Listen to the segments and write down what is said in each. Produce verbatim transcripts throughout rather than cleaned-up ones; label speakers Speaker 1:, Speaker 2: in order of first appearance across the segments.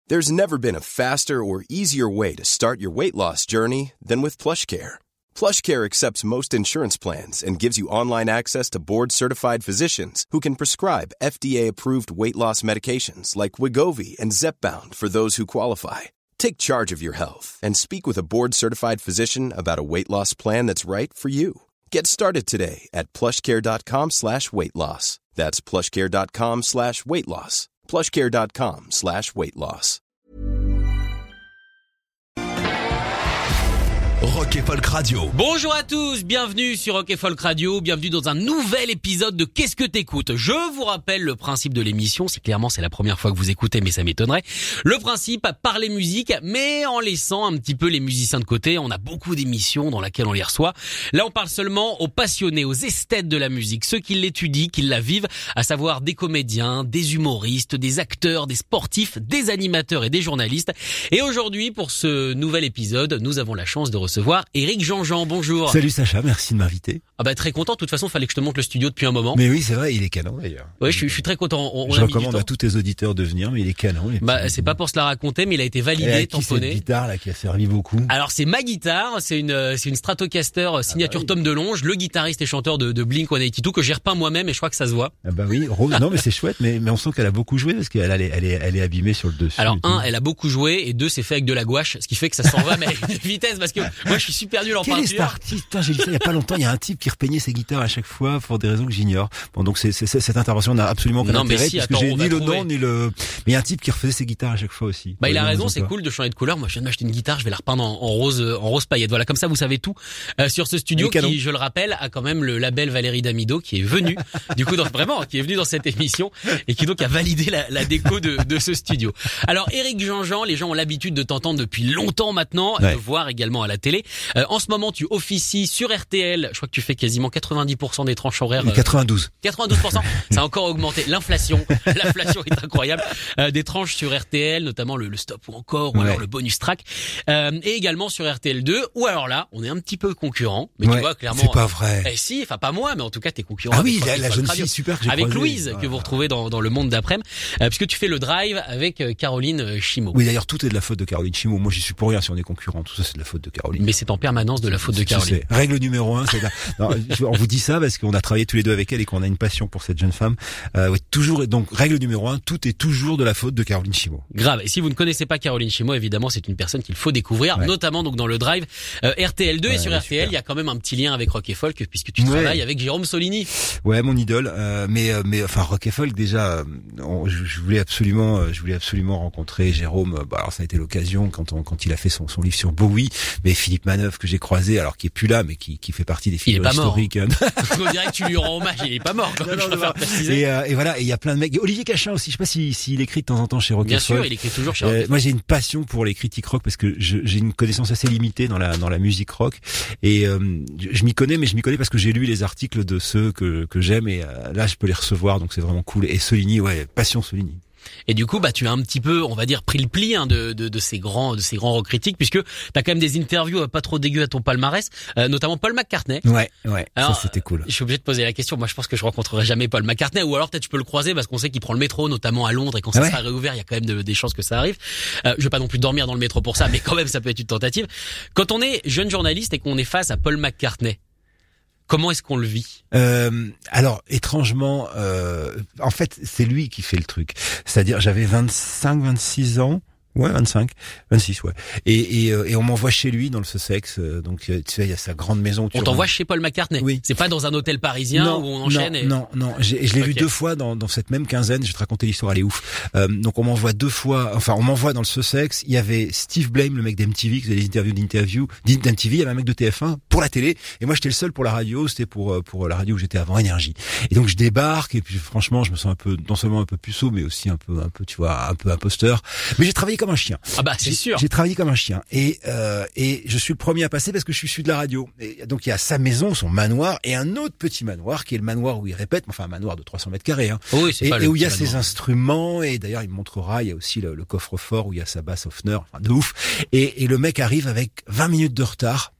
Speaker 1: There's never been a faster or easier way to start your weight loss journey than with PlushCare. PlushCare accepts most insurance plans and gives you online access to board-certified physicians who can prescribe F D A-approved weight loss medications like Wegovy and Zepbound for those who qualify. Take charge of your health and speak with a board-certified physician about a weight loss plan that's right for you. Get started today at plushcare.com slash weight loss. That's plushcare.com slash weight loss. plushcare.com slash weight loss.
Speaker 2: Rock et Folk Radio.
Speaker 3: Bonjour à tous, bienvenue sur Rock et Folk Radio, bienvenue dans un nouvel épisode de Qu'est-ce que t'écoutes ? Je vous rappelle le principe de l'émission, c'est clairement c'est la première fois que vous écoutez, mais ça m'étonnerait. Le principe, parler musique, mais en laissant un petit peu les musiciens de côté. On a beaucoup d'émissions dans lesquelles on les reçoit. Là, on parle seulement aux passionnés, aux esthètes de la musique, ceux qui l'étudient, qui la vivent, à savoir des comédiens, des humoristes, des acteurs, des sportifs, des animateurs et des journalistes. Et aujourd'hui, pour ce nouvel épisode, nous avons la chance de recevoir Éric Jean-Jean. Bonjour.
Speaker 4: Salut Sacha, merci de m'inviter.
Speaker 3: Ah bah très content. De toute façon, fallait que je te montre le studio depuis un moment.
Speaker 4: Mais oui, c'est vrai, il est canon d'ailleurs.
Speaker 3: Ouais, je suis, je suis très content. On, on
Speaker 4: je
Speaker 3: a
Speaker 4: recommande
Speaker 3: mis du
Speaker 4: à
Speaker 3: temps.
Speaker 4: tous tes auditeurs de venir, mais il est canon. Il
Speaker 3: Bah c'est pas pour se la raconter, mais il a été validé, tamponné.
Speaker 4: Cette guitare là qui a servi beaucoup.
Speaker 3: Alors c'est ma guitare, c'est une c'est une Stratocaster signature
Speaker 4: ah bah oui.
Speaker 3: Tom DeLonge, le guitariste et chanteur de, de Blink cent quatre-vingt-douze que j'ai repeint moi-même et je crois que ça se voit.
Speaker 4: Ah bah oui, Rose. Non mais c'est chouette, mais mais on sent qu'elle a beaucoup joué parce qu'elle elle est elle est elle est abîmée sur le dessus.
Speaker 3: Alors un, elle a beaucoup joué et deux, c'est fait avec de la gouache, ce qui fait que ça s'en va mais à une vitesse parce que moi je suis super nul en
Speaker 4: Quel est
Speaker 3: peinture.
Speaker 4: cet artiste ? Putain, j'ai lu ça il y a pas longtemps. Il y a un type qui repeignait ses guitares à chaque fois pour des raisons que j'ignore. Bon donc c'est, c'est cette intervention n'a absolument aucun
Speaker 3: Non, mais
Speaker 4: intérêt
Speaker 3: si,
Speaker 4: parce
Speaker 3: attends,
Speaker 4: que j'ai
Speaker 3: on
Speaker 4: ni
Speaker 3: va
Speaker 4: le
Speaker 3: trouver.
Speaker 4: nom ni le. Mais il y a un type qui refaisait ses guitares à chaque fois aussi.
Speaker 3: Bah il a
Speaker 4: Ouais,
Speaker 3: raison,
Speaker 4: non,
Speaker 3: c'est
Speaker 4: pas.
Speaker 3: cool de changer de couleur. Moi je viens de m'acheter une guitare, je vais la repeindre en, en rose en rose paillette. Voilà, comme ça vous savez tout euh, sur ce studio
Speaker 4: Oui, canon.
Speaker 3: qui, je le rappelle, a quand même le label Valérie Damido qui est venu du coup dans, vraiment qui est venu dans cette émission et qui donc a validé la, la déco de, de ce studio. Alors Éric Jean-Jean, les gens ont l'habitude de t'entendre depuis longtemps maintenant,
Speaker 4: Ouais.
Speaker 3: de voir également à la télé. Euh, en ce moment, tu officies sur R T L. Je crois que tu fais quasiment quatre-vingt-dix pour cent des tranches horaires. euh,
Speaker 4: quatre-vingt-douze.
Speaker 3: quatre-vingt-douze pour cent, ça a encore augmenté. L'inflation, l'inflation est incroyable. Euh, des tranches sur R T L, notamment le, le stop ou encore, ou
Speaker 4: Ouais.
Speaker 3: alors le bonus track, euh, et également sur R T L deux. Ou alors là, on est un petit peu concurrent, mais
Speaker 4: Ouais,
Speaker 3: tu vois clairement.
Speaker 4: c'est pas vrai.
Speaker 3: Eh si, enfin pas moi, mais en tout cas t'es concurrent.
Speaker 4: Ah
Speaker 3: avec
Speaker 4: oui,
Speaker 3: Rock
Speaker 4: la,
Speaker 3: et
Speaker 4: la
Speaker 3: Folk
Speaker 4: jeune
Speaker 3: Radio.
Speaker 4: fille super que j'ai
Speaker 3: Avec
Speaker 4: croisée.
Speaker 3: Louise que
Speaker 4: Voilà.
Speaker 3: vous retrouvez dans, dans le monde d'après-midi, euh, puisque tu fais le drive avec euh, Caroline euh, Chimot.
Speaker 4: Oui, d'ailleurs, tout est de la faute de Caroline Chimot. Moi, j'y suis pour rien si on est concurrent. Tout ça, c'est de la faute de Caroline.
Speaker 3: Mais c'est en permanence de la faute de
Speaker 4: Tu
Speaker 3: Caroline.
Speaker 4: sais, règle numéro un, c'est la... non, je- on vous dit ça parce qu'on a travaillé tous les deux avec elle et qu'on a une passion pour cette jeune femme. Euh, ouais, toujours. Donc, règle numéro un, tout est toujours de la faute de Caroline Chimot.
Speaker 3: Grave. Et si vous ne connaissez pas Caroline Chimot, évidemment, c'est une personne qu'il faut découvrir,
Speaker 4: Ouais.
Speaker 3: notamment donc dans le drive euh, R T L deux
Speaker 4: Ouais,
Speaker 3: et sur
Speaker 4: ouais,
Speaker 3: R T L,
Speaker 4: super.
Speaker 3: il y a quand même un petit lien avec Rock et Folk puisque tu
Speaker 4: Ouais.
Speaker 3: travailles avec Jérôme Solini.
Speaker 4: Ouais, mon idole. Euh, mais, euh, mais, enfin, Rock et Folk déjà. euh, on- je, je voulais absolument, euh, je voulais absolument rencontrer Jérôme. Euh, Bah, alors, ça a été l'occasion quand on, quand il a fait son, son livre sur Bowie. Mais Philippe Manœuvre que j'ai croisé, alors qui est plus là, mais qui, qui fait partie des
Speaker 3: Il est
Speaker 4: figures
Speaker 3: pas mort.
Speaker 4: historiques. hein.
Speaker 3: On dirait que tu lui rends hommage, il est pas mort. Quand
Speaker 4: Non,
Speaker 3: même,
Speaker 4: non,
Speaker 3: je
Speaker 4: non,
Speaker 3: préfère
Speaker 4: non.
Speaker 3: préciser.
Speaker 4: Et, euh, et voilà, et il y a plein de mecs. Olivier Cachin aussi. Je sais pas si s'il écrit de temps en temps chez Rock
Speaker 3: Bien
Speaker 4: et Folk.
Speaker 3: sûr, il écrit toujours chez
Speaker 4: Euh,
Speaker 3: Rock et Folk.
Speaker 4: moi, j'ai une passion pour les critiques rock parce que je- j'ai une connaissance assez limitée dans la dans la musique rock et euh, je, je m'y connais, mais je m'y connais parce que j'ai lu les articles de ceux que que j'aime et euh, là, je peux les recevoir, donc c'est vraiment cool. Et Solini, ouais, passion Solini.
Speaker 3: Et du coup, bah, tu as un petit peu, on va dire, pris le pli hein, de, de, de ces grands, de ces grands rock critiques, puisque t'as quand même des interviews euh, pas trop dégueu à ton palmarès, euh, notamment Paul McCartney.
Speaker 4: Ouais, ouais,
Speaker 3: Alors,
Speaker 4: ça c'était cool.
Speaker 3: Je suis obligé de poser la question. Moi, je pense que je rencontrerai jamais Paul McCartney, ou alors peut-être je peux le croiser parce qu'on sait qu'il prend le métro, notamment à Londres, et quand ça
Speaker 4: Ah ouais
Speaker 3: sera réouvert, il y a quand même de- des chances que ça arrive. Euh, je vais pas non plus dormir dans le métro pour ça, mais quand même, ça peut être une tentative. Quand on est jeune journaliste et qu'on est face à Paul McCartney, comment est-ce qu'on le vit ?
Speaker 4: Euh, alors étrangement, euh, en fait, c'est lui qui fait le truc. C'est-à-dire, j'avais vingt-cinq, vingt-six ans. Ouais, vingt-cinq, vingt-six, ouais. Et, et, euh, et on m'envoie chez lui dans le Sussex. euh, donc, euh, tu sais, il y a sa grande maison. Où tu
Speaker 3: On t'envoie
Speaker 4: rentres.
Speaker 3: chez Paul McCartney.
Speaker 4: Oui.
Speaker 3: C'est pas dans un hôtel parisien
Speaker 4: non,
Speaker 3: où on enchaîne.
Speaker 4: Non,
Speaker 3: et...
Speaker 4: non, non. J'ai, je l'ai vu
Speaker 3: Ok.
Speaker 4: deux fois dans, dans cette même quinzaine. Je vais te raconter l'histoire, elle est ouf. Euh, donc, on m'envoie deux fois. Enfin, on m'envoie dans le Sussex. Il y avait Steve Blame, le mec d'M T V, qui faisait des interviews d'interview d'M T V. Il y avait un mec de T F un pour la télé. Et moi, j'étais le seul pour la radio. C'était pour euh, pour la radio où j'étais avant, Énergie. Et donc, je débarque. Et puis, franchement, je me sens un peu, non seulement un peu puceau, mais aussi un peu, un peu, tu vois, un peu imposteur. Mais j'ai travaillé comme un chien.
Speaker 3: Ah bah c'est
Speaker 4: J'ai-
Speaker 3: sûr.
Speaker 4: J'ai travaillé comme un chien et euh, et je suis le premier à passer parce que je suis issu de la radio. Et donc il y a sa maison, son manoir et un autre petit manoir qui est le manoir où il répète, enfin un manoir de trois cents mètres carrés. Hein.
Speaker 3: Oui, c'est
Speaker 4: Et,
Speaker 3: pas
Speaker 4: et
Speaker 3: le
Speaker 4: où il y a
Speaker 3: petit
Speaker 4: ses
Speaker 3: manoir.
Speaker 4: instruments et d'ailleurs il me montrera, il y a aussi le, le coffre-fort où il y a sa basse Hofner, enfin de ouf. Et, et le mec arrive avec vingt minutes de retard.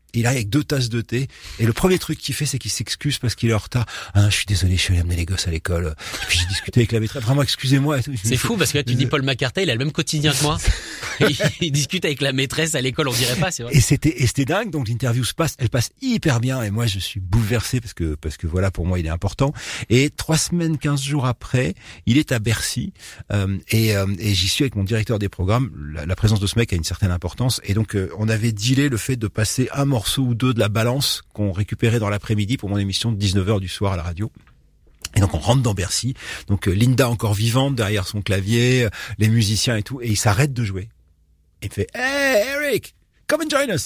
Speaker 4: il arrive avec deux tasses de thé, et le premier truc qu'il fait, c'est qu'il s'excuse parce qu'il est en retard. Ah, je suis désolé, je suis allé amener les gosses à l'école. Et puis j'ai discuté avec la maîtresse. Vraiment, excusez-moi. Et tout.
Speaker 3: C'est fou parce que là, tu dis Paul McCartney, il a le même quotidien que moi. il, il discute avec la maîtresse à l'école, on dirait pas, c'est vrai.
Speaker 4: Et c'était, et c'était dingue. Donc l'interview se passe, elle passe hyper bien, et moi je suis bouleversé parce que parce que voilà, pour moi, il est important. Et trois semaines, quinze jours après, il est à Bercy, euh, et, euh, et j'y suis avec mon directeur des programmes. La, la présence de ce mec a une certaine importance, et donc euh, on avait dealé le fait de passer un morceau ou deux de la balance qu'on récupérait dans l'après-midi pour mon émission de dix-neuf heures du soir à la radio. Et donc on rentre dans Bercy, donc euh, Linda encore vivante derrière son clavier, euh, les musiciens et tout, et il s'arrête de jouer. Et il fait « Hey Eric, come and join us !»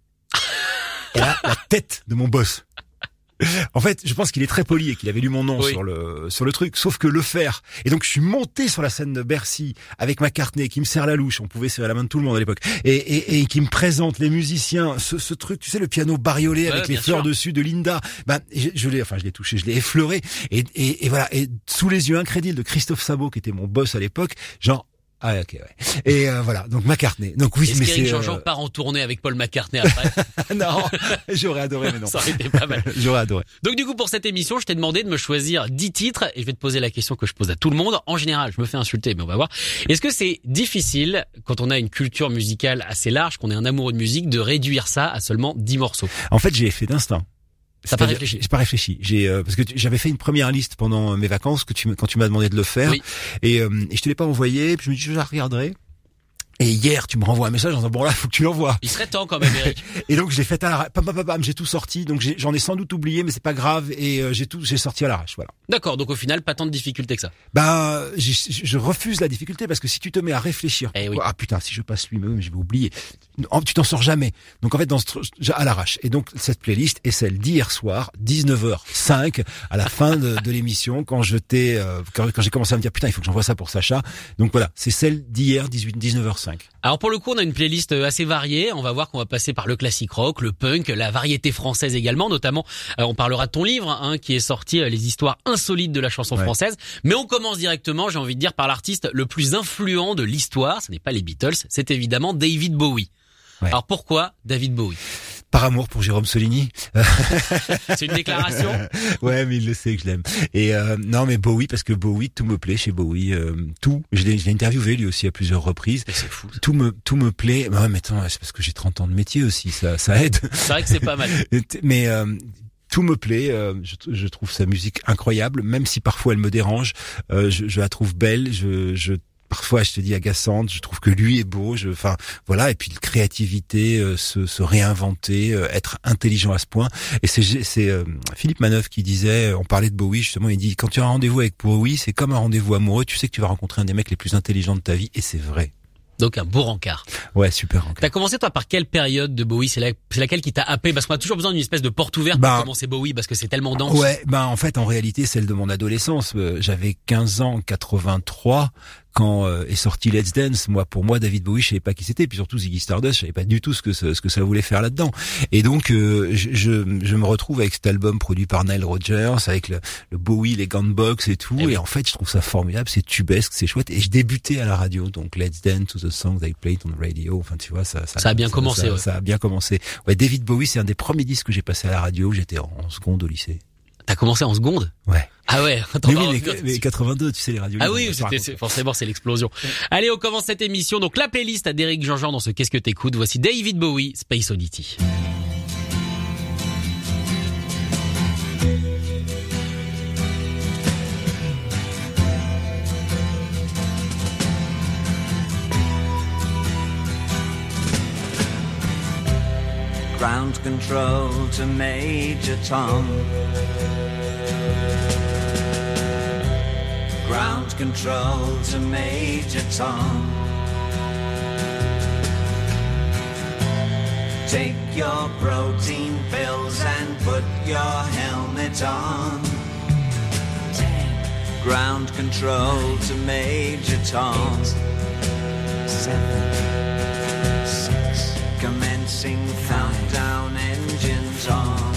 Speaker 4: Et là, la tête de mon boss. En fait, je pense qu'il est très poli et qu'il avait lu mon nom oui. sur le sur le truc, sauf que le faire. Et donc je suis monté sur la scène de Bercy avec McCartney qui me serre la louche, on pouvait serrer la main de tout le monde à l'époque, et et, et qui me présente les musiciens, ce, ce truc, tu sais, le piano bariolé ouais, avec les fleurs sûr. dessus de Linda. Ben je, je l'ai, enfin je l'ai touché, je l'ai effleuré, et, et et voilà, et sous les yeux incrédules de Christophe Sabot qui était mon boss à l'époque, genre. Ah ok ouais. Et euh, voilà, donc McCartney. Donc oui,
Speaker 3: Est-ce
Speaker 4: mais
Speaker 3: qu'Éric
Speaker 4: c'est
Speaker 3: Jean-Jean
Speaker 4: euh...
Speaker 3: part en tournée avec Paul McCartney après?
Speaker 4: Non, j'aurais adoré mais non.
Speaker 3: Ça aurait été pas mal.
Speaker 4: J'aurais adoré.
Speaker 3: Donc du coup pour cette émission, je t'ai demandé de me choisir dix titres et je vais te poser la question que je pose à tout le monde. En général, je me fais insulter mais on va voir. Est-ce que c'est difficile quand on a une culture musicale assez large, qu'on est un amoureux de musique, de réduire ça à seulement dix morceaux?
Speaker 4: En fait, j'ai fait d'instinct.
Speaker 3: T'as pas réfléchi?
Speaker 4: J'ai pas réfléchi. J'ai euh, parce que tu, j'avais fait une première liste pendant mes vacances que tu quand tu m'as demandé de le faire,
Speaker 3: oui.
Speaker 4: et, euh, et je te l'ai pas envoyé. Puis je me dis je la regarderai. Et hier, tu me renvoies un message en disant bon là, faut que tu l'envoies.
Speaker 3: Il serait temps quand même, Eric.
Speaker 4: Et donc je l'ai fait à l'arrache. Pam pam pam pam, j'ai tout sorti. Donc j'ai, j'en ai sans doute oublié, mais c'est pas grave. Et euh, j'ai tout, j'ai sorti à l'arrache. Voilà.
Speaker 3: D'accord. Donc au final, pas tant de difficultés que ça.
Speaker 4: Bah, je, je refuse la difficulté parce que si tu te mets à réfléchir,
Speaker 3: eh oui.
Speaker 4: ah putain, si je passe lui, mais je vais oublier. Tu t'en sors jamais. Donc en fait, dans ce, à l'arrache. Et donc cette playlist est celle d'hier soir, dix-neuf heures cinq, à la fin de, de l'émission, quand je t'ai, euh, quand, quand j'ai commencé à me dire putain, il faut que j'envoie ça pour Sacha. Donc voilà, c'est celle d'hier, dix-huit, dix-neuf heures cinq.
Speaker 3: Alors pour le coup, on a une playlist assez variée. On va voir qu'on va passer par le classique rock, le punk, la variété française également. Notamment, euh, on parlera de ton livre, hein, qui est sorti, euh, les histoires insolites de la chanson ouais. française. Mais on commence directement, j'ai envie de dire, par l'artiste le plus influent de l'histoire. Ce n'est pas les Beatles, c'est évidemment David Bowie. Ouais. Alors pourquoi David Bowie?
Speaker 4: Par amour pour Jérôme Solini.
Speaker 3: C'est une déclaration.
Speaker 4: Ouais, mais il le sait que je l'aime. Et euh, non, mais Bowie, parce que Bowie, tout me plaît chez Bowie. Euh, tout. Je l'ai, je l'ai interviewé lui aussi à plusieurs reprises.
Speaker 3: Et c'est fou. Ça.
Speaker 4: Tout me, tout me plaît. Bah, mais attends, c'est parce que j'ai trente ans de métier aussi. Ça, ça aide.
Speaker 3: C'est vrai que c'est pas mal.
Speaker 4: Mais euh, tout me plaît. Euh, je, je trouve sa musique incroyable, même si parfois elle me dérange. Euh, je, je la trouve belle. Je, je Parfois, je te dis agaçante. Je trouve que lui est beau. Je, enfin, voilà. Et puis, créativité, euh, se, se réinventer, euh, être intelligent à ce point. Et c'est, c'est euh, Philippe Manœuvre qui disait, on parlait de Bowie justement. Il dit, quand tu as un rendez-vous avec Bowie, c'est comme un rendez-vous amoureux. Tu sais que tu vas rencontrer un des mecs les plus intelligents de ta vie, et c'est vrai.
Speaker 3: Donc un beau rencard.
Speaker 4: Ouais, super rencard.
Speaker 3: T'as commencé toi par quelle période de Bowie? C'est, la, c'est laquelle qui t'a happé? Parce qu'on a toujours besoin d'une espèce de porte ouverte bah, pour commencer Bowie, parce que c'est tellement dense.
Speaker 4: Ouais, bah en fait, en réalité, celle de mon adolescence. Euh, j'avais quinze ans, quatre-vingt-trois, quand euh, est sorti Let's Dance. Moi, pour moi, David Bowie, je savais pas qui c'était. Puis surtout Ziggy Stardust, je savais pas du tout ce que ce, ce que ça voulait faire là-dedans. Et donc, euh, je, je, je me retrouve avec cet album produit par Nile Rodgers, avec le, le Bowie, les gants de boxe et tout. Et, oui. et en fait, je trouve ça formidable, c'est tubesque, c'est chouette. Et je débutais à la radio, donc Let's Dance to the Songs I Played on the Radio. Enfin, tu vois, ça, ça,
Speaker 3: ça a bien
Speaker 4: ça,
Speaker 3: commencé.
Speaker 4: Ça,
Speaker 3: ouais.
Speaker 4: ça a bien commencé. Ouais, David Bowie, c'est un des premiers disques que j'ai passé à la radio. J'étais en, en seconde au lycée.
Speaker 3: T'as commencé en seconde?
Speaker 4: Ouais.
Speaker 3: Ah ouais. Attends,
Speaker 4: mais oui, mais, mais quatre-vingt-deux, tu sais, les radios.
Speaker 3: Ah oui, c'était, c'est, forcément, c'est l'explosion. Allez, on commence cette émission. Donc, la playlist à d'Éric Jean-Jean dans ce Qu'est-ce que t'écoutes? Voici David Bowie, Space Oddity.
Speaker 2: Ground control to Major Tom. Ground control to Major Tom. Take your protein pills and put your helmet on. Ten. Ground control to Major Tom. Eight, seven, six. Commencing countdown, engines on.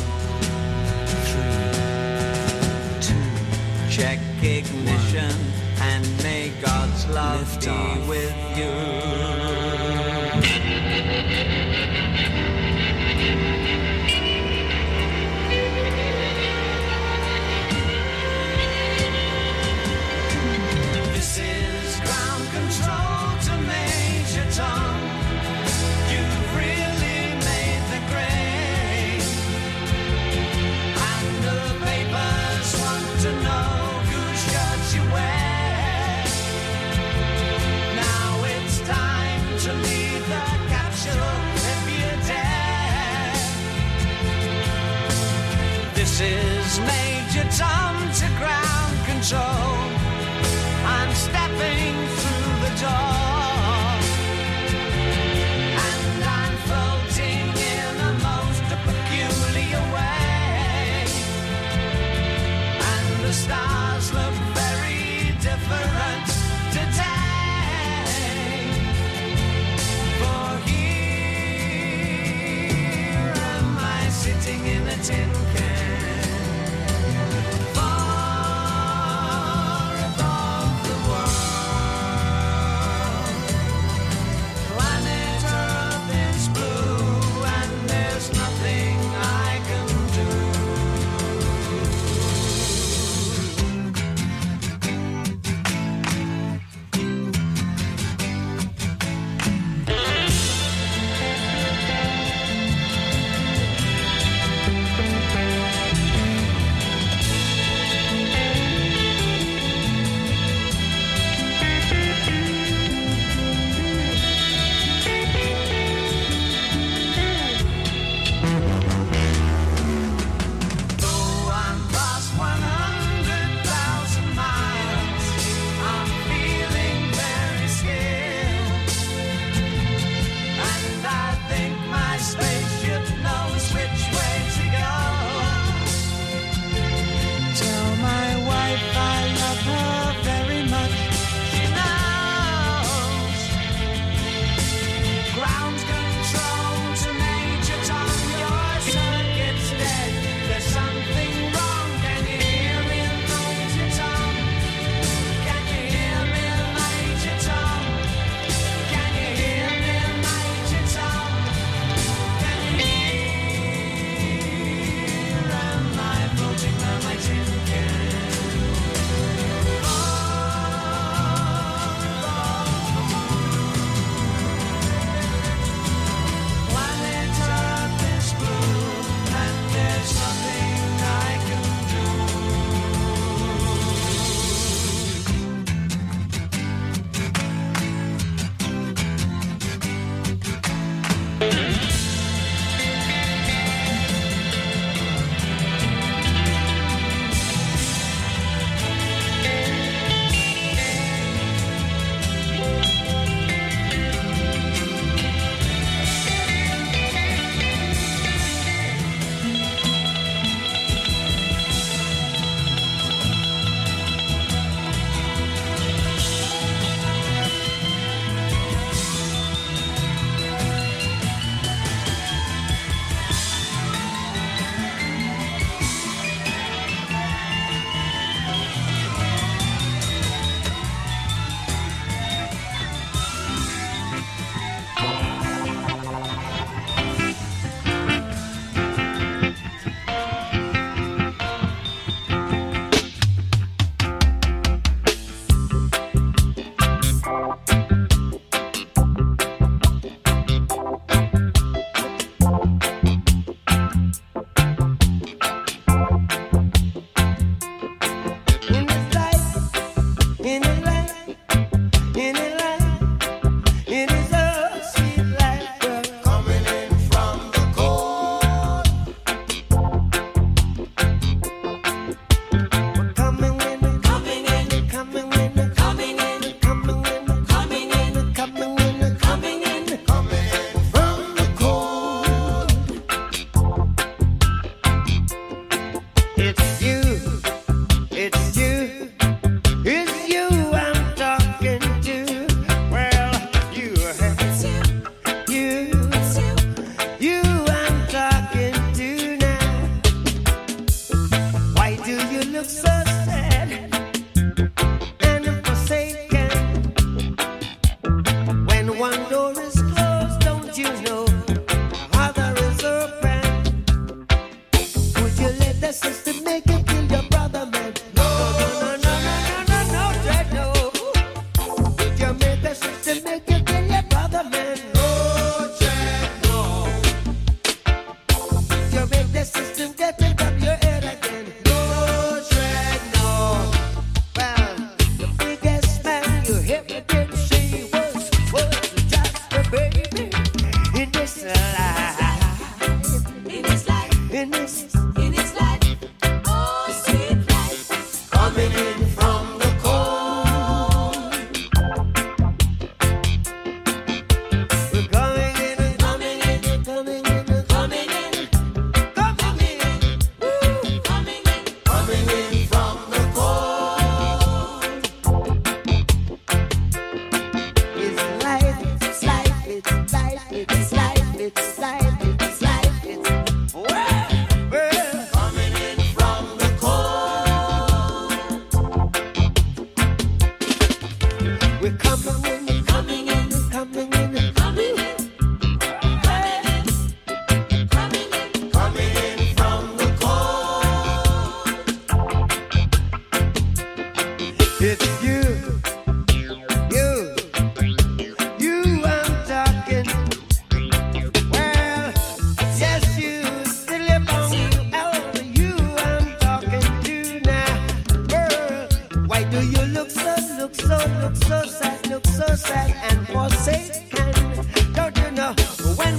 Speaker 2: Three, two, check ignition, one. And may God's love Lift be off. With you. This is Major Tom to ground control. I'm stepping through the door, and I'm floating in a most peculiar way, and the stars look very different today, for here am I sitting in a tin can.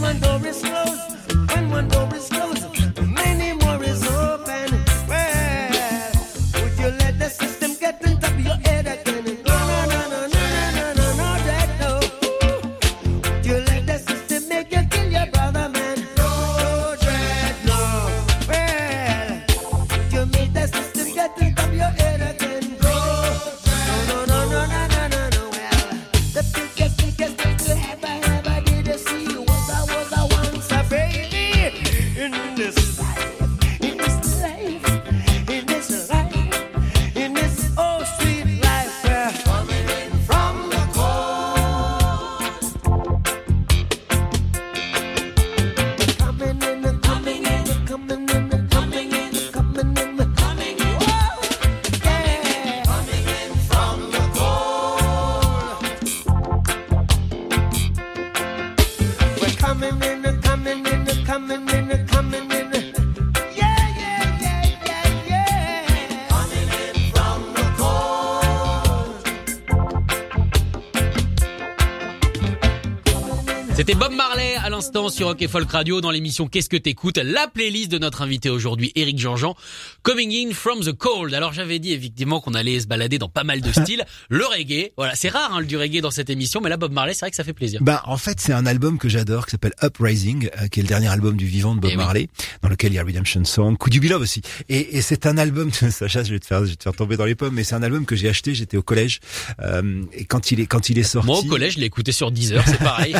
Speaker 2: one door is closed, when one door is closed, many more is open. Well, would you let the system get on top of your head again? No, no, no, no, no, no, no, no, no, that no. Would you let the system make you kill your brother, man? No, dread, no. Well, would you make the system get on top of your head again? No, no, no, no, no, no, no, no. Well, the biggest, biggest thing you ever, ever did see was I was a once a baby in this life, in this life, in this life, in this oh sweet life. We're coming in from the cold, coming in, coming in, coming in, coming in, coming in, coming in. Whoa, yeah, coming in from the cold. We're coming in, coming in, coming in, coming in. Yeah, yeah, yeah, yeah, yeah. Coming in from the cold.
Speaker 3: C'était Bob Marley à l'instant sur Rock et Folk Radio dans l'émission Qu'est-ce que t'écoutes, la playlist de notre invité aujourd'hui, Éric Jean-Jean, Coming in from the cold. Alors j'avais dit effectivement qu'on allait se balader dans pas mal de styles, le reggae, voilà, c'est rare hein, du reggae dans cette émission, mais là Bob Marley, c'est vrai que ça fait plaisir.
Speaker 4: Ben en fait c'est un album que j'adore qui s'appelle Uprising, euh, qui est le dernier album du vivant de Bob
Speaker 3: Eh oui.
Speaker 4: Marley, dans lequel il y a Redemption Song, Could You Be Love aussi. Et, et c'est un album, Sacha, je vais te faire, je vais te faire tomber dans les pommes, mais c'est un album que j'ai acheté, j'étais au collège, euh, et quand il est quand il est sorti.
Speaker 3: Moi au collège, je l'ai écouté sur Deezer, c'est pareil.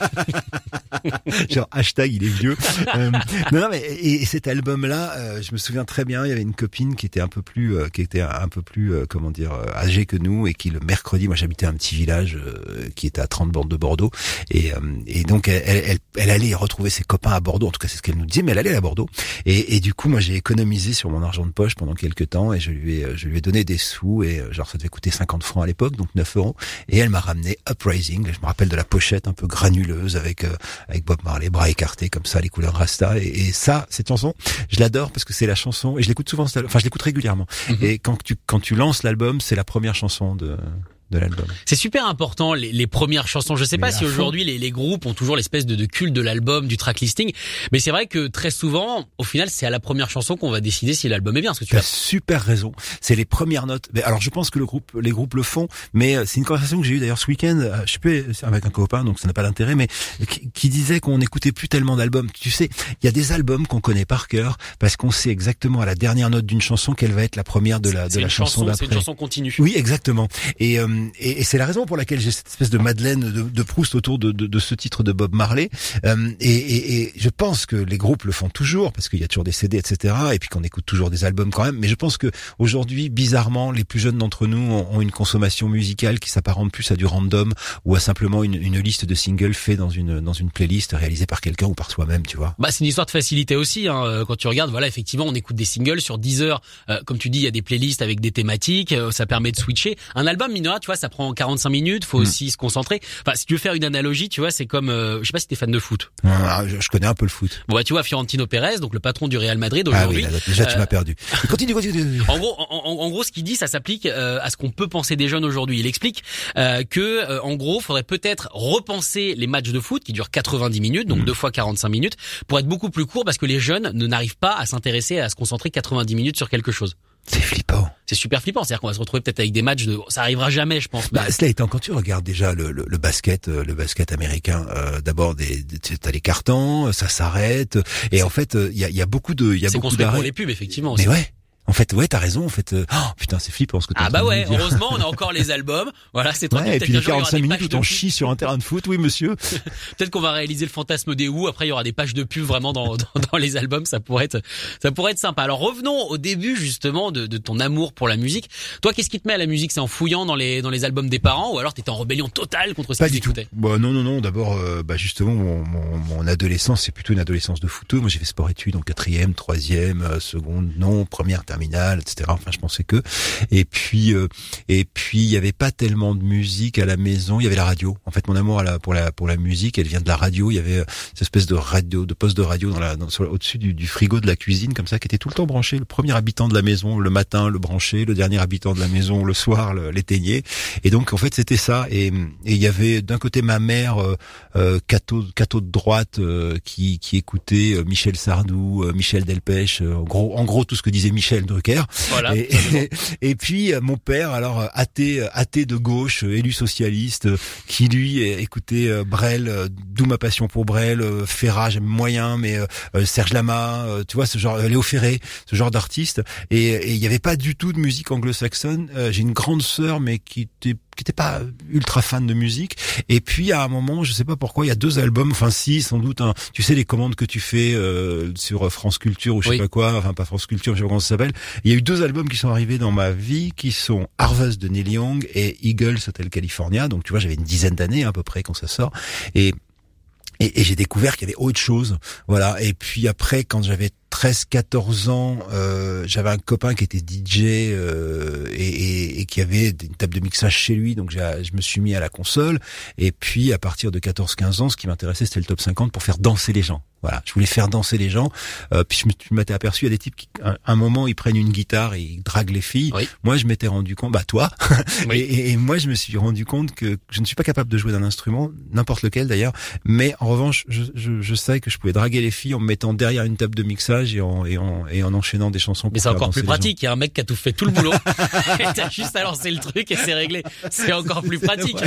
Speaker 4: Genre hashtag il est vieux. Euh, non non mais et, et cet album là, je me souviens très bien, il y avait une copine qui était un peu plus euh, qui était un peu plus euh, comment dire euh, âgée que nous et qui le mercredi, moi j'habitais un petit village euh, qui était à trente bornes de Bordeaux et euh, et donc elle, elle elle allait retrouver ses copains à Bordeaux, en tout cas c'est ce qu'elle nous disait, mais elle allait à Bordeaux et et du coup moi j'ai économisé sur mon argent de poche pendant quelques temps et je lui ai je lui ai donné des sous et euh, genre ça devait coûter cinquante francs à l'époque, donc neuf euros, et elle m'a ramené Uprising. Je me rappelle de la pochette un peu granuleuse avec euh, avec Bob Marley, bras écartés comme ça, les couleurs Rasta, et, et ça, cette chanson, je l'adore parce que c'est la chanson, et je l'écoute souvent, enfin je l'écoute régulièrement. Mm-hmm. Et quand tu quand tu lances l'album, c'est la première chanson de de l'album.
Speaker 3: C'est super important les, les premières chansons. Je sais
Speaker 4: Mais
Speaker 3: pas si aujourd'hui les, les groupes ont toujours l'espèce de, de culte de l'album, du track listing, mais c'est vrai que très souvent, au final, c'est à la première chanson qu'on va décider si l'album est bien. Ce que tu
Speaker 4: Tu as
Speaker 3: as
Speaker 4: super raison. C'est les premières notes. Mais alors je pense que le groupe, les groupes le font, mais c'est une conversation que j'ai eue d'ailleurs ce week-end, euh, je sais plus, avec un copain, donc ça n'a pas d'intérêt, mais qui, qui disait qu'on n'écoutait plus tellement d'albums. Tu sais, il y a des albums qu'on connaît par cœur parce qu'on sait exactement à la dernière note d'une chanson quelle va être la première de la de
Speaker 3: c'est
Speaker 4: la
Speaker 3: une
Speaker 4: chanson
Speaker 3: chanson,
Speaker 4: d'après.
Speaker 3: c'est une chanson continue.
Speaker 4: Oui, exactement. Et, euh, et, et c'est la raison pour laquelle j'ai cette espèce de Madeleine de, de Proust autour de, de, de ce titre de Bob Marley. Euh, et, et, et je pense que les groupes le font toujours parce qu'il y a toujours des C D, et cetera. Et puis qu'on écoute toujours des albums quand même. Mais je pense que aujourd'hui, bizarrement, les plus jeunes d'entre nous ont, ont une consommation musicale qui s'apparente plus à du random ou à simplement une, une liste de singles faits dans une dans une playlist réalisée par quelqu'un ou par soi-même, tu vois.
Speaker 3: Bah c'est une histoire de facilité aussi. Hein. Quand tu regardes, voilà, effectivement, on écoute des singles sur Deezer. Euh, comme tu dis, il y a des playlists avec des thématiques. Euh, ça permet de switcher. Un album, Minora, tu vois, ça prend quarante-cinq minutes. Faut mmh. aussi se concentrer. Enfin, si tu veux faire une analogie, tu vois, c'est comme, euh, je sais pas si t'es fan de foot.
Speaker 4: Ah, je, je connais un peu le foot.
Speaker 3: Bon bah tu vois, Fiorentino Pérez, donc le patron du Real Madrid aujourd'hui.
Speaker 4: Ah oui, là, déjà tu
Speaker 3: euh,
Speaker 4: m'as perdu. Continue, continue. continue.
Speaker 3: En gros, en, en, en gros, ce qu'il dit, ça s'applique euh, à ce qu'on peut penser des jeunes aujourd'hui. Il explique euh, que, euh, en gros, faudrait peut-être repenser les matchs de foot qui durent quatre-vingt-dix minutes, donc mmh. deux fois quarante-cinq minutes, pour être beaucoup plus courts parce que les jeunes ne n'arrivent pas à s'intéresser, à se concentrer quatre-vingt-dix minutes sur quelque chose.
Speaker 4: C'est flippant.
Speaker 3: C'est super flippant, c'est-à-dire qu'on va se retrouver peut-être avec des matchs de, ça arrivera jamais, je pense.
Speaker 4: Bah, cela étant, quand tu regardes déjà le, le, le basket, le basket américain, euh, d'abord des, des t'as les cartons, ça s'arrête, et en fait, il y a, y a beaucoup de, il y a
Speaker 3: c'est
Speaker 4: beaucoup
Speaker 3: construit
Speaker 4: d'arrêts.
Speaker 3: pour les pubs, effectivement.
Speaker 4: Mais
Speaker 3: aussi.
Speaker 4: ouais. En fait, ouais, t'as raison. En fait, euh, oh, putain, c'est flippant ce que t'es
Speaker 3: Ah
Speaker 4: en train
Speaker 3: bah
Speaker 4: de
Speaker 3: ouais,
Speaker 4: me dire.
Speaker 3: heureusement, on a encore les albums. Voilà, c'est tranquille.
Speaker 4: Ouais, et
Speaker 3: peut-être
Speaker 4: puis les
Speaker 3: qu'un jour, il y aura
Speaker 4: quarante-cinq
Speaker 3: des
Speaker 4: minutes
Speaker 3: pages
Speaker 4: où
Speaker 3: de
Speaker 4: t'en
Speaker 3: pub.
Speaker 4: chies sur un terrain de foot, oui, monsieur.
Speaker 3: Peut-être qu'on va réaliser le fantasme des Who. Après, il y aura des pages de pub vraiment dans, dans, dans les albums. Ça pourrait être, ça pourrait être sympa. Alors revenons au début justement de, de ton amour pour la musique. Toi, qu'est-ce qui te met à la musique? C'est en fouillant dans les dans les albums des parents, ou alors t'étais en rébellion totale contre ce
Speaker 4: Pas
Speaker 3: qu'ils
Speaker 4: du tout.
Speaker 3: écoutaient?
Speaker 4: Bah non, non, non. D'abord, euh, bah justement, mon, mon, mon adolescence, c'est plutôt une adolescence de footeux. Moi, j'ai fait sport-études en quatrième, troisième, euh, seconde, non, première, Terminal, et cetera. Enfin, je pensais que. Et puis, euh, et puis, il y avait pas tellement de musique à la maison. Il y avait la radio. En fait, mon amour à la, pour la pour la musique, elle vient de la radio. Il y avait cette espèce de radio, de poste de radio dans la, dans, sur, au-dessus du, du frigo de la cuisine, comme ça, qui était tout le temps branché. Le premier habitant de la maison le matin, le branché. Le dernier habitant de la maison le soir, le, l'éteignait. Et donc, en fait, c'était ça. Et il y avait d'un côté ma mère, euh, euh, catho, catho de droite, euh, qui qui écoutait euh, Michel Sardou, euh, Michel Delpech, euh, en gros, en gros tout ce que disait Michel Drucker.
Speaker 3: Voilà.
Speaker 4: Et, et, et puis euh, mon père, alors euh, athée, euh, athée de gauche, euh, élu socialiste, euh, qui lui euh, écoutait euh, Brel, euh, d'où ma passion pour Brel, euh, Ferrat, j'aime moyen, mais euh, euh, Serge Lama, euh, tu vois, ce genre, euh, Léo Ferré, ce genre d'artiste. Et il y avait pas du tout de musique anglo-saxonne. Euh, j'ai une grande sœur, mais qui était qui était pas ultra fan de musique. Et puis à un moment, je sais pas pourquoi, il y a deux albums, enfin si, sans doute, un, tu sais les commandes que tu fais euh, sur France Culture ou je sais
Speaker 3: oui.
Speaker 4: pas quoi, enfin pas France Culture, je sais pas comment ça s'appelle. Il y a eu deux albums qui sont arrivés dans ma vie, qui sont Harvest de Neil Young et Eagles Hotel California. Donc tu vois, j'avais une dizaine d'années à peu près quand ça sort. Et Et, et j'ai découvert qu'il y avait autre chose, voilà. Et puis après, quand j'avais treize quatorze ans, euh, j'avais un copain qui était D J euh, et, et, et qui avait une table de mixage chez lui, donc j'ai, je me suis mis à la console. Et puis à partir de quatorze quinze ans, ce qui m'intéressait, c'était le top cinquante pour faire danser les gens. Voilà, je voulais faire danser les gens. Euh, puis je, me, je m'étais aperçu, il y a des types qui, à un moment, ils prennent une guitare et ils draguent les filles.
Speaker 3: Oui.
Speaker 4: Moi, je m'étais rendu compte, bah toi,
Speaker 3: oui.
Speaker 4: et, et moi, je me suis rendu compte que je ne suis pas capable de jouer d'un instrument, n'importe lequel d'ailleurs. Mais en revanche, je, je, je savais que je pouvais draguer les filles en me mettant derrière une table de mixage et en, et en, et en enchaînant des chansons. Pour
Speaker 3: Mais c'est encore plus pratique.
Speaker 4: Il
Speaker 3: y a un mec qui a tout fait tout le boulot. Et t'as juste à lancer le truc et c'est réglé. C'est encore plus pratique.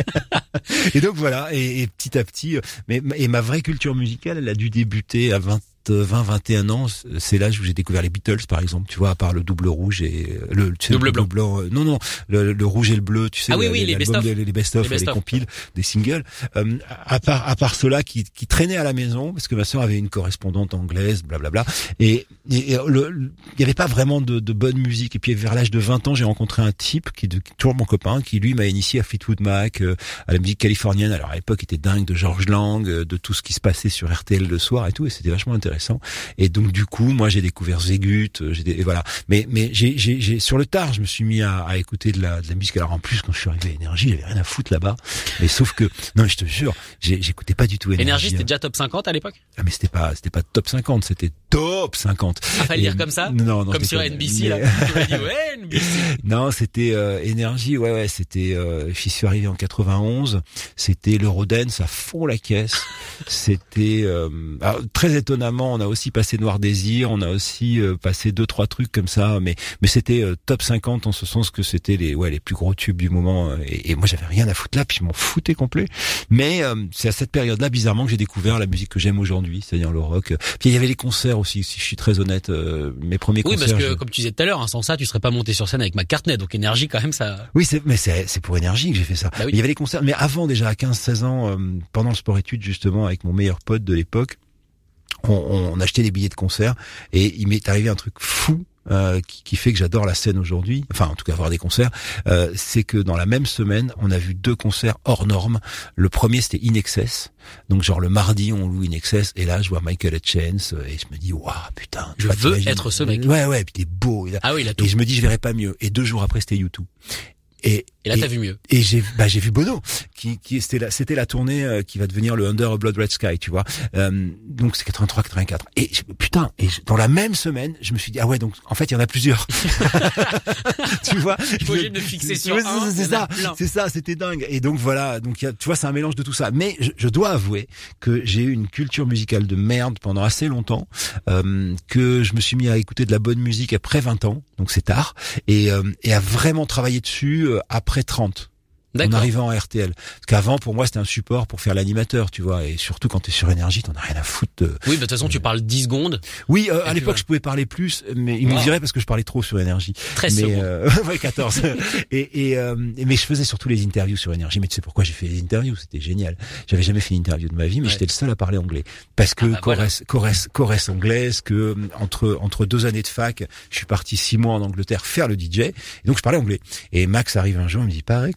Speaker 4: Et donc voilà. Et, et petit à petit, mais et ma vraie culture musicale, elle a dû débuter à vingt vingt vingt et un ans, c'est l'âge où j'ai découvert les Beatles par exemple, tu vois, à part le double rouge et le, tu sais,
Speaker 3: double
Speaker 4: le
Speaker 3: blanc.
Speaker 4: blanc euh, non non, le, le rouge et le bleu, tu sais,
Speaker 3: ah oui,
Speaker 4: le,
Speaker 3: oui, les best-of,
Speaker 4: les, les best-of, les, les compiles, des singles, euh, à part à part ceux-là qui qui traînaient à la maison parce que ma sœur avait une correspondante anglaise, blablabla, et et, et le il y avait pas vraiment de, de bonne musique. Et puis vers l'âge de vingt ans, j'ai rencontré un type qui est toujours mon copain, qui lui m'a initié à Fleetwood Mac, euh, à la musique californienne. Alors à l'époque, il était dingue de George Lang, de tout ce qui se passait sur R T L le soir et tout, et c'était vachement intéressant. Et donc du coup, moi j'ai découvert Zegut, j'ai des, et voilà. Mais mais j'ai j'ai j'ai sur le tard, je me suis mis à, à écouter de la de la musique. Alors en plus, quand je suis arrivé à Énergie, j'avais rien à foutre là-bas. Mais sauf que non, je te jure, j'ai, j'écouais pas du tout Énergie.
Speaker 3: Énergie, c'était déjà top cinquante à l'époque.
Speaker 4: Ah mais c'était pas c'était pas top cinquante, c'était top cinquante.
Speaker 3: Ah, fallait dire comme ça.
Speaker 4: Non non.
Speaker 3: Comme sur N B C mais... là. Tu m'as dit ouais N B C.
Speaker 4: Non, c'était euh, Énergie, ouais ouais, c'était. Euh, j'y suis arrivé en quatre-vingt-onze. C'était l'Eurodance à fond la caisse. C'était euh, alors, très étonnamment, on a aussi passé Noir Désir, on a aussi euh, passé deux trois trucs comme ça, mais mais c'était euh, top cinquante en ce sens que c'était les ouais les plus gros tubes du moment. Euh, et, et moi j'avais rien à foutre là, puis je m'en foutais complet. Mais euh, c'est à cette période-là bizarrement que j'ai découvert la musique que j'aime aujourd'hui, c'est-à-dire le rock. Puis il y avait les concerts aussi, si je suis très honnête, euh, mes premiers
Speaker 3: oui,
Speaker 4: concerts.
Speaker 3: Oui, parce que
Speaker 4: je...
Speaker 3: comme tu disais tout à l'heure, hein, sans ça tu serais pas monté sur scène avec McCartney, donc Énergie quand même ça.
Speaker 4: Oui, c'est mais c'est c'est pour Énergie que j'ai fait ça.
Speaker 3: Bah oui.
Speaker 4: Il y avait les concerts, mais avant déjà à quinze seize ans, euh, pendant le sport-études justement avec mon meilleur pote de l'époque. On, on achetait des billets de concert et il m'est arrivé un truc fou euh, qui, qui fait que j'adore la scène aujourd'hui, enfin en tout cas voir des concerts, euh, c'est que dans la même semaine, on a vu deux concerts hors normes. Le premier c'était In Excess, donc genre le mardi on loue In Excess et là je vois Michael Hutchence et je me dis waouh putain,
Speaker 3: je veux être ce mec.
Speaker 4: Ouais ouais, puis il est beau. Il a...
Speaker 3: Ah oui, il a tout.
Speaker 4: Et je me dis je verrai pas mieux. Et deux jours après c'était U deux. Et,
Speaker 3: et là,
Speaker 4: et,
Speaker 3: t'as vu mieux.
Speaker 4: Et j'ai, bah, j'ai vu Bono, qui, qui, c'était la, c'était la tournée euh, qui va devenir le Under a Blood Red Sky, tu vois. Euh, donc c'est quatre-vingt-trois quatre-vingt-quatre. Et je, putain, et je, dans la même semaine, je me suis dit ah ouais, donc en fait il y en a plusieurs. Tu vois.
Speaker 3: Il faut de fixer sur
Speaker 4: c'est,
Speaker 3: un.
Speaker 4: C'est, c'est ça, c'est ça, c'était dingue. Et donc voilà, donc y a, tu vois, c'est un mélange de tout ça. Mais je, je dois avouer que j'ai eu une culture musicale de merde pendant assez longtemps, euh, que je me suis mis à écouter de la bonne musique après vingt ans, donc c'est tard, et, euh, et à vraiment travailler dessus euh, après trente.
Speaker 3: D'accord.
Speaker 4: En arrivant à R T L. Parce qu'avant, pour moi, c'était un support pour faire l'animateur, tu vois. Et surtout quand t'es sur Énergie, t'en as rien à foutre. De...
Speaker 3: Oui, mais de toute façon, tu parles dix secondes.
Speaker 4: Oui, euh, à l'époque,
Speaker 3: voilà.
Speaker 4: Je pouvais parler plus, mais ils wow. me diraient parce que je parlais trop sur Énergie.
Speaker 3: treize
Speaker 4: mais,
Speaker 3: secondes.
Speaker 4: Euh, ouais, quatorze. et, et, euh, mais je faisais surtout les interviews sur Énergie. Mais tu sais pourquoi j'ai fait les interviews? C'était génial. J'avais jamais fait une interview de ma vie, mais ouais. J'étais le seul à parler anglais. Parce que ah bah Corrèze, voilà. Corrèze, Corrèze anglaise, que entre, entre deux années de fac, je suis parti six mois en Angleterre faire le D J. Et donc, je parlais anglais. Et Max arrive un jour, il me dit, pareil que tu parles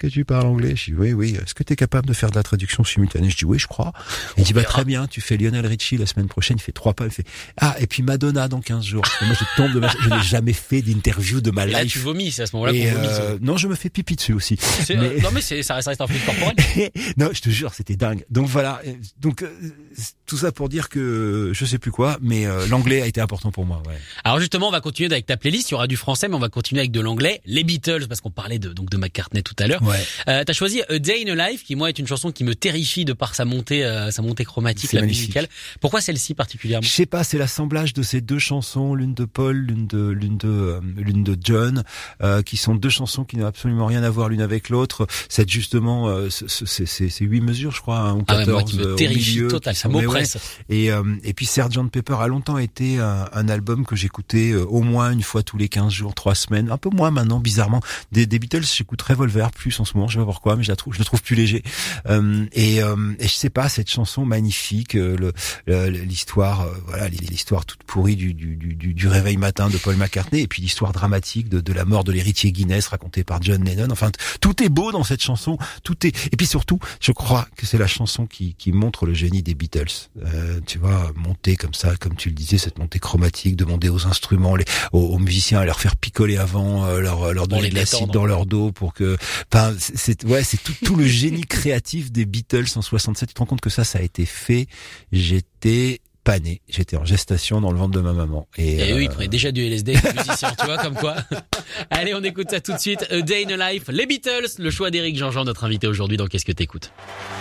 Speaker 4: parles anglais? Je dis oui, oui. Est-ce que tu es capable de faire de la traduction simultanée? Je dis oui, je crois. Il dit bah très bien, tu fais Lionel Richie la semaine prochaine. Il fait trois pas. Il fait ah et puis Madonna dans quinze jours. Et moi je tombe de ma... je n'ai jamais fait d'interview de ma
Speaker 3: Et
Speaker 4: life.
Speaker 3: là, tu vomis, c'est à ce moment-là
Speaker 4: Et
Speaker 3: qu'on vomit.
Speaker 4: euh, non, je me fais pipi dessus aussi.
Speaker 3: C'est-
Speaker 4: Mais-
Speaker 3: euh, non mais c'est, ça reste ça reste un fluide corporel.
Speaker 4: non, je te jure, c'était dingue. Donc voilà, donc euh, tout ça pour dire que je sais plus quoi, mais euh, l'anglais a été important pour moi. Ouais.
Speaker 3: Alors justement, on va continuer avec ta playlist. Il y aura du français, mais on va continuer avec de l'anglais. Les Beatles, parce qu'on parlait de donc de McCartney tout à l'heure.
Speaker 4: Ouais.
Speaker 3: Euh, t'as choisi A Day in a Life, qui moi est une chanson qui me terrifie de par sa montée, euh, sa montée chromatique,
Speaker 4: C'est
Speaker 3: la
Speaker 4: magnifique.
Speaker 3: musicale. Pourquoi celle-ci particulièrement?
Speaker 4: Je sais pas, c'est l'assemblage de ces deux chansons, l'une de Paul, l'une de l'une de euh, l'une de John, euh, qui sont deux chansons qui n'ont absolument rien à voir l'une avec l'autre. C'est justement euh, ce- ce- c'est c'est c'est huit mesures, je crois, hein, ou
Speaker 3: Ah ouais, moi
Speaker 4: quatorze
Speaker 3: qui
Speaker 4: euh,
Speaker 3: me
Speaker 4: au
Speaker 3: terrifie
Speaker 4: milieu,
Speaker 3: total,
Speaker 4: qui
Speaker 3: ça
Speaker 4: sont- mais ouais.
Speaker 3: m'oppresse.
Speaker 4: Et euh, et puis sergeant Pepper a longtemps été un, un album que j'écoutais euh, au moins une fois tous les quinze jours, trois semaines, un peu moins maintenant bizarrement. Des, des Beatles, j'écoute Revolver plus en ce moment, je sais pas pourquoi, mais je la trouve, je le trouve plus léger. Euh, et, euh, et je sais pas, cette chanson magnifique, euh, le, le- l'histoire, euh, voilà, l'histoire toute pourrie du, du, du, du du réveil matin de Paul McCartney, et puis l'histoire dramatique de, de la mort de l'héritier Guinness racontée par John Lennon. Enfin, t- tout est beau dans cette chanson, tout est. Et puis surtout, je crois que c'est la chanson qui, qui montre le génie des Beatles. Euh, tu vois, monter comme ça, comme tu le disais, cette montée chromatique, demander aux instruments, les, aux, aux musiciens à leur faire picoler avant, euh, leur, leur
Speaker 3: Pour
Speaker 4: donner
Speaker 3: les
Speaker 4: de l'acide
Speaker 3: détendre.
Speaker 4: dans leur dos pour que. Enfin, c'est, c'est- ouais, c'est tout, tout le génie créatif des Beatles en soixante-sept. Tu te rends compte que ça, ça a été fait. J'étais pas né. J'étais en gestation dans le ventre de ma maman. Et,
Speaker 3: Et eux,
Speaker 4: euh,
Speaker 3: ils prenaient déjà du L S D avec les musiciens, tu vois, comme quoi. Allez, on écoute ça tout de suite. A Day in a Life, les Beatles, le choix d'Éric Jean-Jean, notre invité aujourd'hui dans Qu'est-ce que t'écoutes?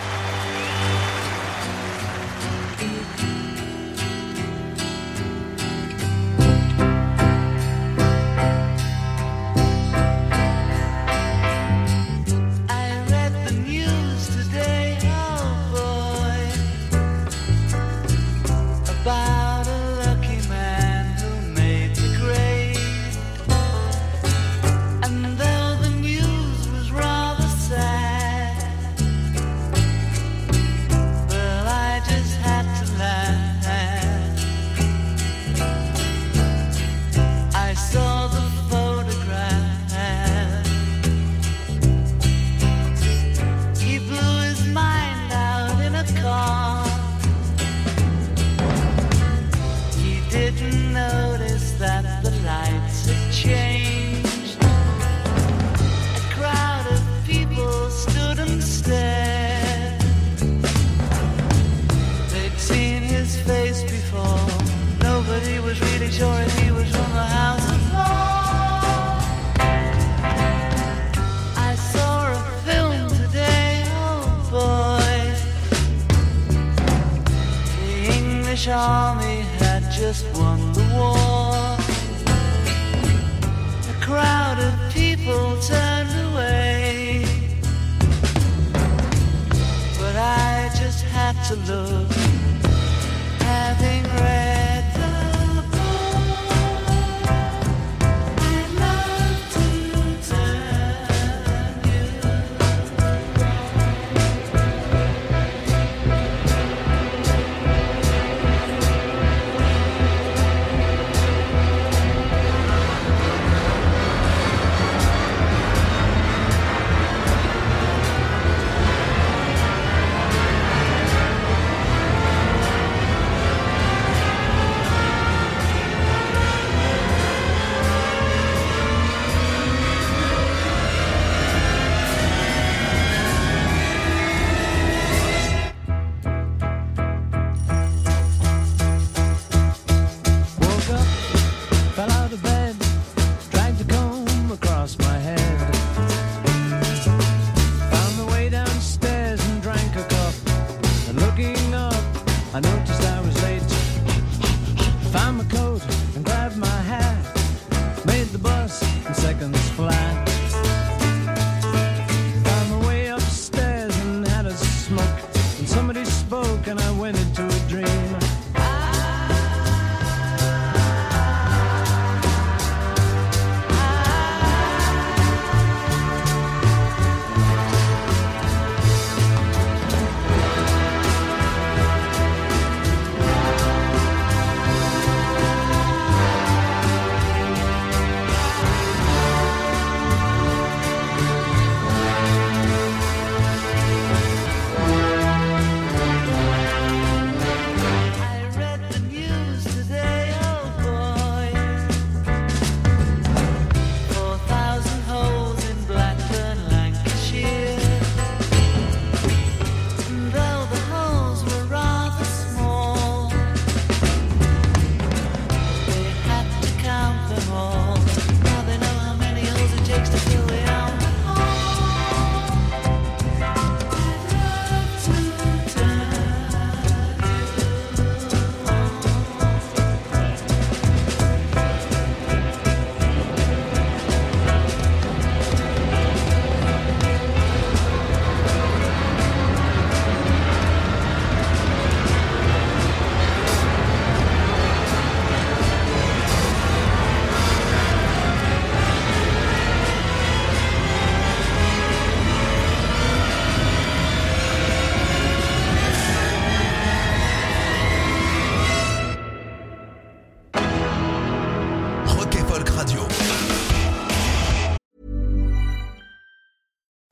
Speaker 2: I read the news today, oh boy, about a lucky man who made the grade. And though the news was rather sad, well, I just had to laugh. I saw the photograph. He blew his mind out in a car. He didn't notice that the lights had changed. A crowd of people stood and stared. They'd seen his face before. Nobody was really sure if he was from the House of Law. I saw a film today, oh boy. The English army had just won the war. A crowd of people turned away, but I just had to look, having read the book. I'd love to tell you. Woke up, fell out of bed, dragged a comb across my head. Found the way downstairs and drank a cup. And looking up, I noticed I was late. Found my coat and grabbed my hat. Made the bus in seconds flat. Found my way upstairs and had a smoke. And somebody spoke and I went into a dream.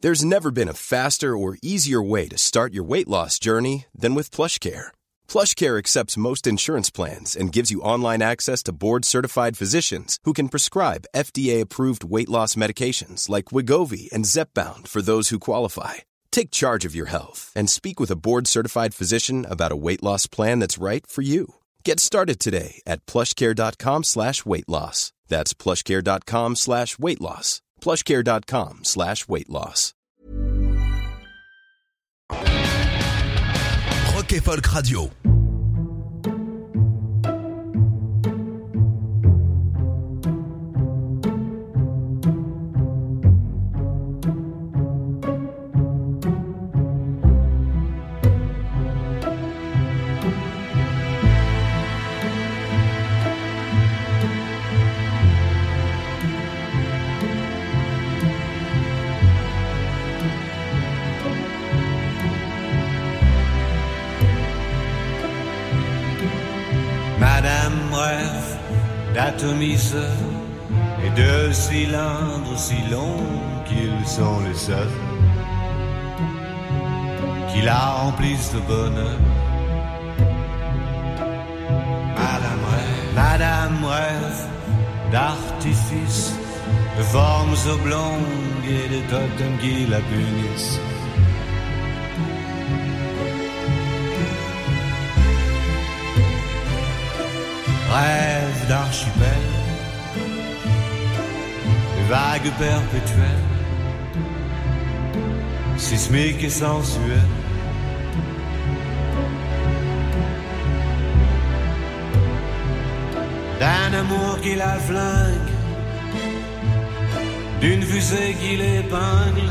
Speaker 1: There's never been a faster or easier way to start your weight loss journey than with PlushCare. PlushCare accepts most insurance plans and gives you online access to board-certified physicians who can prescribe F D A-approved weight loss medications like Wegovy and Zepbound for those who qualify. Take charge of your health and speak with a board-certified physician about a weight loss plan that's right for you. Get started today at plushcare.com slash weight loss. That's plushcare.com slash weight loss. plushcare.com slash weight loss.
Speaker 5: Rock et Folk Radio.
Speaker 6: Madame rêve d'atomiseur et de cylindres si longs qu'ils sont les seuls qui la remplissent de bonheur. Madame rêve, Madame rêve d'artifices, de formes oblongues et de totems qui la punissent. Rêve d'archipel, de vagues perpétuelles, sismiques et sensuelles. D'un amour qui la flingue, d'une fusée qui l'épingle.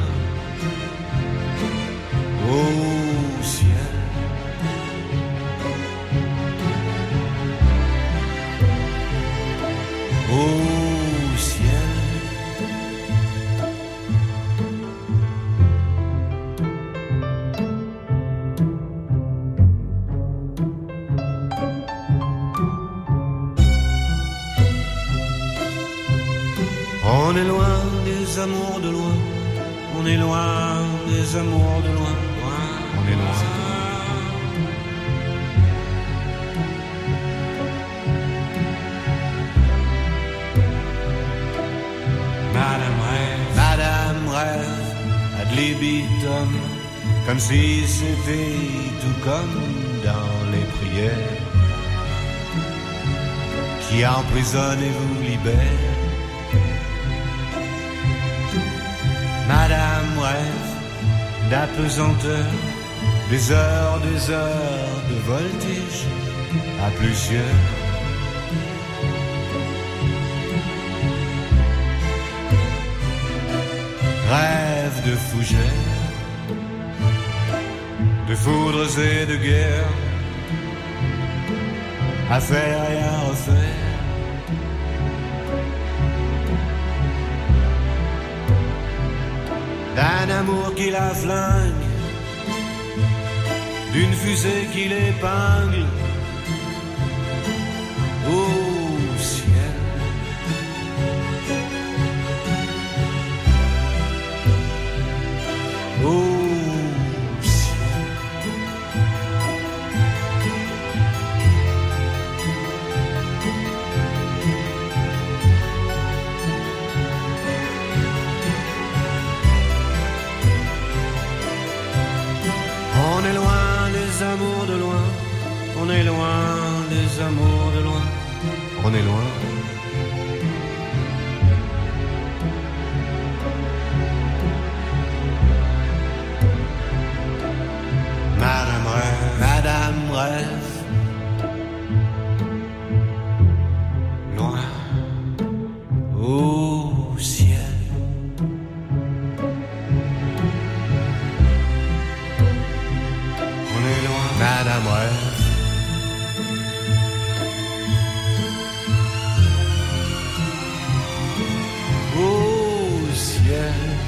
Speaker 6: Au ciel. Au ciel. On est loin des amours de loin, on est loin des amours de loin, loin, on est loin. Madame rêve, Madame rêve ad libitum, comme si c'était tout comme dans les prières qui emprisonnent et vous libèrent. Madame rêve d'apesanteur, des heures, des heures de voltige à plusieurs. Rêve de fougères, de foudres et de guerre, à faire et à refaire. D'un amour qui la flingue, d'une fusée qui l'épingle. Au ciel. Au ciel. On est loin des amours de loin, on est loin des amours de loin, on est loin. Madame rêve, Madame rêve, loin, au ciel. On est loin, Madame rêve. Au ciel.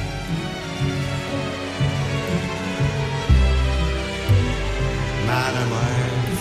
Speaker 6: Madame rêve.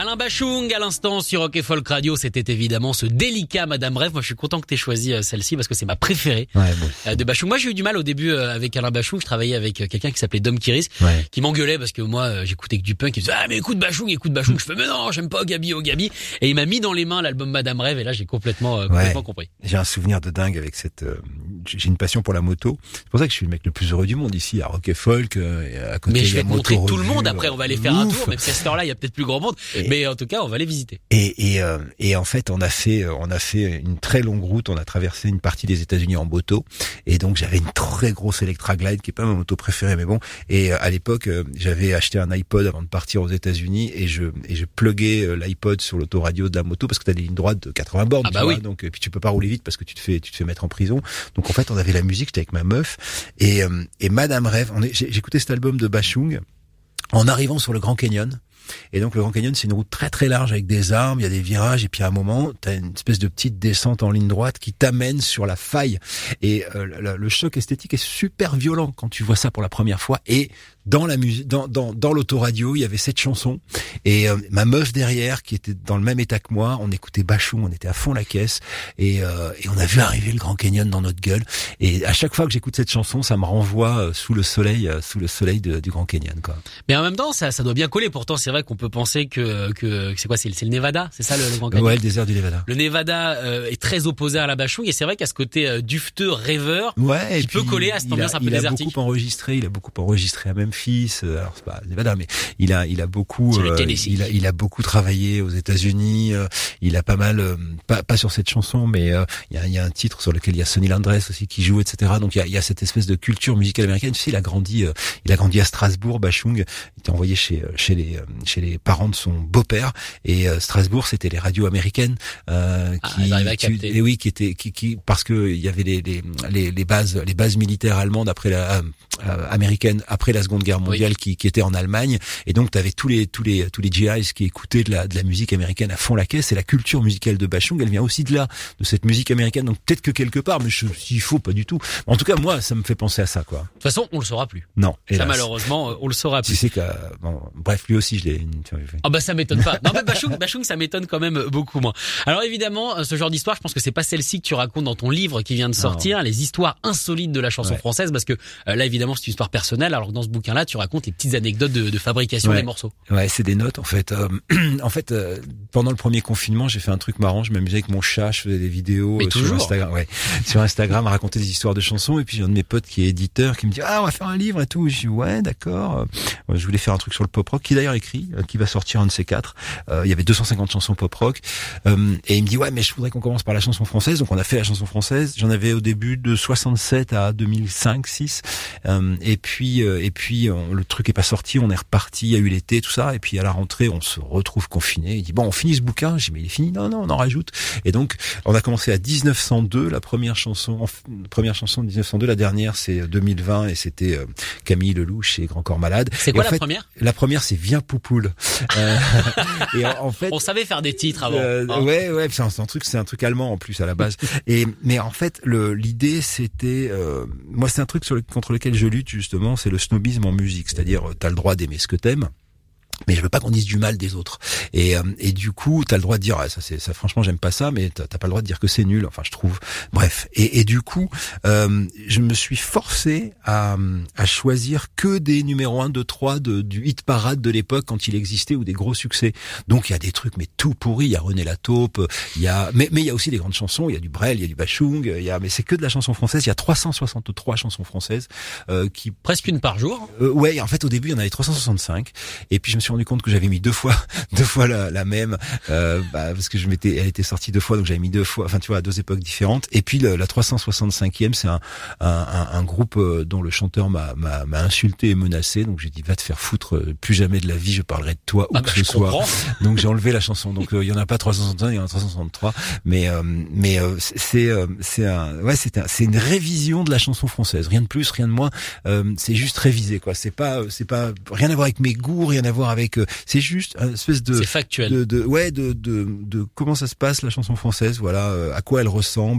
Speaker 3: Alain Bachung à l'instant sur Rock et Folk Radio, c'était évidemment ce délicat Madame Rêve. Moi je suis content que t'aies choisi celle-ci parce que c'est ma préférée
Speaker 4: Ouais, bon.
Speaker 3: de Bachung. Moi j'ai eu du mal au début avec Alain Bachung, je travaillais avec quelqu'un qui s'appelait Dom Kiris,
Speaker 4: Ouais.
Speaker 3: qui m'engueulait parce que moi j'écoutais que du punk, il me disait ah mais écoute Bachung, écoute Bachung, je fais mais non, j'aime pas Gabi oh Gabi, et il m'a mis dans les mains l'album Madame Rêve et là j'ai complètement euh, complètement
Speaker 4: Ouais.
Speaker 3: compris.
Speaker 4: J'ai un souvenir de dingue avec cette. Euh, j'ai une passion pour la moto. C'est pour ça que je suis le mec le plus heureux du monde ici à Rock et Folk. Euh, et à côté,
Speaker 3: Mais
Speaker 4: il
Speaker 3: je
Speaker 4: y a
Speaker 3: vais te montrer
Speaker 4: Moto
Speaker 3: tout le
Speaker 4: Revue,
Speaker 3: monde après, on va aller faire
Speaker 4: ouf.
Speaker 3: un tour, même si à cette heure-là il y a peut-être plus grand monde,
Speaker 4: Et-
Speaker 3: mais en tout cas on va les visiter.
Speaker 4: Et, et, euh, et en fait, on a fait, euh, on a fait une très longue route. On a traversé une partie des États-Unis en moto. Et donc, j'avais une très grosse Electra Glide, qui est pas ma moto préférée, mais bon. Et euh, à l'époque, euh, j'avais acheté un iPod avant de partir aux États-Unis, et je et je pluguais euh, l'iPod sur l'autoradio de la moto parce que t'as des lignes droites de quatre-vingts bornes.
Speaker 3: Ah
Speaker 4: tu
Speaker 3: bah
Speaker 4: vois,
Speaker 3: oui.
Speaker 4: donc et puis tu peux pas rouler vite parce que tu te fais tu te fais mettre en prison. Donc en fait, on avait la musique. J'étais avec ma meuf et euh, et Madame Rêve. On est, j'ai- j'écoutais cet album de Bachung en arrivant sur le Grand Canyon. Et donc le Grand Canyon, c'est une route très très large avec des arbres, il y a des virages, et puis à un moment, t'as une espèce de petite descente en ligne droite qui t'amène sur la faille. Et euh, le, le choc esthétique est super violent quand tu vois ça pour la première fois. Et dans la musique, dans dans dans l'autoradio, il y avait cette chanson. Et euh, ma meuf derrière, qui était dans le même état que moi, on écoutait Bachung, on était à fond la caisse, et euh, et on a vu arriver le Grand Canyon dans notre gueule. Et à chaque fois que j'écoute cette chanson, ça me renvoie euh, sous le soleil, euh, sous le soleil de, du Grand Canyon, quoi.
Speaker 3: Mais en même temps, ça, ça doit bien coller. Pourtant, c'est vrai qu'on peut penser que, que, que c'est quoi, c'est, c'est le Nevada, c'est ça le, le Grand Canyon.
Speaker 4: Ouais, le désert du Nevada.
Speaker 3: Le Nevada euh, est très opposé à la Bachung et c'est vrai qu'à ce côté euh, dufteux, rêveur,
Speaker 4: Ouais,
Speaker 3: qui
Speaker 4: et
Speaker 3: peut
Speaker 4: puis,
Speaker 3: coller à cette
Speaker 4: il
Speaker 3: ambiance
Speaker 4: a,
Speaker 3: un peu
Speaker 4: il a
Speaker 3: désertique.
Speaker 4: beaucoup enregistré, il a beaucoup enregistré à Memphis, euh, alors c'est pas Nevada, mais il a, il a beaucoup,
Speaker 3: Sur le
Speaker 4: euh,
Speaker 3: Tennessee.
Speaker 4: il a, il a beaucoup travaillé aux États-Unis. euh, il a pas mal, euh, pas, pas sur cette chanson, mais euh, il y a, il y a un titre sur lequel il y a Sonny Landress aussi qui joue, et cetera. Donc il y a, il y a cette espèce de culture musicale américaine. Tu sais, il a grandi, euh, il a grandi à Strasbourg, Bachung. Il était envoyé chez, chez les, euh, chez les parents de son beau-père. Et euh, Strasbourg, c'était les radios américaines euh,
Speaker 3: Ah,
Speaker 4: qui,
Speaker 3: ils arrivaient à
Speaker 4: qui-
Speaker 3: capter.
Speaker 4: et oui, qui étaient, qui, qui, parce que il y avait les, les, les, les bases, les bases militaires allemandes après la euh, euh, américaine après la Seconde Guerre mondiale,
Speaker 3: Oui.
Speaker 4: qui, qui étaient en Allemagne. Et donc, t'avais tous les, tous les, tous les G Is qui écoutaient de la, de la musique américaine à fond la caisse. Et la culture musicale de Bachung, elle vient aussi de là, de cette musique américaine. Donc peut-être que quelque part, mais je, s'il faut, pas du tout. En tout cas, moi, ça me fait penser à ça, quoi.
Speaker 3: De toute façon, on le saura plus.
Speaker 4: Non.
Speaker 3: Ça,
Speaker 4: hélas.
Speaker 3: malheureusement, euh, on le saura
Speaker 4: Tu
Speaker 3: plus.
Speaker 4: sais que, bon, bref, lui aussi, je l'ai. tu vois,
Speaker 3: Ah bah ça m'étonne pas. Non mais Bachung, Bachung ça m'étonne quand même beaucoup moins. Alors évidemment, ce genre d'histoire, je pense que c'est pas celle-ci que tu racontes dans ton livre qui vient de sortir, les histoires insolites de la chanson
Speaker 4: Ouais.
Speaker 3: française, parce que euh, là évidemment c'est une histoire personnelle, alors que dans ce bouquin-là tu racontes les petites anecdotes de, de fabrication
Speaker 4: Ouais.
Speaker 3: des morceaux.
Speaker 4: Ouais, c'est des notes en fait. Euh, en fait, euh, pendant le premier confinement, j'ai fait un truc marrant. Je m'amusais avec mon chat, je faisais des vidéos
Speaker 3: Mais
Speaker 4: euh, sur
Speaker 3: toujours.
Speaker 4: Instagram. Ouais, sur Instagram, à raconter des histoires de chansons. Et puis j'ai un de mes potes qui est éditeur qui me dit ah on va faire un livre et tout. Je dis ouais d'accord. Euh, je voulais faire un truc sur le pop rock qui est d'ailleurs écrit, euh, qui va sortir un de ces quatre. Euh, il y avait deux cent cinquante chansons pop rock euh, et il me dit ouais mais je voudrais qu'on commence par la chanson française. Donc on a fait la chanson française. J'en avais au début de soixante-sept à deux mille cinq six euh, et puis euh, et puis on, le truc est pas sorti. On est reparti. Il y a eu l'été tout ça et puis à la rentrée on se retrouve confiné. Il dit bon on finit ce bouquin. J'ai dit mais il est fini. Non non on en rajoute. Et donc on a commencé à dix-neuf cent deux la première chanson. En, première chanson de dix-neuf cent deux. La dernière c'est deux mille vingt et c'était euh, Camille Lelouch et Grand Corps Malade.
Speaker 3: C'est
Speaker 4: Et
Speaker 3: quoi
Speaker 4: en
Speaker 3: la
Speaker 4: fait,
Speaker 3: première?
Speaker 4: La première c'est Viens Poupoule. Euh, et en, en fait
Speaker 3: On savait faire des titres avant.
Speaker 4: euh,
Speaker 3: hein.
Speaker 4: ouais, ouais, c'est un, c'est un truc, c'est un truc allemand en plus à la base. Et mais en fait, le l'idée c'était, euh, moi c'est un truc sur le, contre lequel je lutte justement, c'est le snobisme en musique, c'est-à-dire euh, t'as le droit d'aimer ce que t'aimes. Mais je veux pas qu'on dise du mal des autres. Et euh, et du coup, t'as le droit de dire ah, ça c'est ça franchement j'aime pas ça, mais t'as, t'as pas le droit de dire que c'est nul. Enfin, je trouve. Bref. Et et du coup, euh, je me suis forcé à à choisir que des numéros un, deux, trois de du hit parade de l'époque quand il existait ou des gros succès. Donc il y a des trucs mais tout pourri. Il y a René Lataupe, il y a mais mais il y a aussi des grandes chansons. Il y a du Brel, il y a du Bachung. Il y a mais c'est que de la chanson française. Il y a trois cent soixante-trois chansons françaises euh, qui
Speaker 3: Presque une par jour.
Speaker 4: euh, ouais, en fait, au début, il y en avait trois cent soixante-cinq. Et puis, je me suis rendu compte que j'avais mis deux fois, deux fois la, la même, euh, bah, parce que je m'étais, elle était sortie deux fois, donc j'avais mis deux fois, enfin, tu vois, à deux époques différentes. Et puis, le, la trois cent soixante-cinquième, c'est un, un, un, un groupe euh, dont le chanteur m'a, m'a, m'a insulté et menacé. Donc, j'ai dit, va te faire foutre, euh, plus jamais de la vie, je parlerai de toi où
Speaker 3: Ah
Speaker 4: que
Speaker 3: bah,
Speaker 4: ce
Speaker 3: je
Speaker 4: soit.
Speaker 3: comprends.
Speaker 4: Donc, j'ai enlevé la chanson. Donc, euh, il y en a pas trois cent soixante-cinq, il y en a trois cent soixante-trois. Mais, euh, mais euh, c'est, euh, c'est un, ouais, c'est un, c'est une révision de la chanson française. Rien de plus, rien de moins. Euh, c'est juste révisé, quoi. C'est pas, c'est pas rien à voir avec mes goûts, rien à voir avec. Euh, c'est juste une espèce de,
Speaker 3: C'est factuel.
Speaker 4: de, de, ouais, de, de, de comment ça se passe la chanson française. Voilà, euh, à quoi elle ressemble.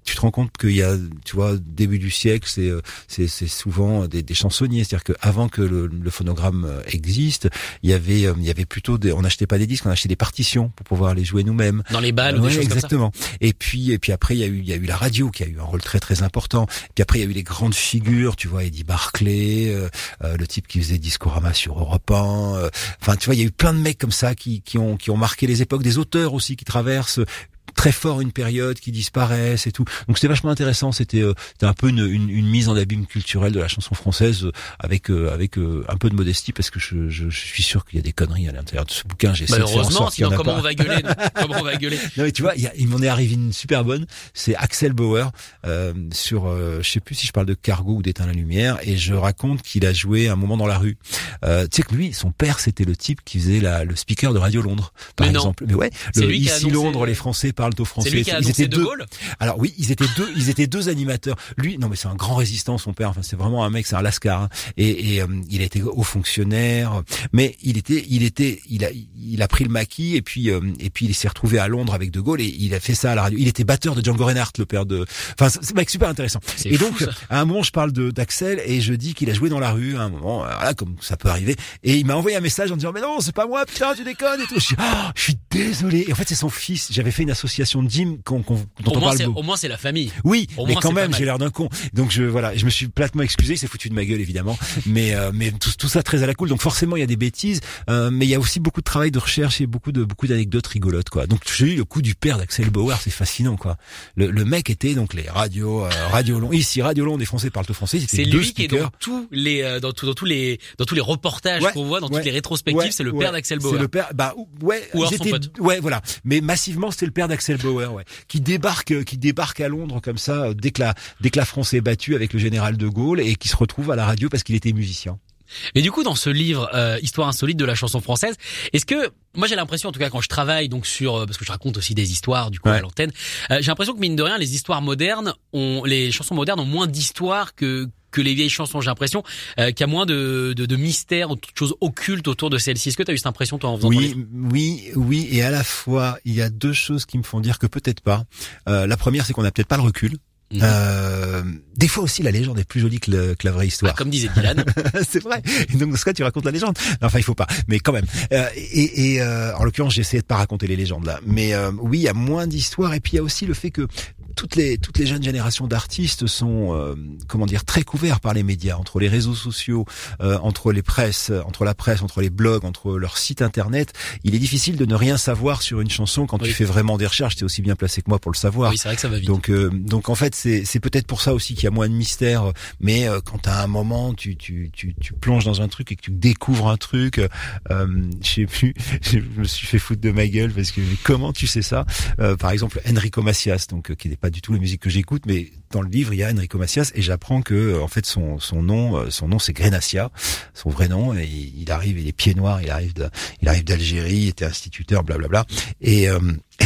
Speaker 4: tu te rends compte qu'il y a, tu vois, début du siècle, c'est c'est, c'est souvent des, des chansonniers. C'est-à-dire que avant que le, le phonogramme existe, il y avait il y avait plutôt des, on n'achetait pas des disques, on achetait des partitions pour pouvoir les jouer nous-mêmes.
Speaker 3: Dans les balles ou
Speaker 4: ouais,
Speaker 3: des choses
Speaker 4: exactement.
Speaker 3: comme ça.
Speaker 4: Et puis et puis après il y a eu il y a eu la radio qui a eu un rôle très très important. Et puis après il y a eu les grandes figures, tu vois, Eddie Barclay, euh, euh, le type qui faisait Discorama sur Europe un. Euh, enfin, tu vois, il y a eu plein de mecs comme ça qui qui ont qui ont marqué les époques, des auteurs aussi qui traversent très fort une période, qui disparaissent et tout. Donc c'était vachement intéressant. C'était, euh, c'était un peu une, une, une mise en abîme culturelle de la chanson française euh, avec euh, avec euh, un peu de modestie parce que je, je, je suis sûr qu'il y a des conneries à l'intérieur de ce bouquin. J'essaie
Speaker 3: Bah
Speaker 4: de faire en
Speaker 3: heureusement,
Speaker 4: sorte qu'il y en
Speaker 3: sinon
Speaker 4: a
Speaker 3: comment
Speaker 4: pas.
Speaker 3: on va gueuler nous Comment on va gueuler
Speaker 4: Non mais tu vois, il, y a, il m'en est arrivé une super bonne. C'est Axel Bauer euh, sur, euh, je sais plus si je parle de Cargo ou d'Éteindre la lumière, et je raconte qu'il a joué un moment dans la rue. Euh, tu sais que lui, son père, c'était le type qui faisait la, le speaker de Radio Londres, par
Speaker 3: mais
Speaker 4: exemple. Non. Mais ouais,
Speaker 3: c'est
Speaker 4: le,
Speaker 3: lui qui a
Speaker 4: ici
Speaker 3: annoncé...
Speaker 4: Londres, les Français parlent au français.
Speaker 3: C'est lui qui a
Speaker 4: Ils
Speaker 3: annoncé
Speaker 4: étaient
Speaker 3: De
Speaker 4: deux.
Speaker 3: Gaulle.
Speaker 4: Alors oui, ils étaient deux, ils étaient deux animateurs. Lui, non mais c'est un grand résistant, son père. Enfin, c'est vraiment un mec, c'est un lascar. Hein. Et, et euh, il a été haut fonctionnaire, mais il était, il était, il a, il a pris le maquis et puis euh, et puis il s'est retrouvé à Londres avec De Gaulle et il a fait ça à la radio. Il était batteur de Django Reinhardt, le père de. Enfin, c'est un mec super intéressant.
Speaker 3: C'est
Speaker 4: et
Speaker 3: fou,
Speaker 4: donc,
Speaker 3: ça.
Speaker 4: à un moment, je parle de d'Axel et je dis qu'il a joué dans la rue à un moment, voilà, comme ça peut arriver. Et il m'a envoyé un message en disant mais non, c'est pas moi, putain, tu déconnes et tout. Je suis, oh, je suis désolé. Et en fait, c'est son fils. J'avais fait une association de gym qu'on, qu'on, dont
Speaker 3: Au
Speaker 4: on
Speaker 3: moins,
Speaker 4: parle
Speaker 3: c'est,
Speaker 4: beaucoup.
Speaker 3: au moins c'est la famille.
Speaker 4: Oui,
Speaker 3: Au
Speaker 4: mais
Speaker 3: moins,
Speaker 4: quand
Speaker 3: c'est pas
Speaker 4: même,
Speaker 3: mal.
Speaker 4: j'ai l'air d'un con. Donc je voilà, je me suis platement excusé, il s'est foutu de ma gueule évidemment, mais euh, mais tout, tout ça très à la cool. Donc forcément, il y a des bêtises, euh, mais il y a aussi beaucoup de travail de recherche et beaucoup de beaucoup d'anecdotes rigolotes quoi. Donc j'ai eu le coup du père d'Axel Bauer, c'est fascinant quoi. Le, le mec était donc les radios euh, Radio Londres, ici Radio Londres, des Français parlent au français, c'était
Speaker 3: C'est
Speaker 4: deux
Speaker 3: lui qui est
Speaker 4: speakers.
Speaker 3: dans tous les euh, dans, tout, dans tous les dans tous les reportages
Speaker 4: Ouais,
Speaker 3: qu'on voit, dans
Speaker 4: ouais,
Speaker 3: toutes les rétrospectives,
Speaker 4: ouais,
Speaker 3: c'est le
Speaker 4: ouais,
Speaker 3: père d'Axel Bauer.
Speaker 4: C'est le père, bah ouais,
Speaker 3: Ou alors
Speaker 4: ils
Speaker 3: son
Speaker 4: étaient-
Speaker 3: pote.
Speaker 4: ouais, voilà. Mais massivement, c'était le père d'Axel Bauer, ouais, qui débarque, euh, qui débarque à Londres comme ça euh, dès que la dès que la France est battue avec le général de Gaulle et qui se retrouve à la radio parce qu'il était musicien.
Speaker 3: Mais du coup, dans ce livre, euh, Histoire insolite de la chanson française, est-ce que, moi j'ai l'impression, en tout cas quand je travaille donc sur, euh, parce que je raconte aussi des histoires du coup
Speaker 4: Ouais.
Speaker 3: à l'antenne, euh, j'ai l'impression que mine de rien, les histoires modernes ont, les chansons modernes ont moins d'histoire que que les vieilles chansons. J'ai l'impression euh, qu'il y a moins de, de, de mystères ou de choses occultes autour de celles-ci. Est-ce que tu as eu cette impression toi en faisant ton
Speaker 4: Oui,
Speaker 3: livre
Speaker 4: oui, oui, et à la fois, il y a deux choses qui me font dire que peut-être pas. Euh, la première, c'est qu'on n'a peut-être pas le recul.
Speaker 3: Mhm.
Speaker 4: Euh, des fois aussi, la légende est plus jolie que, le, que la vraie histoire.
Speaker 3: Ah, comme disait Dylan.
Speaker 4: C'est vrai. Et donc dans ce cas, tu racontes la légende. Non, enfin, il faut pas. Mais quand même. Euh, et et euh, en l'occurrence, j'ai essayé de pas raconter les légendes là. Mais euh, oui, il y a moins d'histoires. Et puis il y a aussi le fait que toutes les toutes les jeunes générations d'artistes sont euh, comment dire très couverts par les médias, entre les réseaux sociaux, euh, entre les presses, entre la presse, entre les blogs, entre leur site internet. Il est difficile de ne rien savoir sur une chanson quand
Speaker 3: Oui.
Speaker 4: tu fais vraiment des recherches. T'es aussi bien placé que moi pour le savoir.
Speaker 3: Oui, c'est vrai que ça va vite.
Speaker 4: Donc, euh, donc en fait, c'est c'est peut-être pour ça aussi qu'il y a moins de mystère. Mais euh, quand à un moment tu tu tu tu plonges dans un truc et que tu découvres un truc, euh, je sais plus, je me suis fait foutre de ma gueule parce que mais comment tu sais ça euh, Par exemple, Enrico Macias, donc euh, qui n'est pas du tout la musique que j'écoute, mais dans le livre il y a Enrico Macias et j'apprends que euh, en fait son son nom euh, son nom c'est Grenacia, son vrai nom. Et il, il arrive, il est pied noir, il arrive de, il arrive d'Algérie, il était instituteur, blablabla. Et euh,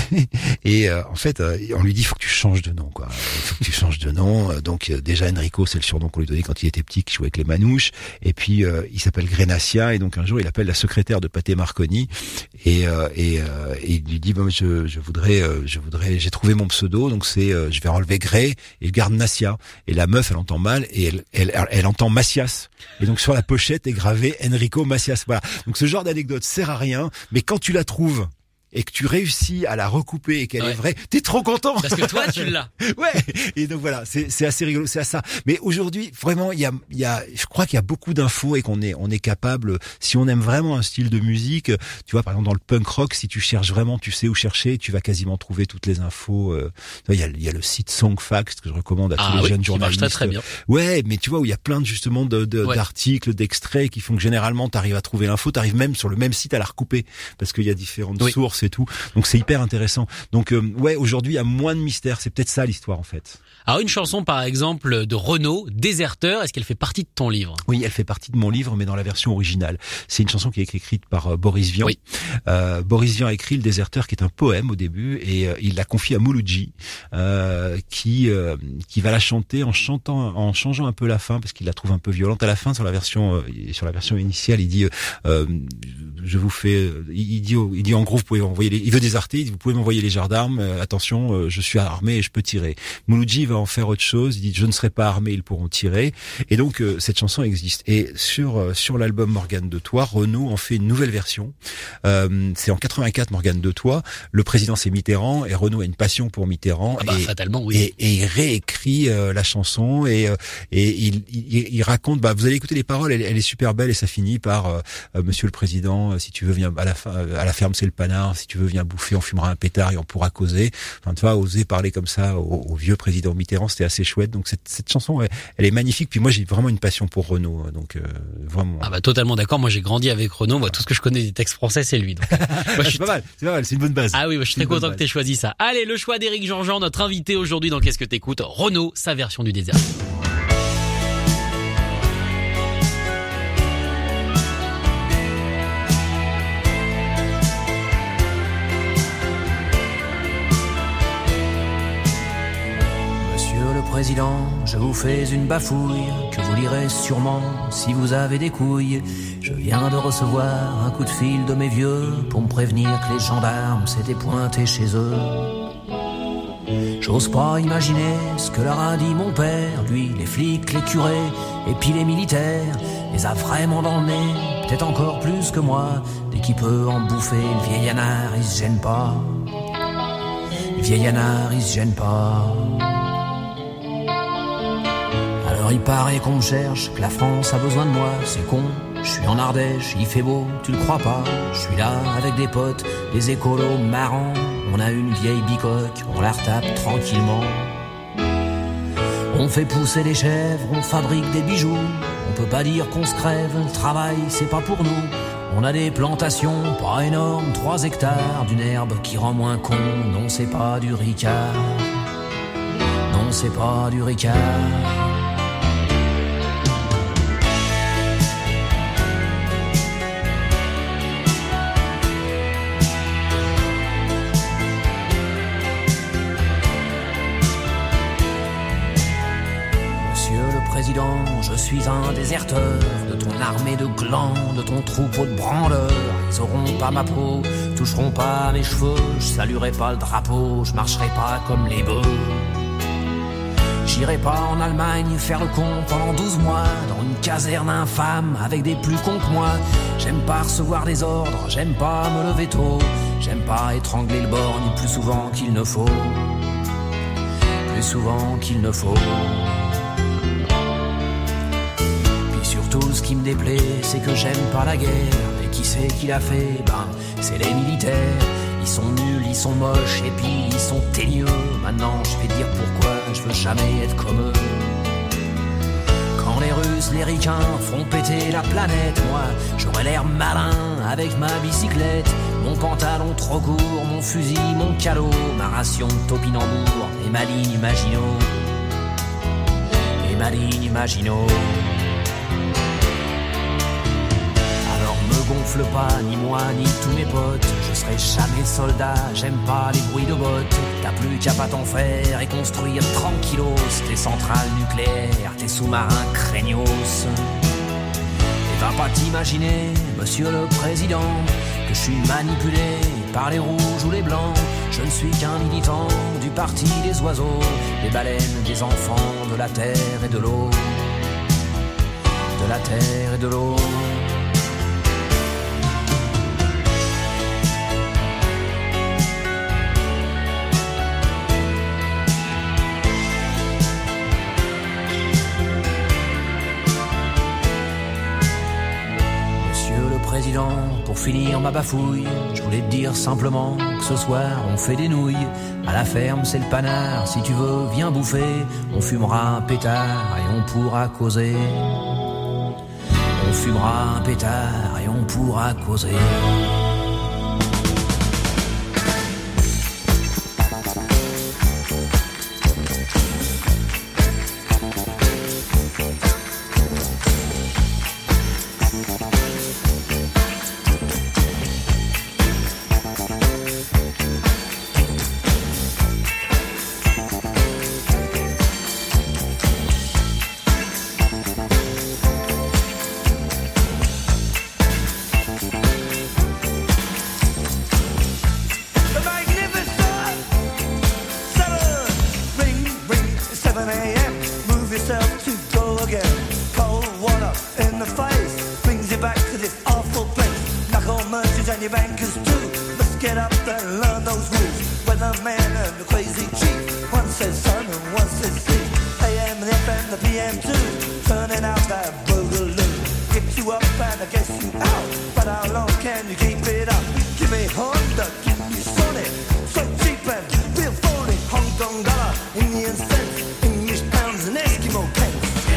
Speaker 4: et euh, en fait, euh, on lui dit, il faut que tu changes de nom, quoi. Il faut que tu changes de nom. Euh, Donc euh, déjà, Enrico, c'est le surnom qu'on lui donnait quand il était petit, qui jouait avec les manouches. Et puis euh, il s'appelle Grenacia. Et donc un jour, il appelle la secrétaire de Pathé Marconi et euh, et, euh, et il lui dit, bon, je, je voudrais, euh, je voudrais, j'ai trouvé mon pseudo, donc c'est, euh, je vais enlever Gré et je garde Nassia. Et la meuf, elle entend mal et elle, elle, elle, elle entend Macias. Et donc sur la pochette est gravé Enrico Macias. Voilà. Donc ce genre d'anecdote sert à rien, mais quand tu la trouves et que tu réussis à la recouper et qu'elle
Speaker 3: Ouais.
Speaker 4: est vraie, t'es trop content.
Speaker 3: Parce que toi, tu l'as.
Speaker 4: Ouais. Et donc voilà, c'est c'est assez rigolo, c'est à ça. Mais aujourd'hui, vraiment, il y a il y a je crois qu'il y a beaucoup d'infos et qu'on est on est capable, si on aime vraiment un style de musique, tu vois, par exemple dans le punk rock, si tu cherches vraiment, tu sais où chercher, tu vas quasiment trouver toutes les infos. Euh, tu vois, il y a il y a le site Songfacts que je recommande à tous
Speaker 3: Ah
Speaker 4: les
Speaker 3: oui,
Speaker 4: jeunes
Speaker 3: qui marche
Speaker 4: journalistes.
Speaker 3: très très bien.
Speaker 4: Ouais, mais tu vois où il y a plein de justement de, de
Speaker 3: Ouais.
Speaker 4: d'articles, d'extraits qui font que généralement t'arrives à trouver l'info, t'arrives même sur le même site à la recouper parce qu'il y a différentes
Speaker 3: Oui.
Speaker 4: sources et tout. Donc c'est hyper intéressant. Donc euh, ouais, aujourd'hui il y a moins de mystère. C'est peut-être ça l'histoire en fait.
Speaker 3: Alors une chanson par exemple de Renaud, Déserteur, est-ce qu'elle fait partie de ton livre?
Speaker 4: Oui, elle fait partie de mon livre, mais dans la version originale. C'est une chanson qui est écrite par euh, Boris Vian.
Speaker 3: Oui.
Speaker 4: Euh, Boris Vian a écrit Le Déserteur, qui est un poème au début, et euh, il l'a confié à Mouloudji, euh, qui euh, qui va la chanter en chantant, en changeant un peu la fin, parce qu'il la trouve un peu violente à la fin. Sur la version, euh, sur la version initiale, il dit, euh, euh, je vous fais, il dit, il dit en gros, vous pouvez envoyer les, il veut désarter, il dit, vous pouvez m'envoyer les gendarmes, euh, attention, euh, je suis armé et je peux tirer. Mouloudji va en faire autre chose, il dit, je ne serai pas armé, ils pourront tirer. Et donc, euh, cette chanson existe. Et sur euh, sur l'album Morgane de Toi, Renaud en fait une nouvelle version. Euh, c'est en quatre-vingt-quatre, Morgane de Toi. Le président, c'est Mitterrand, et Renaud a une passion pour Mitterrand.
Speaker 3: Ah bah,
Speaker 4: et,
Speaker 3: fatalement, oui.
Speaker 4: Et, et il réécrit euh, la chanson, et, euh, et il, il, il raconte, bah, vous allez écouter les paroles, elle, elle est super belle, et ça finit par euh, euh, Monsieur le Président, euh, si tu veux, viens à la, fin, à la ferme, c'est le panard, si tu veux, viens bouffer, on fumera un pétard et on pourra causer. Enfin, tu vois, oser parler comme ça au, au vieux président Mitterrand, c'était assez chouette. Donc cette, cette chanson, elle, elle est magnifique. Puis moi, j'ai vraiment une passion pour Renaud, donc euh, vraiment.
Speaker 3: Ah bah totalement d'accord. Moi, j'ai grandi avec Renaud. Moi, tout ce que je connais des textes français, c'est lui. Donc, moi, je
Speaker 4: c'est
Speaker 3: suis
Speaker 4: pas mal, c'est pas mal, c'est une bonne base.
Speaker 3: Ah oui, bah, je suis très content que t'aies choisi ça. Allez, le choix d'Éric Jean-Jean, notre invité aujourd'hui dans Qu'est-ce que t'écoutes, Renaud, sa version du désert.
Speaker 5: Président, je vous fais une bafouille que vous lirez sûrement si vous avez des couilles. Je viens de recevoir un coup de fil de mes vieux pour me prévenir que les gendarmes s'étaient pointés chez eux. J'ose pas imaginer ce que leur a dit mon père, lui, les flics, les curés et puis les militaires, les a vraiment dans le nez, peut-être encore plus que moi. Dès qu'il peut en bouffer, le vieil anard, il se gêne pas. Le vieil anard, il se gêne pas. Alors il paraît qu'on me cherche, que la France a besoin de moi, c'est con. Je suis en Ardèche, il fait beau, tu le crois pas. Je suis là avec des potes, des écolos marrants. On a une vieille bicoque, on la retape tranquillement. On fait pousser des chèvres, on fabrique des bijoux. On peut pas dire qu'on se crève, le travail c'est pas pour nous. On a des plantations, pas énormes, trois hectares, d'une herbe qui rend moins con. Non c'est pas du ricard, non c'est pas du ricard. Je suis un déserteur de ton armée de glands, de ton troupeau de branleurs. Ils auront pas ma peau, toucheront pas mes cheveux. Je saluerai pas le drapeau, je marcherai pas comme les bœufs. J'irai pas en Allemagne faire le con pendant douze mois dans une caserne infâme avec des plus cons que moi. J'aime pas recevoir des ordres, j'aime pas me lever tôt. J'aime pas étrangler le borgne plus souvent qu'il ne faut. Plus souvent qu'il ne faut. Tout ce qui me déplaît, c'est que j'aime pas la guerre. Et qui c'est qui l'a fait? Ben, c'est les militaires. Ils sont nuls, ils sont moches, et puis ils sont teigneux. Maintenant, je vais dire pourquoi je veux jamais être comme eux. Quand les Russes, les ricains font péter la planète, moi, j'aurais l'air malin avec ma bicyclette. Mon pantalon trop court, mon fusil, mon calot, ma ration de topinambour et ma ligne Maginot. Et ma ligne Maginot. Gonfle pas, ni moi, ni tous mes potes. Je serai jamais soldat, j'aime pas les bruits de bottes. T'as plus qu'à pas t'en faire et construire tranquillos tes centrales nucléaires, tes sous-marins craignos. Et va pas t'imaginer, monsieur le président, que je suis manipulé par les rouges ou les blancs. Je ne suis qu'un militant du parti des oiseaux, des baleines, des enfants, de la terre et de l'eau. De la terre et de l'eau. Pour finir ma bafouille, je voulais te dire simplement que ce soir on fait des nouilles. À la ferme c'est le panard, si tu veux viens bouffer. On fumera un pétard et on pourra causer. On fumera un pétard et on pourra causer.
Speaker 2: get up and learn those rules. Weatherman and the crazy chief. One says sun and one says sea. A M and F M, the P M too. Turning out that boogaloo. Get you up and I guess you out. But how long can you keep it up? Give me Honda, give me Sony. So cheap and real phony. Hong Kong dollar, Indian cents, English pounds and Eskimo pence.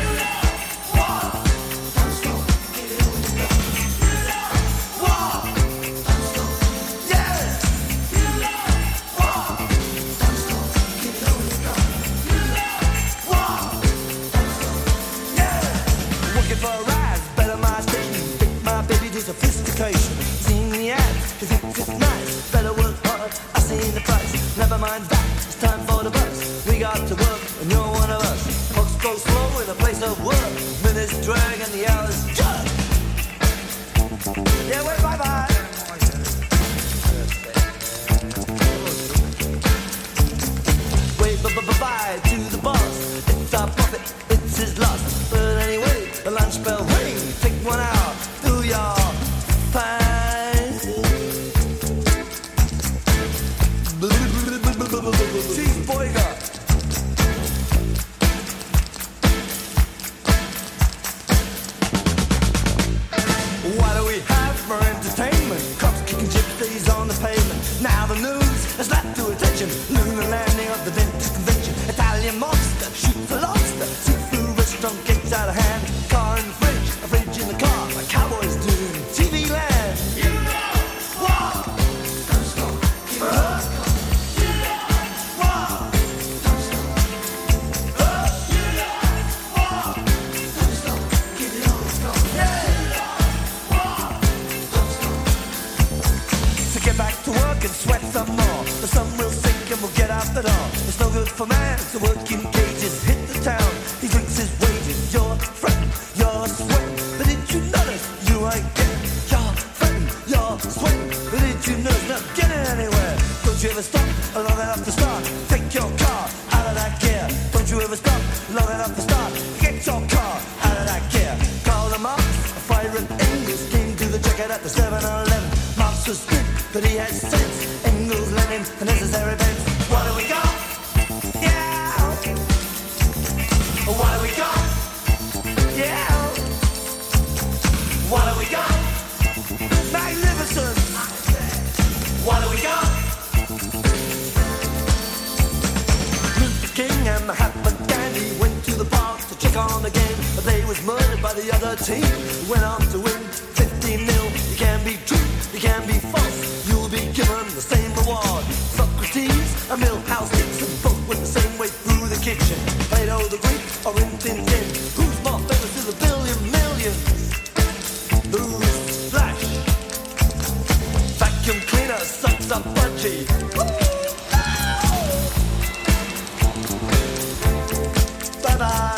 Speaker 2: Sophistication, seeing the ads, cause it's just nice. Better work hard, I seen the price. Never mind that, it's time for the bus. We got to work, and you're one of us. Clocks go slow in a place of work. Minutes drag and the hours jug. Yeah, wait, bye bye. Wait, bye-bye to the boss. It's our profit, it's his loss. But anyway, the lunch bell ring. Take one out, do your Cheeseburger. What do we have for entertainment? Cops kicking gypsies on the pavement. Now the news has led to attention. Lunar landing of the dentist convention. Italian monster shoots a lobster. Seafood restaurant gets out of hand. Car in the fridge, a fridge in the car. My cowboys doing T V land. You know what? Don't stop. Uh, you know what? Don't stop. Uh, you know what? Don't stop. Keep it on, stop. Yeah. You know what? Don't stop. So get back to work and sweat some more. The sun will sink and we'll get out the door. It's no good for man to work in cages. Hit the town, he drinks his wages. You're fretting, you're sweating. But did you notice you ain't getting? You're fretting, you're sweating. But did you notice not getting anywhere? Don't you ever stop long enough to start? Take your car out of that gear. Don't you ever stop long enough to start? Get your car out of that gear. Call them up, a fire and Engels came to the checkout at the seven eleven. Marx was strict, but he had sense. Engels, Lenin, the necessary events. What do we got? Yeah. What do we got? Yeah. What do we got? Magnificent. What do we got? Luther King and Mahatma Gandhi went to the park to check on the game, but they was murdered by the other team. Went on to win fifteen nil. You can be true, you can be false. You'll be given the same reward. Socrates, a Milhouse Dixon, both went the same way through the kitchen. Plato the Greek or Rin Tin Tin. Who's more famous to the billion millions? Who's Flash? Vacuum cleaner sucks up budgie. Bye bye.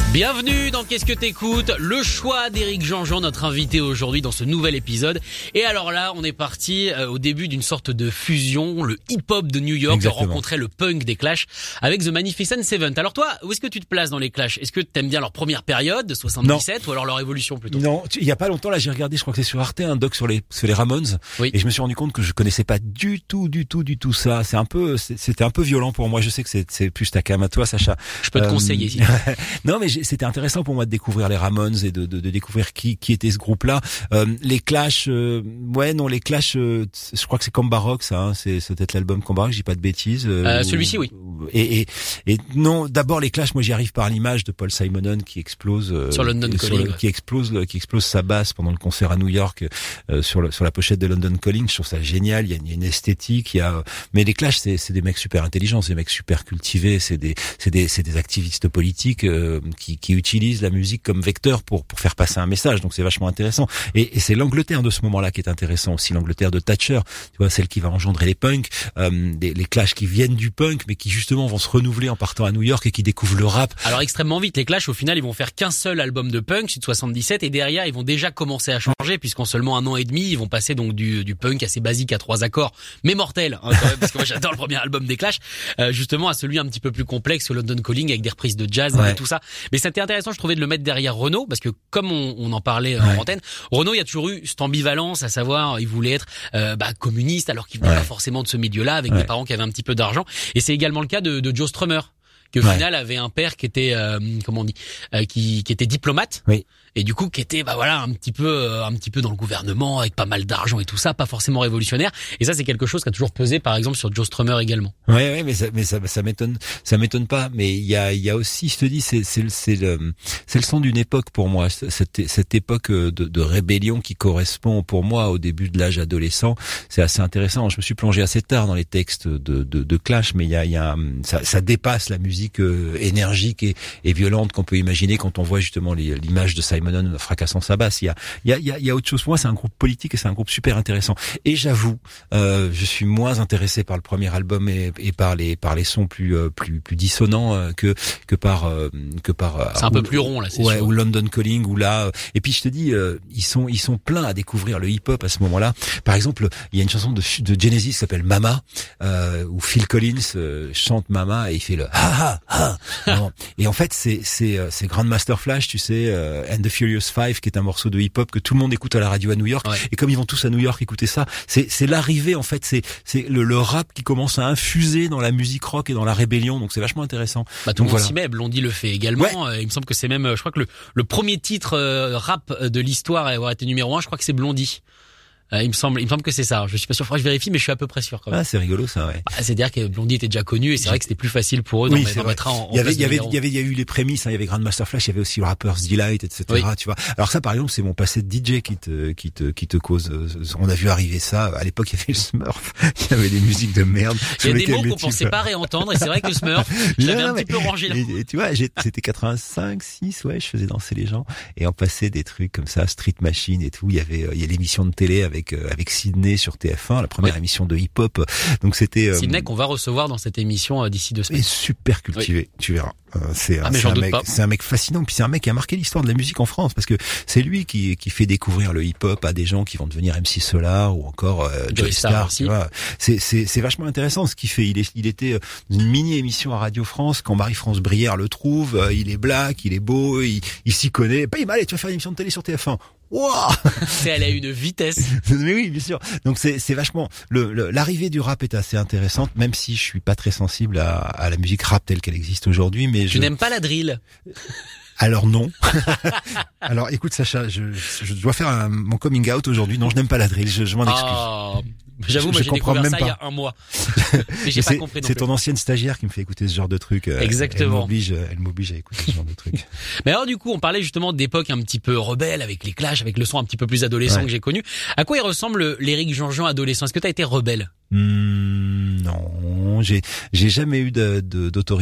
Speaker 3: Bienvenue dans Qu'est-ce que t'écoutes, le choix d'Éric Jean-Jean, notre invité aujourd'hui dans ce nouvel épisode. Et alors là, on est parti euh, au début d'une sorte de fusion, le hip-hop de New York
Speaker 4: Exactement.
Speaker 3: rencontrait le punk des Clash avec The Magnificent Seven. Alors toi, où est-ce que tu te places dans les Clash? Est-ce que t'aimes bien leur première période de soixante-dix-sept ou alors leur évolution plutôt?
Speaker 4: Non, tu- il y a pas longtemps là, j'ai regardé, je crois que c'est sur Arte, un doc sur les sur les Ramones,
Speaker 3: Oui.
Speaker 4: et je me suis rendu compte que je connaissais pas du tout, du tout, du tout ça. C'est un peu, c'est- c'était un peu violent pour moi. Je sais que c'est c'est plus ta cam à toi, Sacha.
Speaker 3: Je peux te
Speaker 4: Euh,
Speaker 3: conseiller si
Speaker 4: Non, mais j'ai- c'était intéressant pour moi de découvrir les Ramones et de, de, de découvrir qui, qui était ce groupe-là. Euh, les Clash, euh, ouais, non, les Clash, euh, je crois que c'est Combat Rock, ça. Hein, c'est c'est peut-être l'album Combat Rock, je dis pas de bêtises. euh,
Speaker 3: Euh,
Speaker 4: ou-
Speaker 3: celui-ci, oui.
Speaker 4: Et, et, et non, d'abord les Clash, moi j'y arrive par l'image de Paul Simonon qui explose euh,
Speaker 3: Sur London
Speaker 4: sur
Speaker 3: Calling,
Speaker 4: le-
Speaker 3: ouais.
Speaker 4: qui explose, le- qui explose sa basse pendant le concert à New York euh, sur le, sur la pochette de London Calling. Je trouve ça génial. Il y a une, il y a une esthétique, il y a. Mais les Clash, c'est c'est des mecs super intelligents, c'est des mecs super cultivés, c'est des c'est des c'est des activistes politiques euh, qui qui utilisent la musique comme vecteur pour pour faire passer un message. Donc c'est vachement intéressant. Et, et c'est l'Angleterre de ce moment-là qui est intéressant aussi, l'Angleterre de Thatcher. Tu vois, celle qui va engendrer les punks, euh, des, les Clash qui viennent du punk, mais qui justement vont se renouveler en partant à New York et qui découvrent le rap.
Speaker 3: Alors extrêmement vite, les Clash au final ils vont faire qu'un seul album de punk, c'est de soixante-dix-sept, et derrière ils vont déjà commencer à changer puisqu'en seulement un an et demi ils vont passer donc du, du punk assez basique à trois accords, mais mortel hein, quand même, parce que moi j'adore le premier album des Clash, euh, justement à celui un petit peu plus complexe, London Calling avec des reprises de jazz
Speaker 4: Ouais.
Speaker 3: et tout ça. Mais c'était intéressant je trouvais de le mettre derrière Renaud parce que comme on, on en parlait euh,
Speaker 4: Ouais.
Speaker 3: en antenne, Renaud il y a toujours eu cette ambivalence, à savoir il voulait être euh, bah, communiste alors qu'il venait
Speaker 4: Ouais.
Speaker 3: pas forcément de ce milieu-là avec
Speaker 4: Ouais.
Speaker 3: des parents qui avaient un petit peu d'argent, et c'est également le cas de, de Joe Strummer, qui au
Speaker 4: Ouais.
Speaker 3: final avait un père qui était euh, comment on dit euh, qui qui était diplomate,
Speaker 4: Oui.
Speaker 3: et du coup qui était bah voilà un petit peu euh, un petit peu dans le gouvernement avec pas mal d'argent et tout ça, pas forcément révolutionnaire, et ça c'est quelque chose qui a toujours pesé par exemple sur Joe Strummer également.
Speaker 4: Ouais, ouais, mais ça, mais ça, ça m'étonne, ça m'étonne pas. Mais il y a, il y a aussi, je te dis, c'est, c'est, le- c'est le, c'est le son d'une époque pour moi. Cette, cette époque de, de rébellion qui correspond pour moi au début de l'âge adolescent, c'est assez intéressant. Je me suis plongé assez tard dans les textes de, de, de Clash, mais il y a, il y a, ça, ça dépasse la musique euh, énergique et, et violente qu'on peut imaginer quand on voit justement les, l'image de Simonon fracassant sa basse. Il y a, il y a, il y a, il y a autre chose. Pour moi, c'est un groupe politique et c'est un groupe super intéressant. Et j'avoue, euh, je suis moins intéressé par le premier album et, et par les par les sons plus euh, plus plus dissonants euh, que que par euh, que par. euh,
Speaker 3: C'est un
Speaker 4: ou-
Speaker 3: peu plus rond là, c'est
Speaker 4: ouais,
Speaker 3: sûr.
Speaker 4: ou London Calling, ou là. euh, Et puis je te dis, euh, ils sont ils sont pleins à découvrir le hip-hop à ce moment-là. Par exemple, il y a une chanson de de Genesis qui s'appelle Mama, euh, où Phil Collins euh, chante Mama et il fait le ha ha ha. Non. Et en fait, c'est c'est euh, c'est Grandmaster Flash, tu sais, euh, and the Furious Five, qui est un morceau de hip-hop que tout le monde écoute à la radio à New York.
Speaker 3: Ouais.
Speaker 4: Et comme ils vont tous à New York écouter ça, c'est c'est l'arrivée en fait, c'est c'est le, le rap qui commence à infuser dans la musique rock et dans la rébellion. Donc c'est vachement intéressant.
Speaker 3: Bah, tout le
Speaker 4: Donc
Speaker 3: monde
Speaker 4: voilà.
Speaker 3: s'y met, Blondie le fait également. Euh, Il me semble que c'est même, euh, je crois que le, le premier titre euh, rap de l'histoire à avoir été numéro un, je crois que c'est Blondie. Euh, il me semble, il me semble que c'est ça. Je suis pas sûr, faudra que je vérifie, mais je suis à peu près sûr quand même.
Speaker 4: Ah, c'est rigolo ça, ouais.
Speaker 3: Bah, c'est-à-dire que Blondie était déjà connu et c'est vrai que c'était plus facile pour eux d'en
Speaker 4: Oui,
Speaker 3: mettre-
Speaker 4: c'est
Speaker 3: d'en
Speaker 4: vrai.
Speaker 3: mettre un en, en
Speaker 4: Il y avait,
Speaker 3: place
Speaker 4: il y
Speaker 3: de
Speaker 4: avait,
Speaker 3: numéro
Speaker 4: il y avait, il y a eu les prémices. Hein, il y avait Grandmaster Flash, il y avait aussi Rapper's Delight, et cetera.
Speaker 3: Oui.
Speaker 4: Tu vois. Alors ça, par exemple, c'est mon passé de D J qui te, qui te, qui te cause. euh, on a vu arriver ça. À l'époque, il y avait le Smurf. Il y avait des musiques de merde.
Speaker 3: Il y
Speaker 4: sur
Speaker 3: a des
Speaker 4: lesquelles
Speaker 3: mots
Speaker 4: les
Speaker 3: qu'on
Speaker 4: types-
Speaker 3: pensait pas réentendre et c'est vrai que le Smurf, je
Speaker 4: Non,
Speaker 3: l'avais
Speaker 4: non,
Speaker 3: un petit
Speaker 4: mais-
Speaker 3: peu rangé là.
Speaker 4: Et, et tu vois, j'ai- c'était quatre-vingt-cinq, six, ouais, je faisais danser les gens et on passait des trucs comme ça, Street Machine et tout. Il y avait, euh, il y a l'émission de télé avec euh, avec Sydney sur T F un, la première
Speaker 3: Oui.
Speaker 4: émission de hip-hop. Donc c'était. euh,
Speaker 3: Sidney qu'on va recevoir dans cette émission euh, d'ici deux
Speaker 4: est
Speaker 3: semaines.
Speaker 4: super cultivé, tu verras. Euh, c'est
Speaker 3: Ah,
Speaker 4: un,
Speaker 3: mais
Speaker 4: c'est
Speaker 3: j'en
Speaker 4: un
Speaker 3: doute
Speaker 4: mec,
Speaker 3: pas.
Speaker 4: c'est un mec fascinant. Puis c'est un mec qui a marqué l'histoire de la musique en France parce que c'est lui qui qui fait découvrir le hip-hop à des gens qui vont devenir M C Solar ou encore euh,
Speaker 3: Joey
Speaker 4: Joey
Speaker 3: Starr
Speaker 4: Starr.
Speaker 3: aussi.
Speaker 4: Tu vois, c'est c'est c'est vachement intéressant ce qu'il fait. Il est il était euh, dans une mini émission à Radio France quand Marie-France Brière le trouve. Euh, il est black, il est beau, il, il s'y connaît. Pas mal. Allez, tu vas faire une émission de télé sur T F un. Wow.
Speaker 3: C'est elle a une vitesse.
Speaker 4: Mais oui, bien sûr. Donc c'est c'est vachement le, le- l'arrivée du rap est assez intéressante, même si je suis pas très sensible à, à la musique rap telle qu'elle existe aujourd'hui. Mais
Speaker 3: Tu
Speaker 4: je
Speaker 3: n'aimes pas la drill?
Speaker 4: alors non. Alors écoute Sacha, je, je dois faire un- mon coming out aujourd'hui. Non, je n'aime pas la drill. Je, je m'en excuse.
Speaker 3: Ah, j'avoue,
Speaker 4: Je-
Speaker 3: moi
Speaker 4: je
Speaker 3: j'ai
Speaker 4: comprends
Speaker 3: découvert
Speaker 4: même
Speaker 3: ça il y a
Speaker 4: pas.
Speaker 3: un mois. Mais j'ai
Speaker 4: Mais
Speaker 3: pas
Speaker 4: c'est,
Speaker 3: compris non
Speaker 4: c'est
Speaker 3: plus.
Speaker 4: ton ancienne stagiaire qui me fait écouter ce genre de truc. euh,
Speaker 3: Exactement.
Speaker 4: Elle m'oblige, elle m'oblige à écouter ce genre de truc.
Speaker 3: Mais alors du coup, on parlait justement d'époque un petit peu rebelle avec les Clash, avec le son un petit peu plus adolescent
Speaker 4: Ouais.
Speaker 3: que j'ai connu. À quoi il ressemble l'Éric Jean-Jean adolescent? Est-ce que t'as été rebelle?
Speaker 4: Hmm, non, j'ai j'ai jamais eu de, de- d'autorité.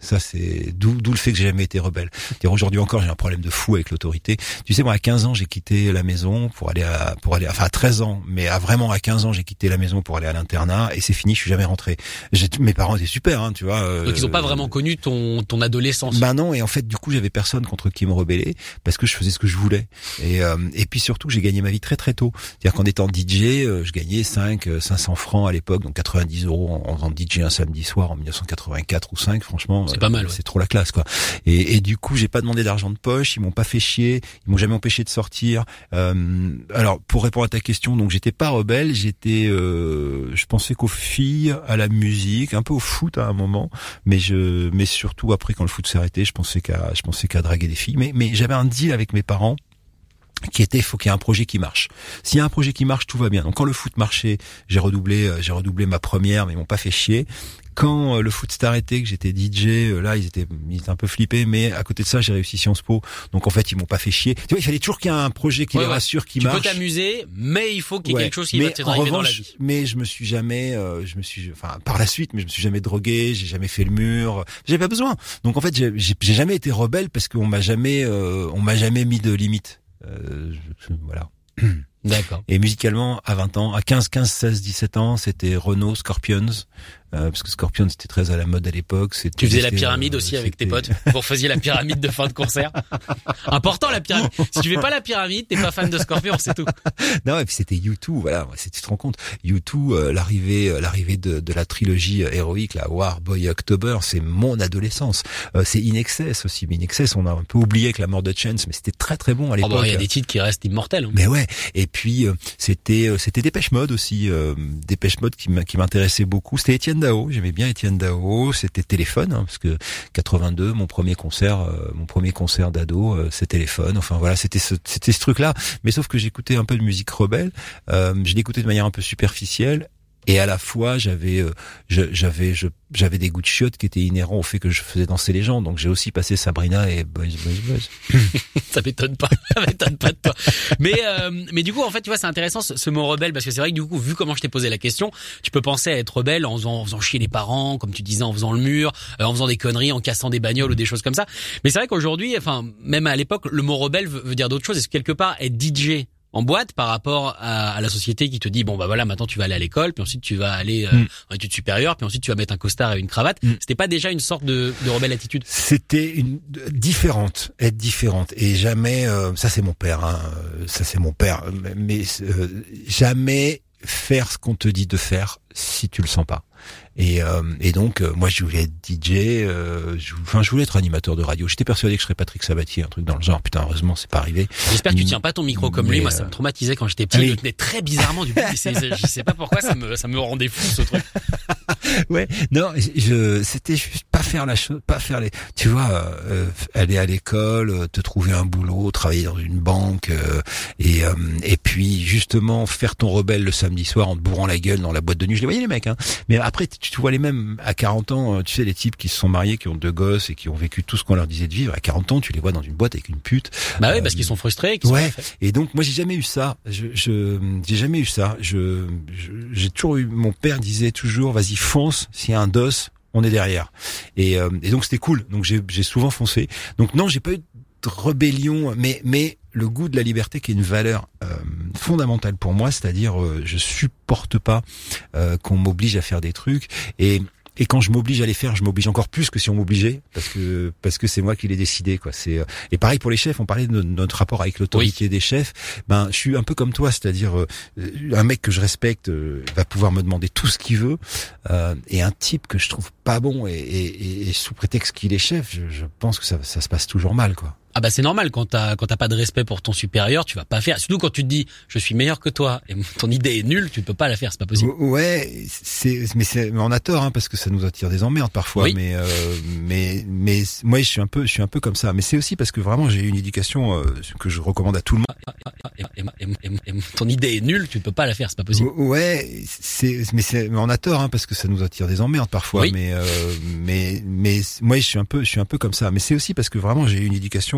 Speaker 4: Ça, c'est d'où, d'où le fait que j'ai jamais été rebelle. C'est-à-dire, aujourd'hui encore, j'ai un problème de fou avec l'autorité. Tu sais, moi, à quinze ans, j'ai quitté la maison pour aller à, pour aller, enfin, à treize ans, mais à vraiment à quinze ans, j'ai quitté la maison pour aller à l'internat, et c'est fini, je suis jamais rentré. J'ai, mes parents étaient super, hein, tu vois. Euh,
Speaker 3: Donc ils ont pas vraiment connu ton, ton adolescence.
Speaker 4: Bah non, et en fait, du coup, j'avais personne contre qui me rebeller, parce que je faisais ce que je voulais. Et, euh, et puis surtout, j'ai gagné ma vie très très tôt. C'est-à-dire qu'en étant D J, euh, je gagnais cinq, cinq cents francs à l'époque, donc quatre-vingt-dix euros en, en faisant D J un samedi soir en dix-neuf cent quatre-vingt-quatre ou cinq, franchement.
Speaker 3: C'est pas mal, ouais.
Speaker 4: C'est trop la classe, quoi. Et, et du coup, j'ai pas demandé d'argent de poche, ils m'ont pas fait chier, ils m'ont jamais empêché de sortir. Euh, alors, pour répondre à ta question, donc j'étais pas rebelle, j'étais, euh, je pensais qu'aux filles, à la musique, un peu au foot à un moment, mais je, mais surtout après quand le foot s'est arrêté, je pensais qu'à, je pensais qu'à draguer des filles. Mais, mais j'avais un deal avec mes parents qui était, faut qu'il y ait un projet qui marche. S'il y a un projet qui marche, tout va bien. Donc quand le foot marchait, j'ai redoublé, j'ai redoublé ma première, mais ils m'ont pas fait chier. Quand euh, le foot s'est arrêté, que j'étais D J, euh, là ils étaient, ils étaient un peu flippés, mais à côté de ça, j'ai réussi Sciences Po. Donc en fait, ils m'ont pas fait chier. Tu vois, il fallait toujours qu'il y ait un projet qui
Speaker 3: ouais,
Speaker 4: les
Speaker 3: ouais.
Speaker 4: rassure, qui
Speaker 3: tu
Speaker 4: marche.
Speaker 3: Tu peux t'amuser, mais il faut qu'il y ait
Speaker 4: ouais.
Speaker 3: quelque chose qui
Speaker 4: mais
Speaker 3: va te
Speaker 4: en
Speaker 3: driver
Speaker 4: revanche,
Speaker 3: dans la vie.
Speaker 4: Mais je me suis jamais, euh, je me suis, enfin par la suite, mais je me suis jamais drogué, j'ai jamais fait le mur, j'ai pas besoin. Donc en fait, j'ai, j'ai, j'ai jamais été rebelle parce qu'on m'a jamais, euh, on m'a jamais mis de limite. Euh, je, voilà.
Speaker 3: D'accord.
Speaker 4: Et musicalement, à vingt ans, à quinze, quinze, seize, dix-sept ans, c'était Renault, Scorpions, euh, parce que Scorpions c'était très à la mode à l'époque. C'était,
Speaker 3: tu faisais la
Speaker 4: c'était,
Speaker 3: pyramide
Speaker 4: euh,
Speaker 3: aussi avec tes
Speaker 4: c'était...
Speaker 3: potes. Vous refaisiez la pyramide de fin de concert. Important la pyramide. Si tu fais pas la pyramide, t'es pas fan de Scorpions, c'est tout.
Speaker 4: Non, et puis c'était U deux, voilà. C'est, tu te rends compte, U deux, euh, l'arrivée, euh, l'arrivée de, de la trilogie héroïque, la War Boy October, c'est mon adolescence. Euh, c'est In Excess aussi, mais In Excess, on a un peu oublié que la mort de Chance, mais c'était très très bon à l'époque.
Speaker 3: Oh bah, il y a des titres qui restent immortels. Hein.
Speaker 4: Mais ouais. Et puis euh, c'était, euh, c'était Dépêche Mode aussi, euh, Dépêche Mode qui, qui m'intéressait beaucoup. C'était Étienne Dao, j'aimais bien Étienne Dao. C'était Téléphone, hein, parce que quatre-vingt-deux, mon premier concert, euh, mon premier concert d'ado, euh, c'est Téléphone. Enfin voilà, c'était ce, c'était ce truc-là. Mais sauf que j'écoutais un peu de musique rebelle. Euh, je l'écoutais de manière un peu superficielle. Et à la fois, j'avais, euh, je, j'avais, je, j'avais des goûts de chiottes qui étaient inhérents au fait que je faisais danser les gens. Donc j'ai aussi passé Sabrina et Boys, Boys, Boys.
Speaker 3: Ça m'étonne pas, ça m'étonne pas de toi. Mais, euh, mais du coup, en fait, tu vois, c'est intéressant ce, ce mot rebelle parce que c'est vrai que du coup, vu comment je t'ai posé la question, tu peux penser à être rebelle en faisant, en faisant chier les parents, comme tu disais, en faisant le mur, euh, en faisant des conneries, en cassant des bagnoles ou des choses comme ça. Mais c'est vrai qu'aujourd'hui, enfin, même à l'époque, le mot rebelle veut, veut dire d'autres choses. Est-ce que quelque part être D J en boîte par rapport à, à la société qui te dit bon bah voilà maintenant tu vas aller à l'école puis ensuite tu vas aller euh, mm. en études supérieures puis ensuite tu vas mettre un costard et une cravate, mm. c'était pas déjà une sorte de, de rebelle attitude? C'était
Speaker 4: une différente, être différente et jamais euh, ça c'est mon père, hein, ça c'est mon père, mais euh, jamais faire ce qu'on te dit de faire si tu le sens pas. Et, euh, et donc euh, moi je voulais être D J, euh, je, enfin je voulais être animateur de radio. J'étais persuadé que je serais Patrick Sabatier, un truc dans le genre. Putain, heureusement c'est pas arrivé.
Speaker 3: J'espère que tu tiens pas ton micro comme
Speaker 4: mais
Speaker 3: lui. Moi
Speaker 4: euh...
Speaker 3: ça me traumatisait quand j'étais petit. Oui. Je le tenais très bizarrement du coup. Je sais pas pourquoi ça me ça me rendait fou ce truc.
Speaker 4: Ouais, non, je c'était juste pas faire la chose, pas faire les. Tu vois, euh, aller à l'école, te trouver un boulot, travailler dans une banque, euh, et euh, et puis justement faire ton rebelle le samedi soir en te bourrant la gueule dans la boîte de nuit. Je les voyais les mecs, hein. Mais après tu, tu vois les mêmes à quarante ans. Tu sais les types qui se sont mariés, qui ont deux gosses et qui ont vécu tout ce qu'on leur disait de vivre. À quarante ans, tu les vois dans une boîte avec une pute.
Speaker 3: Bah oui,
Speaker 4: euh,
Speaker 3: parce qu'ils sont frustrés. Qu'ils
Speaker 4: ouais.
Speaker 3: Sont
Speaker 4: et donc moi j'ai jamais eu ça. Je je j'ai jamais eu ça. Je, je j'ai toujours eu. Mon père disait toujours, vas-y fonce. S'il y a un dos, on est derrière. Et, euh, et donc c'était cool. Donc j'ai, j'ai souvent foncé. Donc non, j'ai pas eu de rébellion, mais mais le goût de la liberté qui est une valeur euh, fondamentale pour moi. C'est-à-dire, euh, je supporte pas euh, qu'on m'oblige à faire des trucs. Et Et quand je m'oblige à les faire, je m'oblige encore plus que si on m'obligeait, parce que parce que c'est moi qui l'ai décidé, quoi. C'est et pareil pour les chefs. On parlait de notre rapport avec l'autorité oui. des chefs. Ben, je suis un peu comme toi, c'est-à-dire euh, un mec que je respecte euh, va pouvoir me demander tout ce qu'il veut, euh, et un type que je trouve pas bon et, et, et sous prétexte qu'il est chef, je, je pense que ça, ça se passe toujours mal, quoi.
Speaker 3: Ah bah c'est normal quand t'as quand t'as pas de respect pour ton supérieur, tu vas pas faire. Surtout quand tu te dis je suis meilleur que toi et ton idée est nulle, tu peux pas la faire, c'est pas possible.
Speaker 4: Ouais, c'est mais c'est mais on a tort hein parce que ça nous attire des emmerdes parfois. Oui. Mais euh, mais mais moi je suis un peu je suis un peu comme ça. Mais c'est aussi parce que vraiment j'ai eu une éducation euh, que je recommande à tout le monde.
Speaker 3: Et, et, et, et, et, ton idée est nulle, tu peux pas la faire, c'est pas possible.
Speaker 4: Ouais, c'est mais c'est mais on a tort hein parce que ça nous attire des emmerdes parfois. Oui. Mais euh, mais mais moi je suis un peu je suis un peu comme ça. Mais c'est aussi parce que vraiment j'ai eu une éducation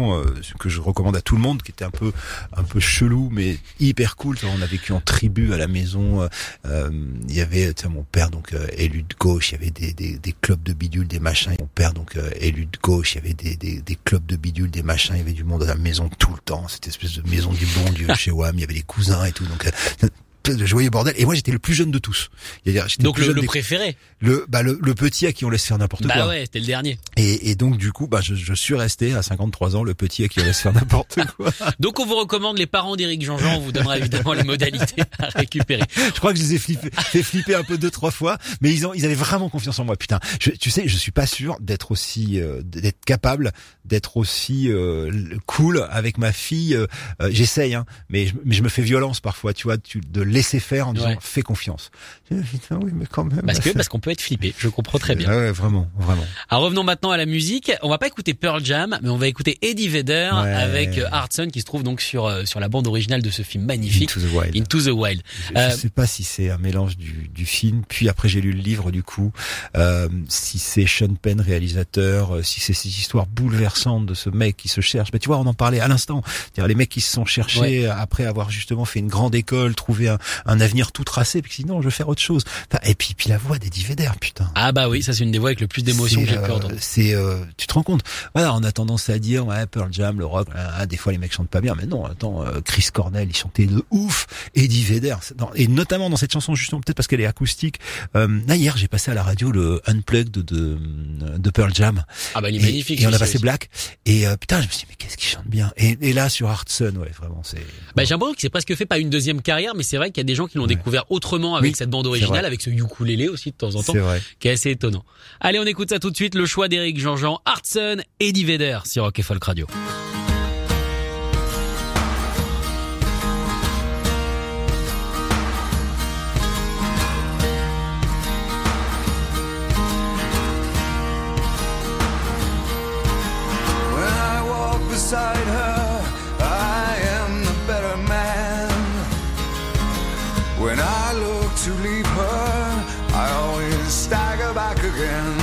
Speaker 4: vraiment euh, que je recommande à tout le monde, qui était un peu un peu chelou mais hyper cool. On a vécu en tribu à la maison. Il euh, y avait tu sais, mon père donc euh, élu de gauche. Il y avait des, des des clubs de bidule, des machins. Mon père donc euh, élu de gauche. Il y avait des des des clubs de bidule, des machins. Il y avait du monde à la maison tout le temps. Cette espèce de maison du bon Dieu chez W A M. Il y avait des cousins et tout. Donc euh, de joyeux bordel. Et moi, j'étais le plus jeune de tous. J'étais
Speaker 3: donc le, le
Speaker 4: des...
Speaker 3: préféré.
Speaker 4: Le, bah, le, le petit à qui on laisse faire n'importe
Speaker 3: bah
Speaker 4: quoi.
Speaker 3: Bah ouais, c'était le dernier.
Speaker 4: Et, et donc, du coup, bah, je, je suis resté à cinquante-trois ans, le petit à qui on laisse faire n'importe quoi.
Speaker 3: Donc, on vous recommande les parents d'Éric Jean-Jean. On vous donnera évidemment les modalités à récupérer.
Speaker 4: Je crois que je les ai flippés, fait flipper un peu deux, trois fois, mais ils ont, ils avaient vraiment confiance en moi. Putain, je, tu sais, je suis pas sûr d'être aussi, euh, d'être capable, d'être aussi euh, cool avec ma fille. Euh, euh, j'essaye, hein, mais je, mais je me fais violence parfois, tu vois, tu, de laisser faire en disant ouais. fais confiance. Putain, oui, mais quand même.
Speaker 3: Parce que parce qu'on peut être flippé. Je comprends très bien.
Speaker 4: Ouais, vraiment, vraiment.
Speaker 3: Alors revenons maintenant à la musique. On va pas écouter Pearl Jam, mais on va écouter Eddie Vedder ouais. avec Hard Sun qui se trouve donc sur euh, sur la bande originale de ce film magnifique
Speaker 4: Into the Wild.
Speaker 3: Into the Wild.
Speaker 4: Je, euh, je sais pas si c'est un mélange du du film, puis après j'ai lu le livre du coup, euh, si c'est Sean Penn réalisateur, si c'est cette histoire bouleversante de ce mec qui se cherche. Mais tu vois, on en parlait à l'instant. C'est-à-dire les mecs qui se sont cherchés ouais. après avoir justement fait une grande école, trouvé un, un avenir tout tracé, puis sinon je veux faire autre chose. Enfin, et puis puis la voix d'Eddie Vedder, putain.
Speaker 3: Ah bah oui, ça c'est une des voix avec le plus d'émotion que j'ai pu entendre.
Speaker 4: Euh, c'est, euh, tu te rends compte. Voilà, on a tendance à dire ouais Pearl Jam, le rock. Ah, des fois les mecs chantent pas bien, mais non. Attends, euh, Chris Cornell, il chantait de ouf. Eddie Vedder, dans, et notamment dans cette chanson justement, peut-être parce qu'elle est acoustique. Euh, là hier, j'ai passé à la radio le Unplugged de de, de Pearl Jam.
Speaker 3: Ah bah il est
Speaker 4: et,
Speaker 3: magnifique.
Speaker 4: Et on a passé Black. Et euh, putain, je me suis dit mais qu'est-ce qu'il chante bien. Et, et là sur Hard Sun, ouais, vraiment c'est.
Speaker 3: Bah j'ai l'impression qu'il s'est presque fait pas une deuxième carrière, mais c'est vrai qu'il y a des gens qui l'ont ouais. découvert autrement avec oui, cette bande originale, avec ce ukulélé aussi de temps en temps, qui est assez étonnant. Allez, on écoute ça tout de suite, le choix d'Éric Jean-Jean, Hard Sun, Eddie Vedder sur Rock et Folk Radio.
Speaker 6: Beside her, I am the better man. When I look to leave her, I always stagger back again.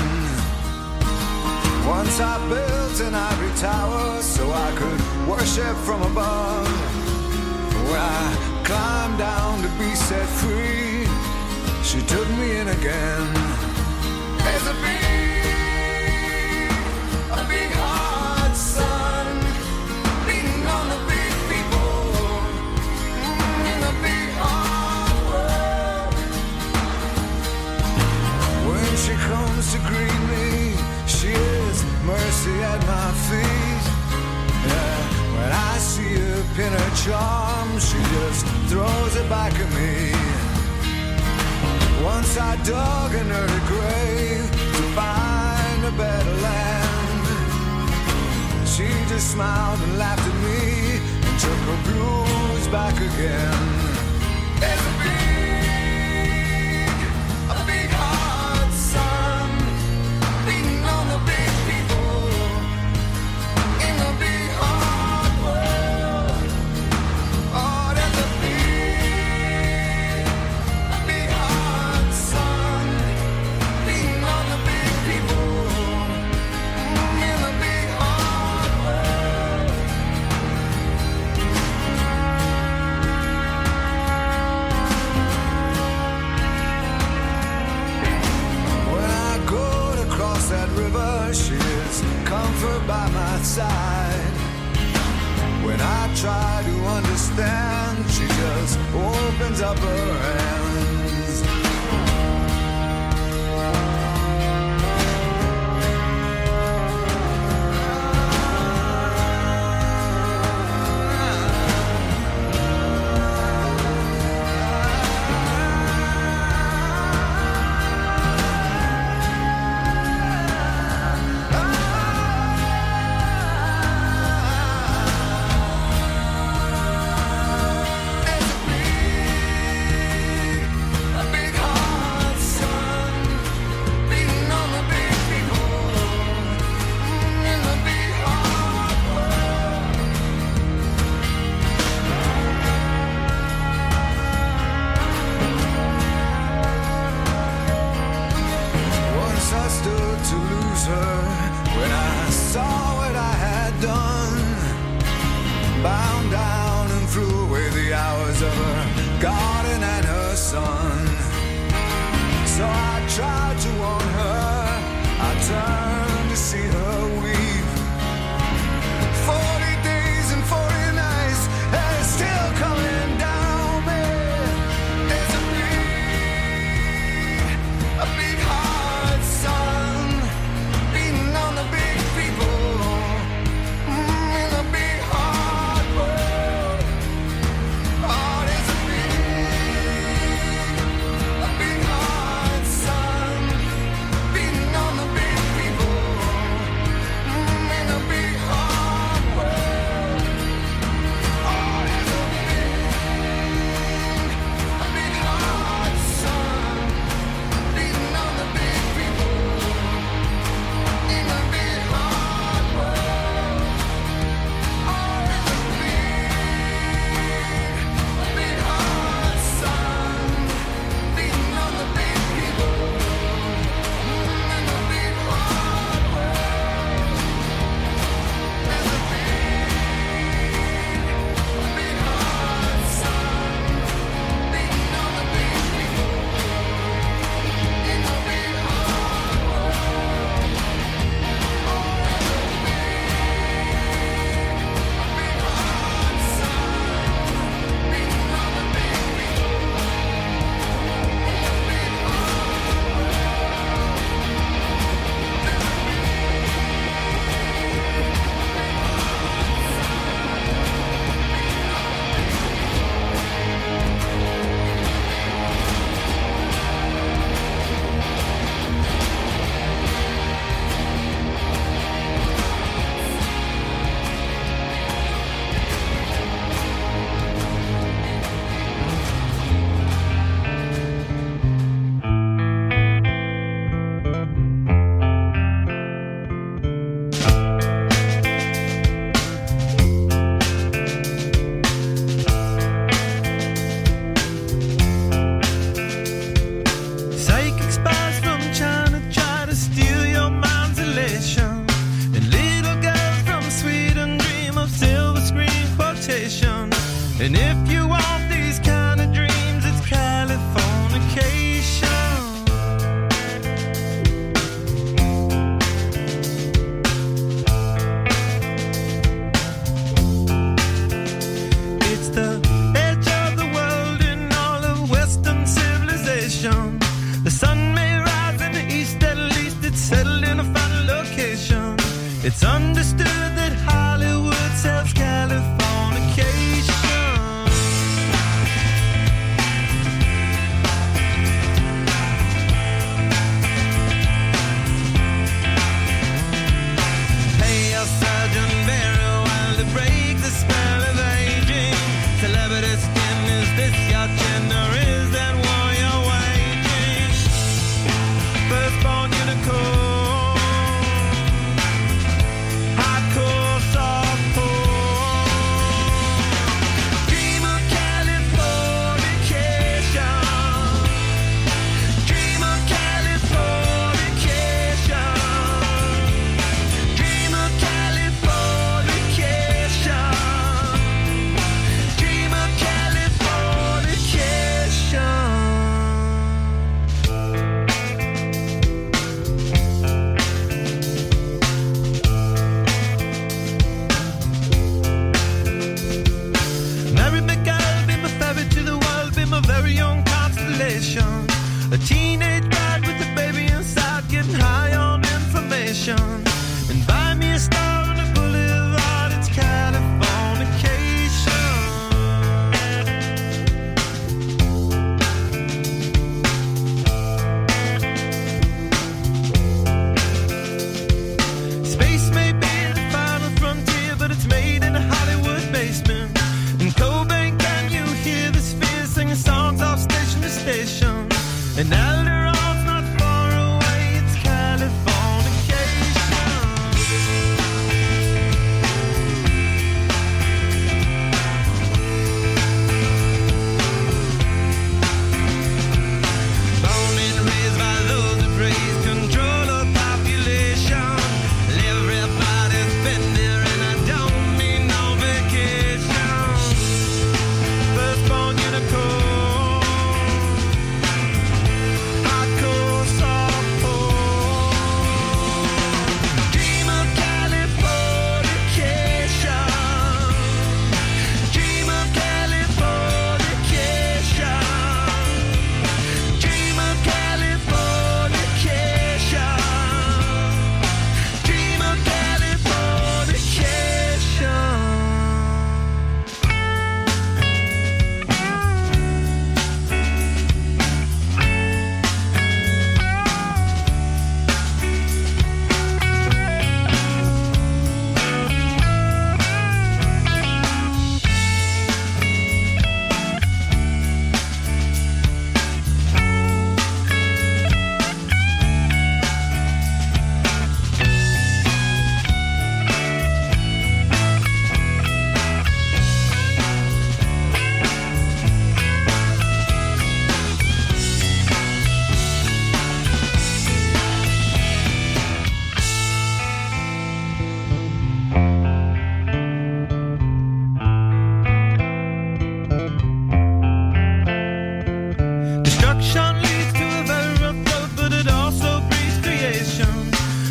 Speaker 6: Once I built an ivory tower so I could worship from above. When I climbed down to be set free, she took me in again. There's a big, a big hard sun on the big people in the big hard world. When she comes to greet me, she is mercy at my feet. Yeah, when I see her pin her charm, she just throws it back at me. Once I dug an early grave to find a better land. She just smiled and laughed at me and took her blues back again. There's a big, a big hard sun beating on the big people in the big hard world. Oh, there's a big, a big hard sun beating on the big people in the big hard world. When I go to cross that river, she is comfort by my side. When I try to understand, she just opens up her hands. turn to see her weep. Forty days and forty nights, and it's still coming down me. There's a big, a big heart, son, beating on the big people, mm, in a big hard world. Oh, there's a big, a big heart, son, beating on the big people, mm, in a big hard world. Oh, there's a big, a big heart, son, beating on the big people, in a big hard world. Oh, there's a big, a big heart, son, beating on the big people, mm, in a big hard world. There's a big, a big heart, son, beating on the big people, in a big hard world. Oh, there's a big, a big heart, son, beating on the big people, in a big Psychic spies from China try to steal your mind's elation, and little girls from Sweden dream of silver screen quotation. And if you want these kind of dreams, it's Californication. It's the edge of the world in all of Western civilization. The sun may rise in the east, at least it's settled in a final location. It's understood that Hollywood sells Californication. Pay your surgeon very well to break the spell of aging. Celebrity skin, is this your gender? Is that war you're waging? Firstborn unicorn, hardcore, softcore. Dream of Californication. Dream of Californication. Dream of Californication. Dream of Californication. Mary McGill, be my ferry to the world, be my very own constellation. A teenage bride with a baby inside, getting high on information. And buy me a star on a boulevard, it's Californication. Space may be the final frontier, but it's made in a Hollywood basement. In Cobain, can you hear the spheres singing songs off station to station? And Alderon's not far away, it's Californication.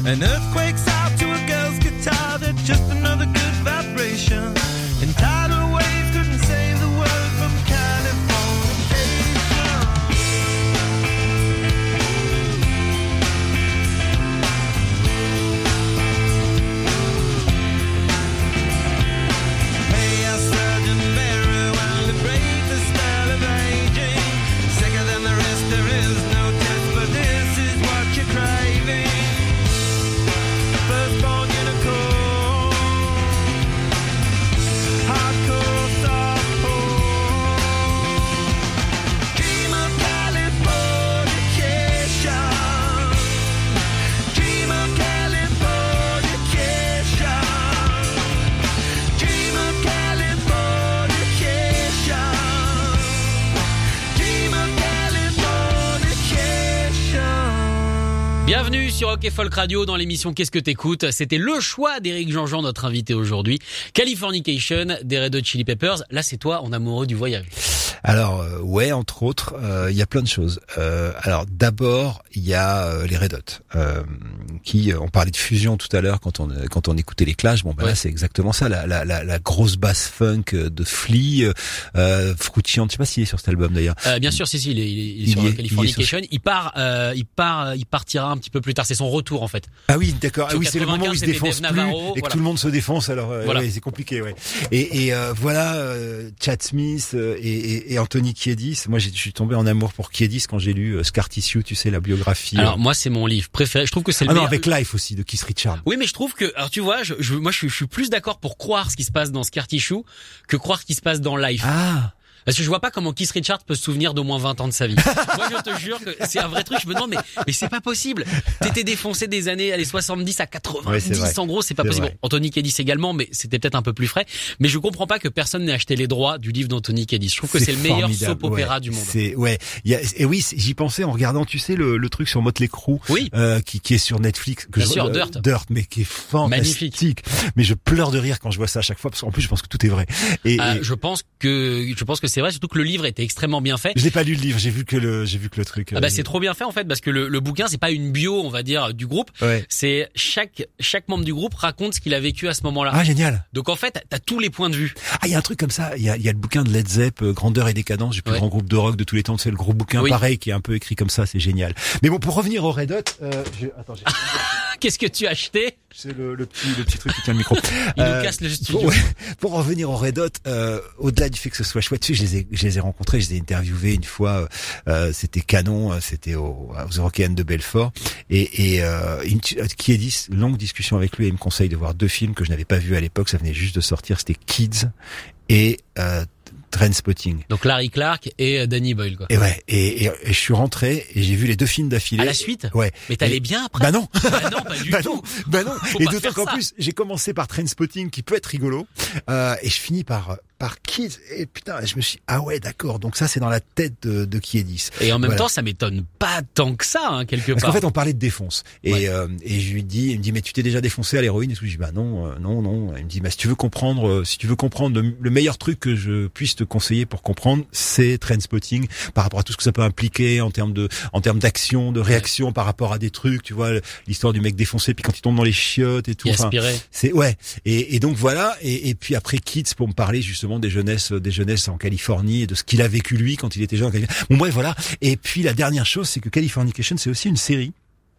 Speaker 7: An earthquake's out to a girl's guitar. They're just another good vibration. And tidal waves couldn't save the world from Californication. May our surgeon very well break the spell of aging. Sicker than the rest, there is no test, but this is what you're craving. Firstborn unicorn, hardcore softcore. Dream of Californication. Dream of Californication. Dream of Californication. Dream of Californication.
Speaker 3: Bienvenue sur Rock et Folk Radio dans l'émission Qu'est-ce que t'écoutes ? C'était le choix d'Éric Jean-Jean, notre invité aujourd'hui. Californication des Red Hot Chili Peppers. Là, c'est toi, en amoureux du voyage.
Speaker 4: Alors euh, ouais, entre autres, euh, il y a plein de choses. Euh, alors d'abord, il y a euh, les Red Hot, euh, qui, euh, on parlait de fusion tout à l'heure quand on quand on écoutait les Clash. Bon, ben
Speaker 3: Ouais.
Speaker 4: là c'est exactement ça, la la la, la grosse basse funk de Flea, euh, Fruitiante. Je sais pas s'il est sur cet album d'ailleurs.
Speaker 3: Euh, bien sûr, si, si, il est, il est, il est
Speaker 4: Il
Speaker 3: sur
Speaker 4: y est-
Speaker 3: Californication. Il, part, euh, il part, il partira un petit peu plus tard. C'est son retour, en fait.
Speaker 4: Ah oui, d'accord. Ah
Speaker 3: Sur
Speaker 4: oui, c'est le moment où il se
Speaker 3: quatre-vingt-quinze,
Speaker 4: défonce
Speaker 3: c'était
Speaker 4: plus
Speaker 3: Dave Navarro,
Speaker 4: et que
Speaker 3: voilà.
Speaker 4: tout le monde se défonce. Alors euh,
Speaker 3: Voilà.
Speaker 4: ouais, c'est compliqué, ouais. Et, et euh, voilà, euh, Chad Smith euh, et, et, et Anthony Kiedis. Moi, j'ai- je suis tombé en amour pour Kiedis quand j'ai lu euh, Scar Tissue, tu sais, la biographie.
Speaker 3: Alors,
Speaker 4: euh.
Speaker 3: moi, c'est mon livre préféré. Je trouve que c'est le
Speaker 4: ah non,
Speaker 3: meilleur.
Speaker 4: avec Life aussi de Keith Richards.
Speaker 3: Oui, mais je trouve que, alors tu vois, je, je, moi, je suis, je suis plus d'accord pour croire ce qui se passe dans Scar Tissue que croire ce qui se passe dans Life.
Speaker 4: Ah.
Speaker 3: Parce que je vois pas comment Keith Richards peut se souvenir d'au moins vingt ans de sa vie. Moi, je te jure que c'est un vrai truc. Je me demande, mais, mais c'est pas possible. T'étais défoncé des années, allez, soixante-dix à
Speaker 4: Ouais, c'est
Speaker 3: quatre-vingt-dix.
Speaker 4: vrai.
Speaker 3: En gros, c'est pas
Speaker 4: C'est
Speaker 3: possible.
Speaker 4: vrai.
Speaker 3: Bon, Anthony Kiedis également, mais c'était peut-être un peu plus frais. Mais je comprends pas que personne n'ait acheté les droits du livre d'Anthony Kiedis. Je trouve que c'est le meilleur
Speaker 4: formidable,
Speaker 3: soap opéra
Speaker 4: ouais.
Speaker 3: du monde.
Speaker 4: C'est ouais. Il y a, et oui, c'est- j'y pensais en regardant, tu sais, le, le truc sur Motley Crue,
Speaker 3: Oui.
Speaker 4: euh, qui, qui est sur Netflix. Que
Speaker 3: Bien
Speaker 4: je-
Speaker 3: sûr,
Speaker 4: euh,
Speaker 3: Dirt.
Speaker 4: Dirt, mais qui est fantastique. Mais je pleure de rire quand je vois ça à chaque fois, parce qu'en plus, je pense que tout est vrai. Et,
Speaker 3: Euh,
Speaker 4: et
Speaker 3: je pense que, je pense que c'est vrai, surtout que le livre était extrêmement bien fait.
Speaker 4: je n'ai pas lu le livre, j'ai vu que le, j'ai vu que le truc.
Speaker 3: Ah bah
Speaker 4: euh,
Speaker 3: c'est trop bien fait en fait parce que le, le bouquin c'est pas une bio on va dire du groupe,
Speaker 4: Ouais.
Speaker 3: c'est chaque chaque membre du groupe raconte ce qu'il a vécu à ce moment-là.
Speaker 4: Ah génial.
Speaker 3: Donc en fait t'as tous les points de vue.
Speaker 4: Ah, il y a un truc comme ça. Il y a, il y a le bouquin de Led Zepp, euh, Grandeur et décadence, du plus
Speaker 3: Ouais.
Speaker 4: grand groupe de rock de tous les temps. C'est le gros bouquin
Speaker 3: Oui.
Speaker 4: pareil qui est un peu écrit comme ça. C'est génial. Mais bon, pour revenir au Red Hot, euh, je, attends, j'ai-
Speaker 3: Qu'est-ce que tu as acheté?
Speaker 4: c'est le, le petit, le petit truc qui tient le micro.
Speaker 3: Il
Speaker 4: Euh,
Speaker 3: nous casse le studio.
Speaker 4: Pour, ouais, pour revenir au Red Hot, euh, au-delà du fait que ce soit chouette, tu sais, je les ai, je les ai rencontrés, je les ai interviewés une fois. Euh, c'était canon, euh, c'était au, aux Rockéennes de Belfort. Et, et euh, une, Kiedis, longue discussion avec lui, et il me conseille de voir deux films que je n'avais pas vus à l'époque. Ça venait juste de sortir. C'était Kids et euh, Trainspotting.
Speaker 3: Donc Larry Clark et euh, Danny Boyle quoi.
Speaker 4: Et ouais, et, et, et je suis rentré et j'ai vu les deux films d'affilée.
Speaker 3: À la suite?
Speaker 4: Ouais.
Speaker 3: Mais t'allais
Speaker 4: Et-
Speaker 3: bien après?
Speaker 4: Bah non.
Speaker 3: Bah non, pas du
Speaker 4: bah
Speaker 3: tout.
Speaker 4: non, bah non.
Speaker 3: Faut
Speaker 4: Et
Speaker 3: pas
Speaker 4: d'autant
Speaker 3: faire
Speaker 4: qu'en
Speaker 3: ça.
Speaker 4: plus, j'ai commencé par Trainspotting qui peut être rigolo, euh, et je finis par par Kids. Et putain, je me suis dit, ah ouais, d'accord. Donc ça, c'est dans la tête de, de Kiedis.
Speaker 3: Et en même
Speaker 4: Voilà.
Speaker 3: temps ça m'étonne pas tant que ça hein, quelque
Speaker 4: Parce
Speaker 3: part.
Speaker 4: qu'en fait, on parlait de défonce. Et,
Speaker 3: Ouais.
Speaker 4: euh, et je lui dis, il me dit, mais tu t'es déjà défoncé à l'héroïne et tout. Je dis, bah non, euh, non, non. Il me dit, bah si tu veux comprendre, euh, si tu veux comprendre, le, le meilleur truc que je puisse te conseiller pour comprendre, c'est Trainspotting par rapport à tout ce que ça peut impliquer en termes de, en termes d'action, de réaction par rapport à des trucs. Tu vois, l'histoire du mec défoncé, puis quand il tombe dans les chiottes et tout.
Speaker 3: Qui
Speaker 4: Enfin,
Speaker 3: aspirait.
Speaker 4: c'est ouais. Et, et donc voilà. Et, et puis après Kids pour me parler justement des jeunesses, des jeunesses en Californie et de ce qu'il a vécu lui quand il était jeune en Californie. Bon bref voilà. Et puis la dernière chose, c'est que Californication, c'est aussi une série.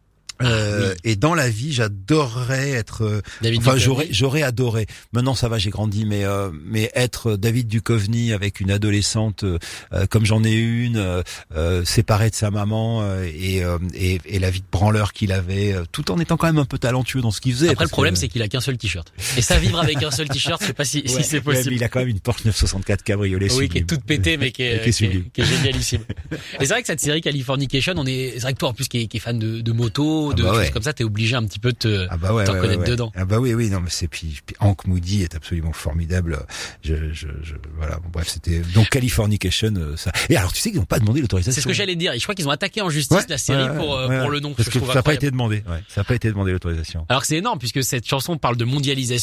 Speaker 4: Euh,
Speaker 3: oui.
Speaker 4: Et dans la vie, j'adorerais être. euh,
Speaker 3: David
Speaker 4: enfin,
Speaker 3: Duchovny.
Speaker 4: j'aurais, j'aurais adoré. Maintenant, ça va, j'ai grandi, mais euh, mais être David Duchovny avec une adolescente euh, euh, comme j'en ai une, euh, euh, séparée de sa maman euh, et, euh, et et la vie de branleur qu'il avait, euh, tout en étant quand même un peu talentueux dans ce qu'il faisait.
Speaker 3: Après le
Speaker 4: parce
Speaker 3: problème
Speaker 4: que-
Speaker 3: c'est qu'il a qu'un seul t-shirt. Et ça vivre avec un seul t-shirt, je sais pas si, si
Speaker 4: Ouais,
Speaker 3: c'est
Speaker 4: ouais,
Speaker 3: possible.
Speaker 4: mais il a quand même une Porsche neuf cent soixante-quatre cabriolet.
Speaker 3: Oui, qui est
Speaker 4: sublime.
Speaker 3: toute pétée, mais qui est,
Speaker 4: Qui est
Speaker 3: qui est,
Speaker 4: sublime.
Speaker 3: qui est génialissime. Et c'est vrai que cette série Californication, on est, c'est vrai que toi, en plus, qui est, qui est fan de, de moto,
Speaker 4: Ah
Speaker 3: de
Speaker 4: bah
Speaker 3: choses
Speaker 4: ouais.
Speaker 3: comme ça, t'es obligé un petit peu de te,
Speaker 4: Ah bah ouais,
Speaker 3: te
Speaker 4: ouais,
Speaker 3: reconnaître
Speaker 4: ouais, ouais.
Speaker 3: dedans.
Speaker 4: Ah bah oui, oui, non, mais c'est puis, puis Hank Moody est absolument formidable. Je, je, je voilà. Bon, bref, c'était donc Californication, euh, ça. Et alors, tu sais qu'ils n'ont pas demandé l'autorisation.
Speaker 3: C'est ce que j'allais dire. Et je crois qu'ils ont attaqué en justice
Speaker 4: Ouais,
Speaker 3: la série
Speaker 4: ouais, ouais,
Speaker 3: pour, euh,
Speaker 4: ouais,
Speaker 3: pour
Speaker 4: ouais.
Speaker 3: le nom,
Speaker 4: parce
Speaker 3: que
Speaker 4: que
Speaker 3: je trouve
Speaker 4: ça n'a pas
Speaker 3: incroyable.
Speaker 4: été demandé. Ouais, ça n'a pas été demandé l'autorisation.
Speaker 3: Alors que c'est énorme puisque cette chanson parle de mondialisation.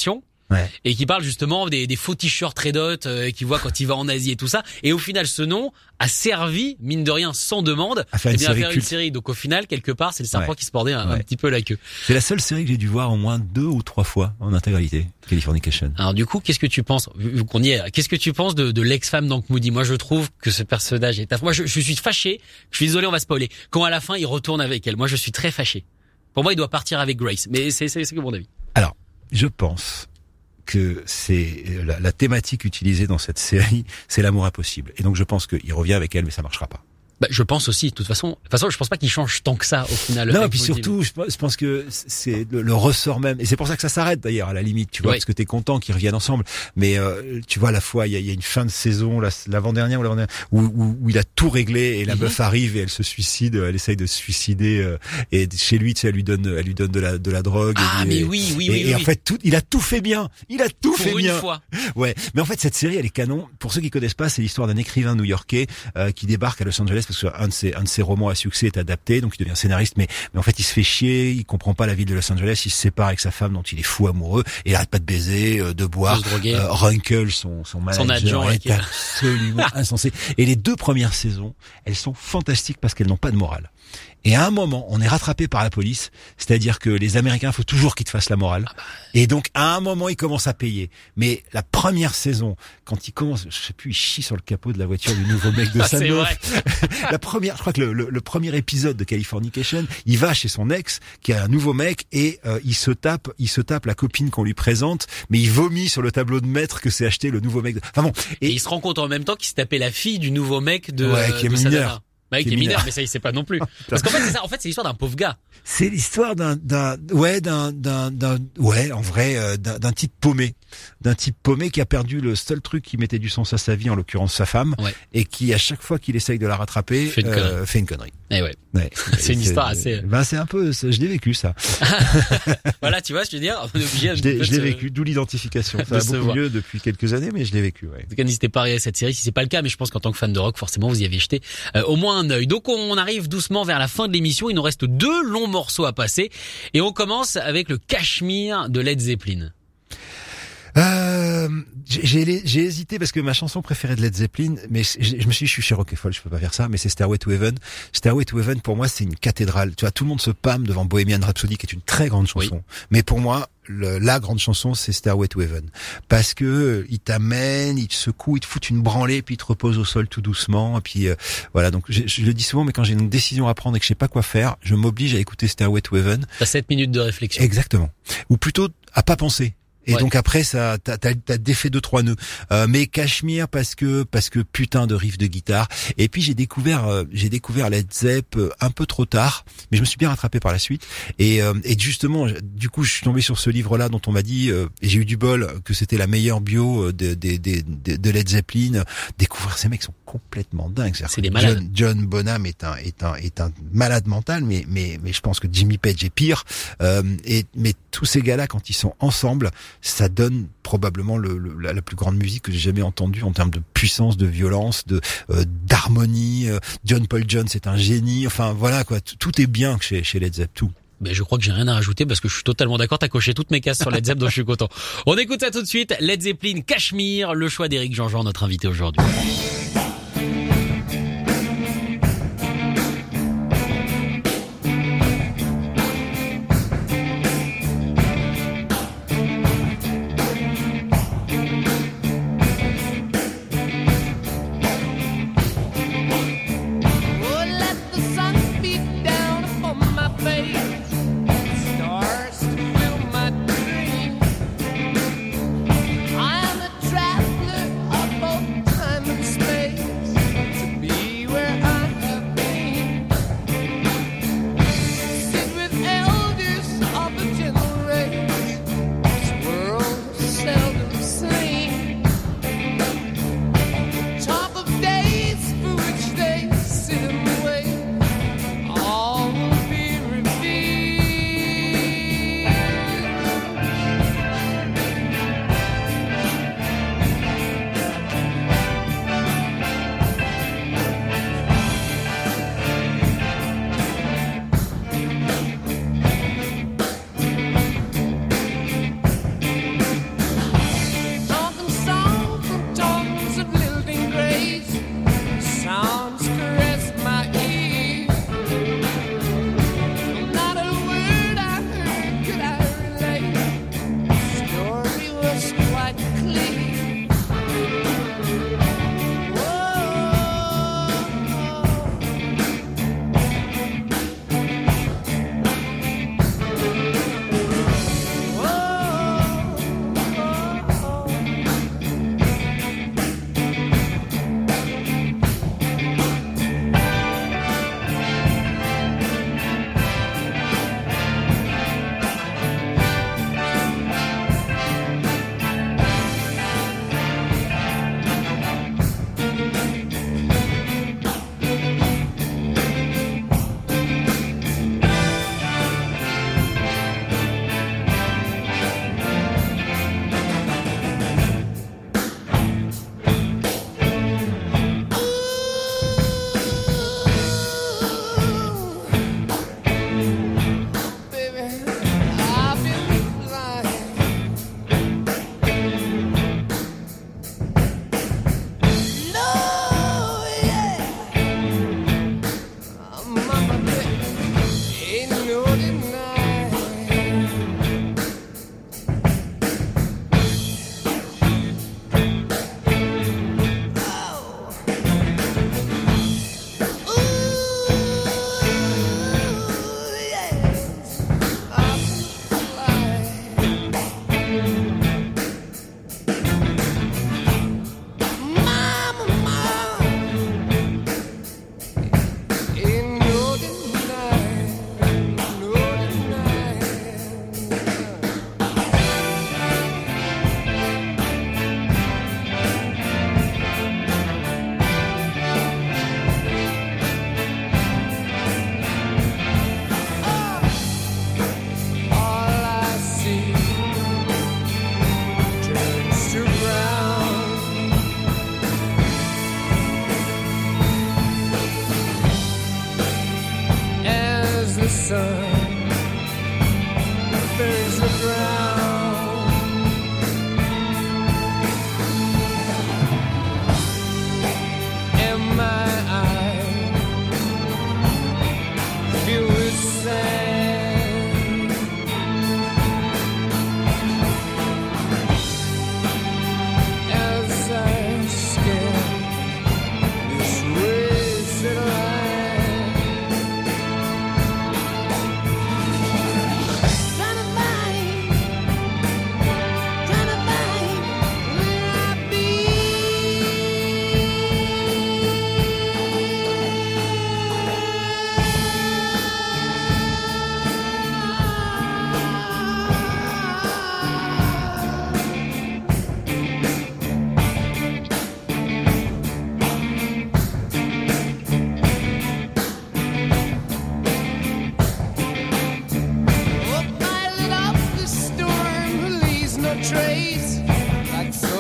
Speaker 4: Ouais.
Speaker 3: et qui parle justement des, des faux t-shirts Red Hot euh, qu'il voit quand il va en Asie et tout ça. Et au final, ce nom a servi, mine de rien, sans demande,
Speaker 4: À faire
Speaker 3: eh
Speaker 4: une
Speaker 3: bien, à
Speaker 4: série
Speaker 3: faire une
Speaker 4: culte.
Speaker 3: série. Donc au final, quelque part, c'est le serpent
Speaker 4: Ouais.
Speaker 3: qui se mordait un, un
Speaker 4: Ouais.
Speaker 3: petit peu la queue.
Speaker 4: C'est la seule série que j'ai dû voir au moins deux ou trois fois en intégralité, Californication.
Speaker 3: Alors du coup, qu'est-ce que tu penses, vu qu'on y est, qu'est-ce que tu penses de, de l'ex-femme d'Hank Moody? Moi, je trouve que ce personnage est... Moi, je, je suis fâché. Je suis désolé, on va spoiler. Quand à la fin, il retourne avec elle. Moi, je suis très fâché. Pour moi, il doit partir avec Grace. Mais c'est, c'est, c'est que mon avis.
Speaker 4: Alors, je pense que c'est la, la thématique utilisée dans cette série, c'est l'amour impossible. Et donc je pense qu'il revient avec elle, mais ça marchera pas.
Speaker 3: Bah, je pense aussi, de toute façon. De toute façon, je pense pas qu'il change tant que ça, au final.
Speaker 4: Non, et
Speaker 3: Hank
Speaker 4: puis
Speaker 3: Moody.
Speaker 4: surtout, je pense, je pense que c'est le, le ressort même. Et c'est pour ça que ça s'arrête d'ailleurs, à la limite, tu vois,
Speaker 3: Oui.
Speaker 4: parce que t'es content qu'ils reviennent ensemble. Mais euh, tu vois, à la fois, il y a, il y a une fin de saison, la- l'avant-dernière ou l'avant-dernière, où, où, où il a tout réglé et la
Speaker 3: Mhm.
Speaker 4: meuf arrive et elle se suicide, elle essaye de se suicider. euh, et chez lui, tu sais, elle lui donne, elle lui donne de la, de la drogue.
Speaker 3: Ah,
Speaker 4: et,
Speaker 3: mais
Speaker 4: et-
Speaker 3: oui, oui,
Speaker 4: et,
Speaker 3: oui,
Speaker 4: et
Speaker 3: oui.
Speaker 4: en fait, tout, il a tout fait bien. Il a tout fait
Speaker 3: Pour une
Speaker 4: bien.
Speaker 3: fois.
Speaker 4: Ouais, mais en fait cette série elle est canon. Pour ceux qui connaissent pas, c'est l'histoire d'un écrivain new-yorkais euh, qui débarque à Los Angeles parce qu'un de ses un de ses romans à succès est adapté, donc il devient scénariste. Mais mais en fait il se fait chier, il comprend pas la ville de Los Angeles, il se sépare avec sa femme dont il est fou amoureux et il arrête pas de baiser, euh, de boire.
Speaker 3: De se droguer.
Speaker 4: Euh, Runkle, son son manager,
Speaker 3: adjoint, là,
Speaker 4: est
Speaker 3: qui est-
Speaker 4: absolument insensé. Et les deux premières saisons, elles sont fantastiques parce qu'elles n'ont pas de morale. Et à un moment, on est rattrapé par la police, c'est-à-dire que les Américains, faut toujours qu'ils te fassent la morale.
Speaker 3: Ah bah.
Speaker 4: Et donc, à un moment, ils commencent à payer. Mais la première saison, quand ils commencent, je sais plus, ils chient sur le capot de la voiture du nouveau mec de
Speaker 3: Ah,
Speaker 4: sa
Speaker 3: c'est
Speaker 4: meuf.
Speaker 3: vrai.
Speaker 4: La première, je crois que le, le, le premier épisode de Californication, il va chez son ex, qui a un nouveau mec, et euh, il se tape, il se tape la copine qu'on lui présente, mais il vomit sur le tableau de maître que s'est acheté le nouveau mec. De... Enfin bon.
Speaker 3: Et, il se rend compte en même temps qu'il s'est tapé la fille du nouveau mec de,
Speaker 4: Ouais, qui est
Speaker 3: de sa
Speaker 4: mineur.
Speaker 3: nana. Bah, oui,
Speaker 4: Qui
Speaker 3: qui
Speaker 4: est
Speaker 3: est mineur,
Speaker 4: mineur.
Speaker 3: mais ça, il sait pas non plus. Parce qu'en fait, c'est ça. En fait, c'est l'histoire d'un pauvre gars.
Speaker 4: C'est l'histoire d'un, d'un, ouais, d'un, d'un, d'un, ouais, en vrai, euh, d'un, d'un type paumé, d'un type paumé qui a perdu le seul truc qui mettait du sens à sa vie, en l'occurrence sa femme,
Speaker 3: Ouais.
Speaker 4: et qui à chaque fois qu'il essaye de la rattraper,
Speaker 3: Fait une
Speaker 4: euh,
Speaker 3: connerie.
Speaker 4: fait une connerie.
Speaker 3: Eh ouais.
Speaker 4: Ouais.
Speaker 3: C'est une
Speaker 4: Et
Speaker 3: histoire assez-
Speaker 4: Ben c'est un peu, c'est- je l'ai vécu ça.
Speaker 3: Voilà, tu vois, je veux dire, on est obligé un
Speaker 4: Je
Speaker 3: petit
Speaker 4: l'ai,
Speaker 3: peu
Speaker 4: je
Speaker 3: de
Speaker 4: l'ai
Speaker 3: se-
Speaker 4: vécu, d'où l'identification.
Speaker 3: de
Speaker 4: Ça va
Speaker 3: se
Speaker 4: beaucoup
Speaker 3: voir.
Speaker 4: mieux depuis quelques années, mais je l'ai vécu. Ouais.
Speaker 3: En tout cas, n'hésitez pas à regarder cette série si c'est pas le cas, mais je pense qu'en tant que fan de rock, forcément, vous y avez jeté euh, au moins un œil. Donc, on arrive doucement vers la fin de l'émission. Il nous reste deux longs morceaux à passer, et on commence avec le Cashmere de Led Zeppelin.
Speaker 4: Euh, j'ai, j'ai, j'ai hésité parce que ma chanson préférée de Led Zeppelin, mais je, je me suis dit, je suis chez Rock and Roll, je peux pas faire ça, mais c'est Stairway to Heaven. Stairway to Heaven, pour moi, c'est une cathédrale. Tu vois, tout le monde se pâme devant Bohemian Rhapsody, qui est une très grande chanson. Mais pour moi, le, la grande chanson, c'est Stairway to Heaven. Parce que euh, il t'amène, il te secoue, il te fout une branlée, puis il te repose au sol tout doucement. Et puis, euh, voilà. Donc, je, je le dis souvent, mais quand j'ai une décision à prendre et que je sais pas quoi faire, je m'oblige à écouter Stairway to Heaven.
Speaker 3: T'as sept minutes de réflexion.
Speaker 4: Exactement. Ou plutôt, à pas penser. Et
Speaker 3: Ouais.
Speaker 4: donc après ça, t'as, t'as, t'as défait deux trois nœuds. Euh, mais Cashmere parce que parce que putain de riff de guitare. Et puis j'ai découvert euh, j'ai découvert Led Zepp euh, un peu trop tard, mais je me suis bien rattrapé par la suite. Et euh, et justement, du coup, je suis tombé sur ce livre-là dont on m'a dit, euh, et j'ai eu du bol que c'était la meilleure bio de de de, de, de Led Zeppelin. Découvrir ces mecs sont complètement dingues. C'est-à-dire
Speaker 3: C'est
Speaker 4: que
Speaker 3: des malades.
Speaker 4: John, John Bonham est un est un est un malade mental, mais mais mais je pense que Jimmy Page est pire. Euh, et mais tous ces gars-là, quand ils sont ensemble, ça donne probablement le, le, la, la plus grande musique que j'ai jamais entendue en termes de puissance, de violence, de euh, d'harmonie. Euh, John Paul Jones est un génie. Enfin voilà quoi, tout, tout est bien chez chez Led Zepp, tout.
Speaker 3: Ben, je crois que j'ai rien à rajouter parce que je suis totalement d'accord. T'as coché toutes mes cases sur Led Zeppelin, donc je suis content. On écoute ça tout de suite. Led Zeppelin, Cashmere, le choix d'Éric Jean-Jean, notre invité aujourd'hui.
Speaker 8: Oh, let the sun beat down upon my face, stars to fill my dreams. I am a traveler of both time and space.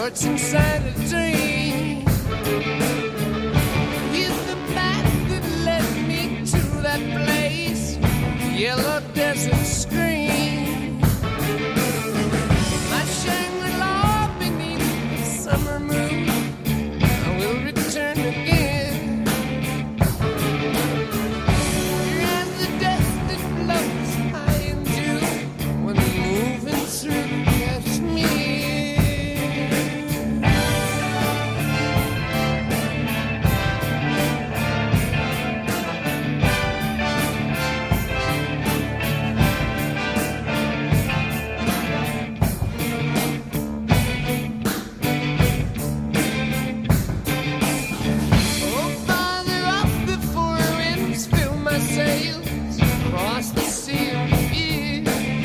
Speaker 8: what's inside a dream. He's the path that led me to that place, the yellow desert screen. My Shangri-La beneath the summer moon, I will return again. As the dust that floats high into when moving through Kashmir. Oh, farther off before winds fill my sails across the sea of fear,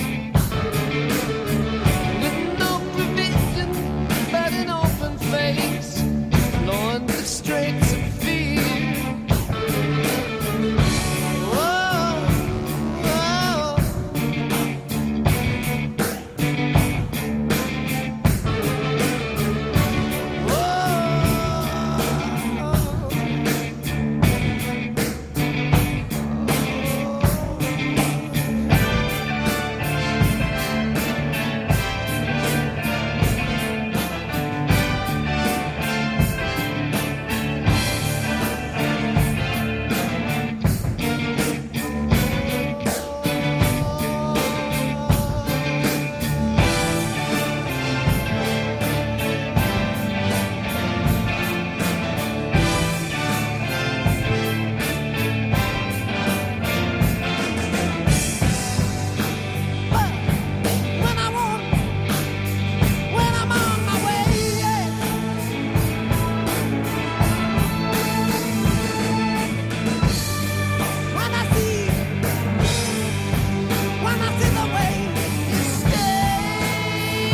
Speaker 8: with no provision but an open face, flowing the straits of fear. Whoa, whoa. When I want, when I'm on my way, yeah. When I see, when I see the way you stay.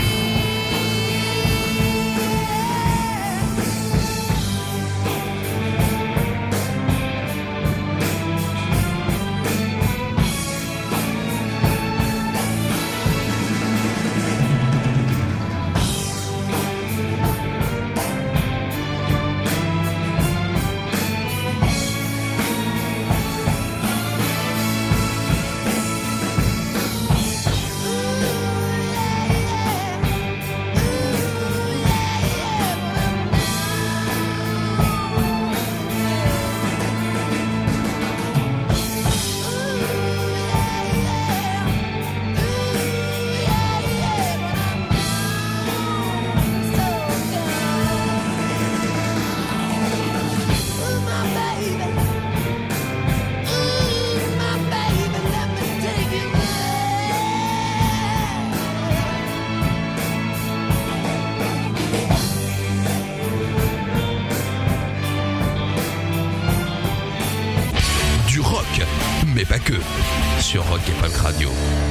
Speaker 9: Du rock, mais pas que, sur Rock et Folk Radio.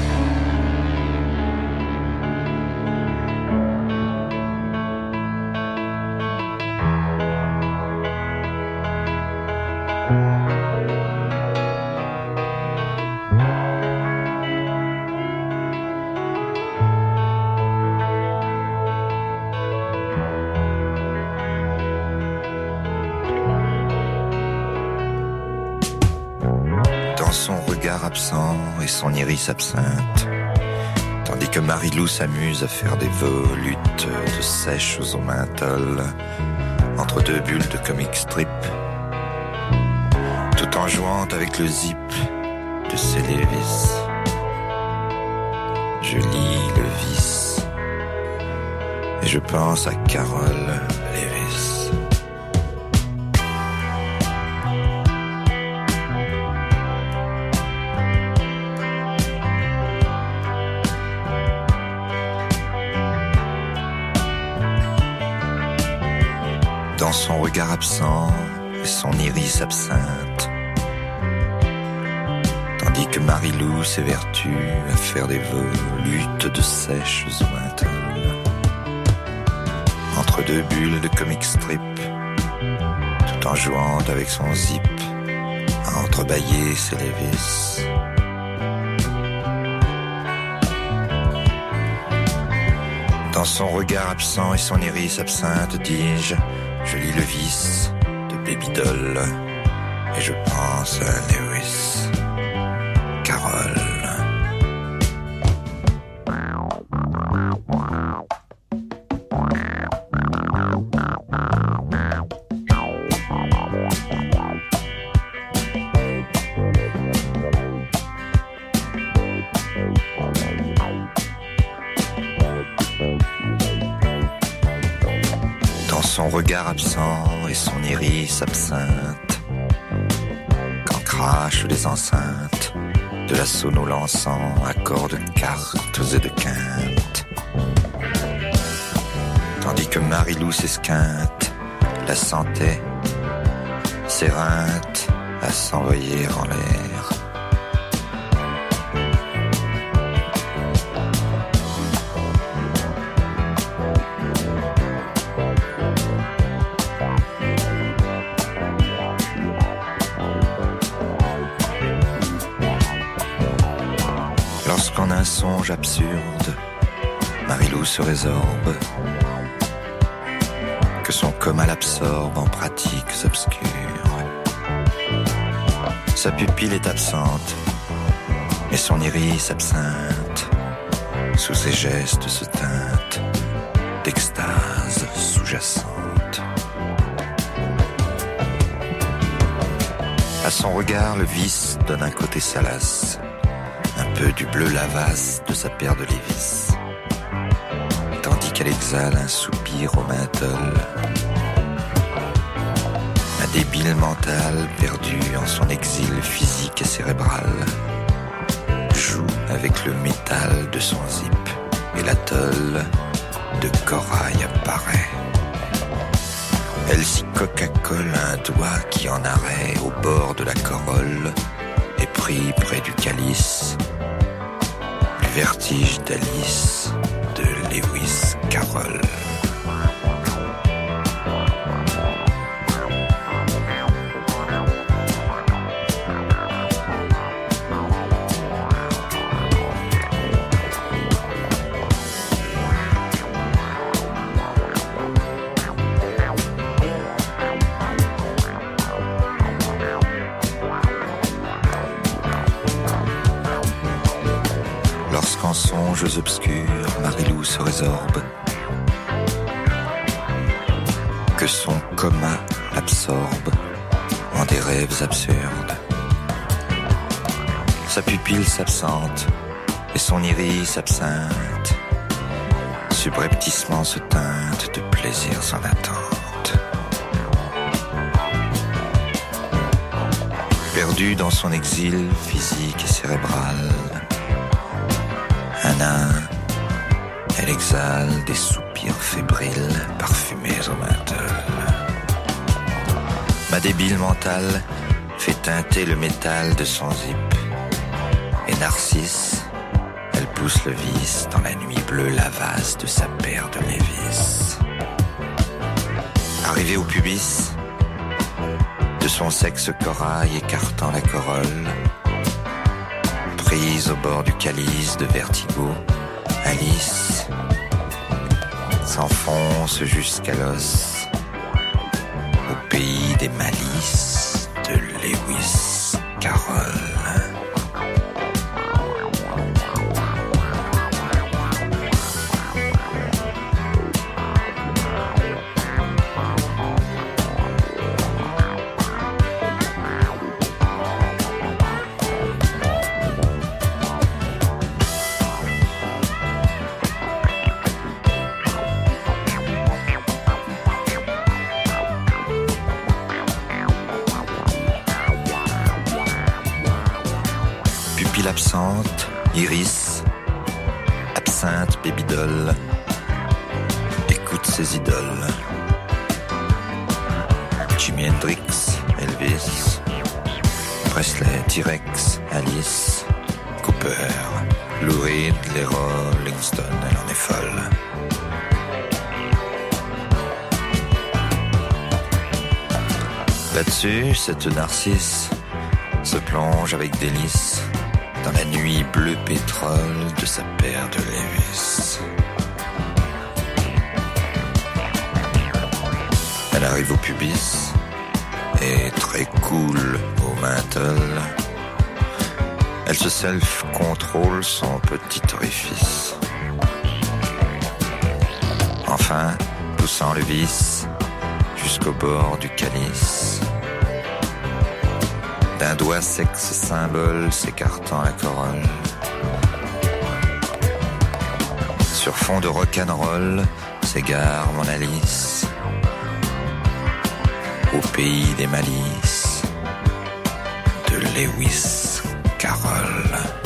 Speaker 10: Dans son regard absent et son iris absinthe, tandis que Marie-Lou s'amuse à faire des volutes de sèches au menthol entre deux bulles de comic strip, tout en jouant avec le zip de ses Lévis. Je lis le vice et je pense à Carole Lévis. Dans son regard absent et son iris absinthe, tandis que Marie-Lou s'évertue à faire des volutes de sèches au menthol entre deux bulles de comic strip, tout en jouant avec son zip à entrebâiller ses Lévis. Dans son regard absent et son iris absinthe, dis-je, je lis le vice de Baby Doll et je pense à Lewis Carroll. Son regard absent et son iris absinthe, quand crachent les enceintes de la sono lançant accords de cartes et de quintes, tandis que Marie-Lou s'esquinte, la sentait s'éreinte à s'envoyer en l'air. Lorsqu'en un songe absurde, Marie-Lou se résorbe, que son coma l'absorbe en pratiques obscures. Sa pupille est absente, et son iris absinthe, sous ses gestes se teinte d'extase sous-jacente. À son regard, le vice donne un côté salace, un peu du bleu lavasse de sa paire de Lévis, tandis qu'elle exhale un soupir au menthol. Un débile mental perdu en son exil physique et cérébral joue avec le métal de son zip et l'atoll de corail apparaît. Elle s'y coca-colle un doigt qui en arrêt au bord de la corolle est pris près du calice. Le vertige d'Alice de Lewis Carroll. Lorsqu'en songes obscurs, Marie-Lou se résorbe, que son coma l'absorbe en des rêves absurdes. Sa pupille s'absente et son iris absinthe, subrepticement se teinte de plaisirs en attente. Perdue dans son exil physique et cérébral, un nain, elle exhale des soupirs fébriles parfumés au menthol. Ma débile mentale fait teinter le métal de son zip. Et Narcisse, elle pousse le vice dans la nuit bleue lavasse de sa paire de Lévis. Arrivée au pubis, de son sexe corail écartant la corolle, prise au bord du calice de vertigo, Alice s'enfonce jusqu'à l'os au pays des malices de Lewis Carroll. Absente, iris, absinthe, baby doll, écoute ses idoles. Jimi Hendrix, Elvis, Presley, T-Rex, Alice, Cooper, Lou Reed, les Rolling Stones, elle en est folle. Là-dessus, cette Narcisse se plonge avec délice dans la nuit bleu pétrole de sa paire de Lévis. Elle arrive au pubis et très cool au menthol. Elle se self-contrôle son petit orifice. Enfin, poussant le vis jusqu'au bord du calice, d'un doigt sexe symbole s'écartant la corolle. Sur fond de rock'n'roll s'égare mon Alice, au pays des malices de Lewis Carroll.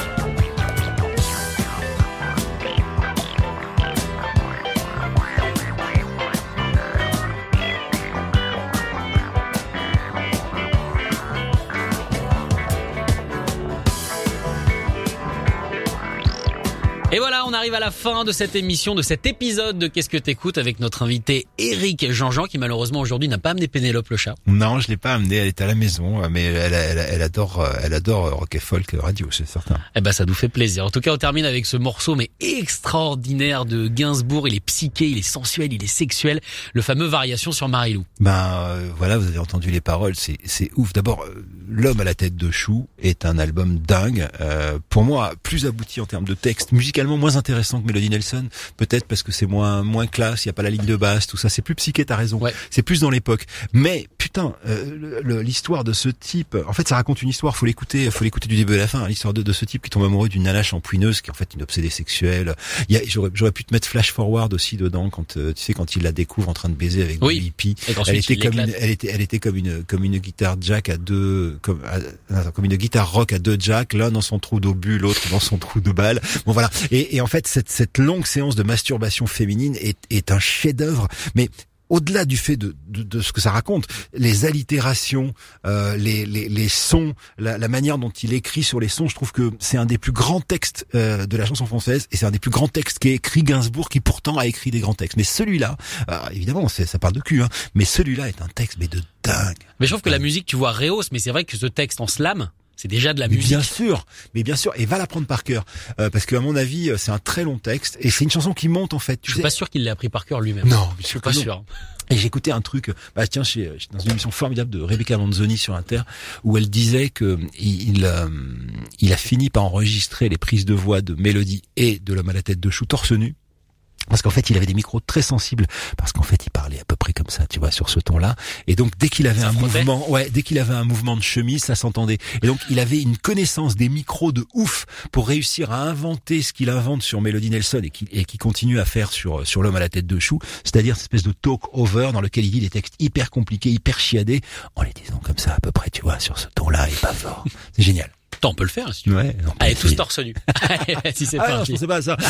Speaker 3: Et voilà, on arrive à la fin de cette émission, de cet épisode de Qu'est-ce que t'écoutes avec notre invité Éric Jean-Jean qui malheureusement aujourd'hui n'a pas amené Pénélope le chat.
Speaker 4: Non, je l'ai pas amené, elle est à la maison, mais elle, elle, elle adore, elle adore rock et folk radio, c'est certain.
Speaker 3: Eh ben, ça nous fait plaisir. En tout cas, on termine avec ce morceau mais extraordinaire de Gainsbourg. Il est psyché, il est sensuel, il est sexuel. Le fameux Variation sur Marie-Lou.
Speaker 4: Ben euh, voilà, vous avez entendu les paroles, c'est c'est ouf. D'abord, euh, L'homme à la tête de chou est un album dingue. Euh, pour moi, plus abouti en termes de texte, musicalement moins intéressant que Melody Nelson, peut-être parce que c'est moins moins classe, il y a pas la ligne de basse, tout ça. C'est plus psyché, t'as raison.
Speaker 3: Ouais.
Speaker 4: C'est plus dans l'époque. Mais putain, euh, le, le, l'histoire de ce type, en fait, ça raconte une histoire. Faut l'écouter, faut l'écouter du début à la fin. Hein, l'histoire de, de ce type qui tombe amoureux d'une nana champouineuse, qui est en fait une obsédée sexuelle. Il y a, j'aurais, j'aurais pu te mettre Flash Forward aussi dedans quand euh, tu sais quand il la découvre en train de baiser avec
Speaker 3: oui.
Speaker 4: des hippies.
Speaker 3: Elle
Speaker 4: était comme une, elle était, elle était comme une, comme une guitare jack à deux, comme, à, comme une guitare rock à deux jacks, l'un dans son trou d'obus, l'autre dans son trou de balle. Bon voilà. Et, et en fait, cette, cette longue séance de masturbation féminine est, est un chef-d'œuvre, mais au-delà du fait de, de, de ce que ça raconte, les allitérations, euh, les, les, les sons, la, la manière dont il écrit sur les sons, je trouve que c'est un des plus grands textes euh, de la chanson française, et c'est un des plus grands textes qu'ait écrit Gainsbourg, qui pourtant a écrit des grands textes. Mais celui-là, alors évidemment, c'est, ça parle de cul, hein, mais celui-là est un texte mais de dingue.
Speaker 3: Mais je trouve que la musique, tu vois, rehausse, mais c'est vrai que ce texte en slam, c'est déjà de la
Speaker 4: mais
Speaker 3: musique.
Speaker 4: Bien sûr, mais bien sûr, et va l'apprendre par cœur, euh, parce que à mon avis, c'est un très long texte, et c'est une chanson qui monte en fait. Tu
Speaker 3: je suis
Speaker 4: sais.
Speaker 3: pas sûr qu'il l'ait appris par cœur lui-même.
Speaker 4: Non,
Speaker 3: je suis pas
Speaker 4: non.
Speaker 3: sûr.
Speaker 4: Et j'écoutais un truc, bah tiens, chez, dans une émission formidable de Rebecca Manzoni sur Inter, où elle disait que il, il, euh, il a fini par enregistrer les prises de voix de Mélodie et de L'homme à la tête de chou torse nu. Parce qu'en fait, il avait des micros très sensibles, parce qu'en fait, il parlait à peu près comme ça, tu vois, sur ce ton-là. Et donc, dès qu'il avait ça un frottait. mouvement, ouais, dès qu'il avait un mouvement de chemise, ça s'entendait. Et donc, il avait une connaissance des micros de ouf pour réussir à inventer ce qu'il invente sur Melody Nelson et qui, et qui continue à faire sur, sur L'homme à la tête de chou. C'est-à-dire cette espèce de talk-over dans lequel il dit des textes hyper compliqués, hyper chiadés, en les disant comme ça, à peu près, tu vois, sur ce ton-là et pas fort. C'est génial.
Speaker 3: On peut le faire si tu veux.
Speaker 4: Ouais,
Speaker 3: allez, tous torse nu. Si c'est
Speaker 4: ah
Speaker 3: pas
Speaker 4: non, je pensais pas à ça.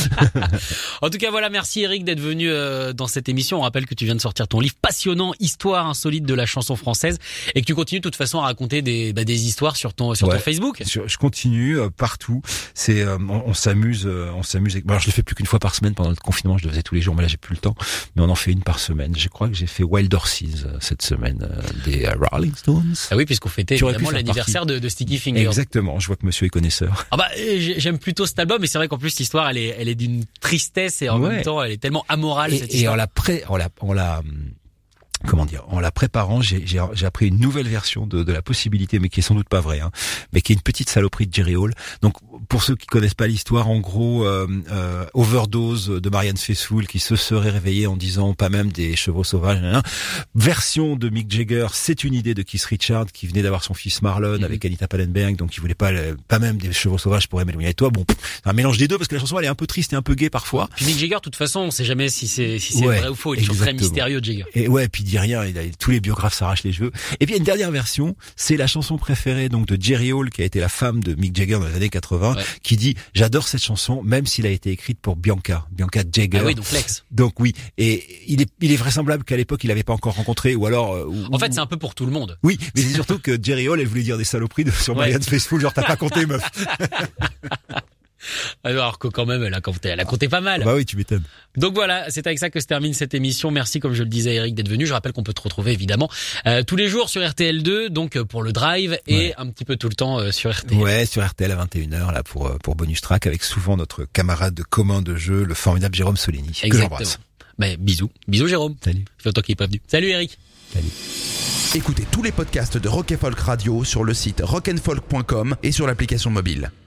Speaker 3: En tout cas, voilà, merci Éric d'être venu euh, dans cette émission. On rappelle que tu viens de sortir ton livre passionnant, Histoire insolite de la chanson française, et que tu continues de toute façon à raconter des bah, des histoires sur ton sur
Speaker 4: ouais,
Speaker 3: ton Facebook.
Speaker 4: Sur, je continue euh, partout. C'est euh, on, on s'amuse, euh, on s'amuse. Avec... Bon, alors, je le fais plus qu'une fois par semaine pendant le confinement. Je le faisais tous les jours, mais là j'ai plus le temps. Mais on en fait une par semaine. Je crois que j'ai fait Wild Horses euh, cette semaine euh, des euh, Rolling Stones.
Speaker 3: Ah oui, puisqu'on fêtait
Speaker 4: tu
Speaker 3: évidemment l'anniversaire de, de Sticky Fingers.
Speaker 4: Exactement. Je vois que Monsieur est connaisseur.
Speaker 3: Ah bah j'aime plutôt cet album, mais c'est vrai qu'en plus l'histoire elle est elle est d'une tristesse et en ouais. même temps elle est tellement amorale
Speaker 4: et,
Speaker 3: cette
Speaker 4: et
Speaker 3: histoire.
Speaker 4: Et on l'a pré, on l'a on l'a comment dire, en la préparant, j'ai, j'ai, j'ai appris une nouvelle version de, de la possibilité, mais qui est sans doute pas vraie, hein, mais qui est une petite saloperie de Jerry Hall. Donc, pour ceux qui connaissent pas l'histoire, en gros, euh, euh, overdose de Marianne Faithfull qui se serait réveillée en disant pas même des chevaux sauvages. Nan, nan. Version de Mick Jagger, c'est une idée de Keith Richards qui venait d'avoir son fils Marlon mm-hmm. avec Anita Pallenberg, donc il voulait pas pas même des chevaux sauvages pour Emmanuel et toi. Bon, c'est un mélange des deux parce que la chanson elle est un peu triste et un peu gaie parfois.
Speaker 3: Puis Mick Jagger, de toute façon, on sait jamais si c'est si c'est
Speaker 4: ouais,
Speaker 3: vrai ou faux. Il est toujours très mystérieux, Jagger.
Speaker 4: Et ouais, puis il dit rien. Il a, tous les biographes s'arrachent les cheveux. Et puis il y a une dernière version, c'est la chanson préférée donc de Jerry Hall, qui a été la femme de Mick Jagger dans les années quatre-vingts, ouais. qui dit j'adore cette chanson même s'il a été écrite pour Bianca, Bianca Jagger.
Speaker 3: Ah oui, donc l'ex.
Speaker 4: Donc oui, et il est il est vraisemblable qu'à l'époque il l'avait pas encore rencontré, ou alors. Euh, ou,
Speaker 3: en fait, c'est un peu pour tout le monde.
Speaker 4: Oui, mais c'est surtout que Jerry Hall, elle voulait dire des saloperies de, sur ouais. Marianne Faithfull, genre t'as pas compté meuf.
Speaker 3: Alors que quand même, elle a compté, elle a compté pas mal.
Speaker 4: Bah oui, tu m'étonnes.
Speaker 3: Donc voilà, c'est avec ça que se termine cette émission. Merci, comme je le disais, Éric, d'être venu. Je rappelle qu'on peut te retrouver évidemment euh, tous les jours sur R T L deux, donc pour le drive, et ouais. un petit peu tout le temps euh, sur R T L.
Speaker 4: Ouais, sur R T L à vingt et une heures là pour pour bonus track, avec souvent notre camarade de commun de jeu, le formidable Jérôme Solini.
Speaker 3: Exactement.
Speaker 4: Que j'embrasse.
Speaker 3: Ben bisous, bisous Jérôme.
Speaker 4: Salut.
Speaker 3: C'est toi qui est pas venu. Salut Éric.
Speaker 4: Salut.
Speaker 9: Écoutez tous les podcasts de Rock and Folk Radio sur le site rock and folk point com et sur l'application mobile.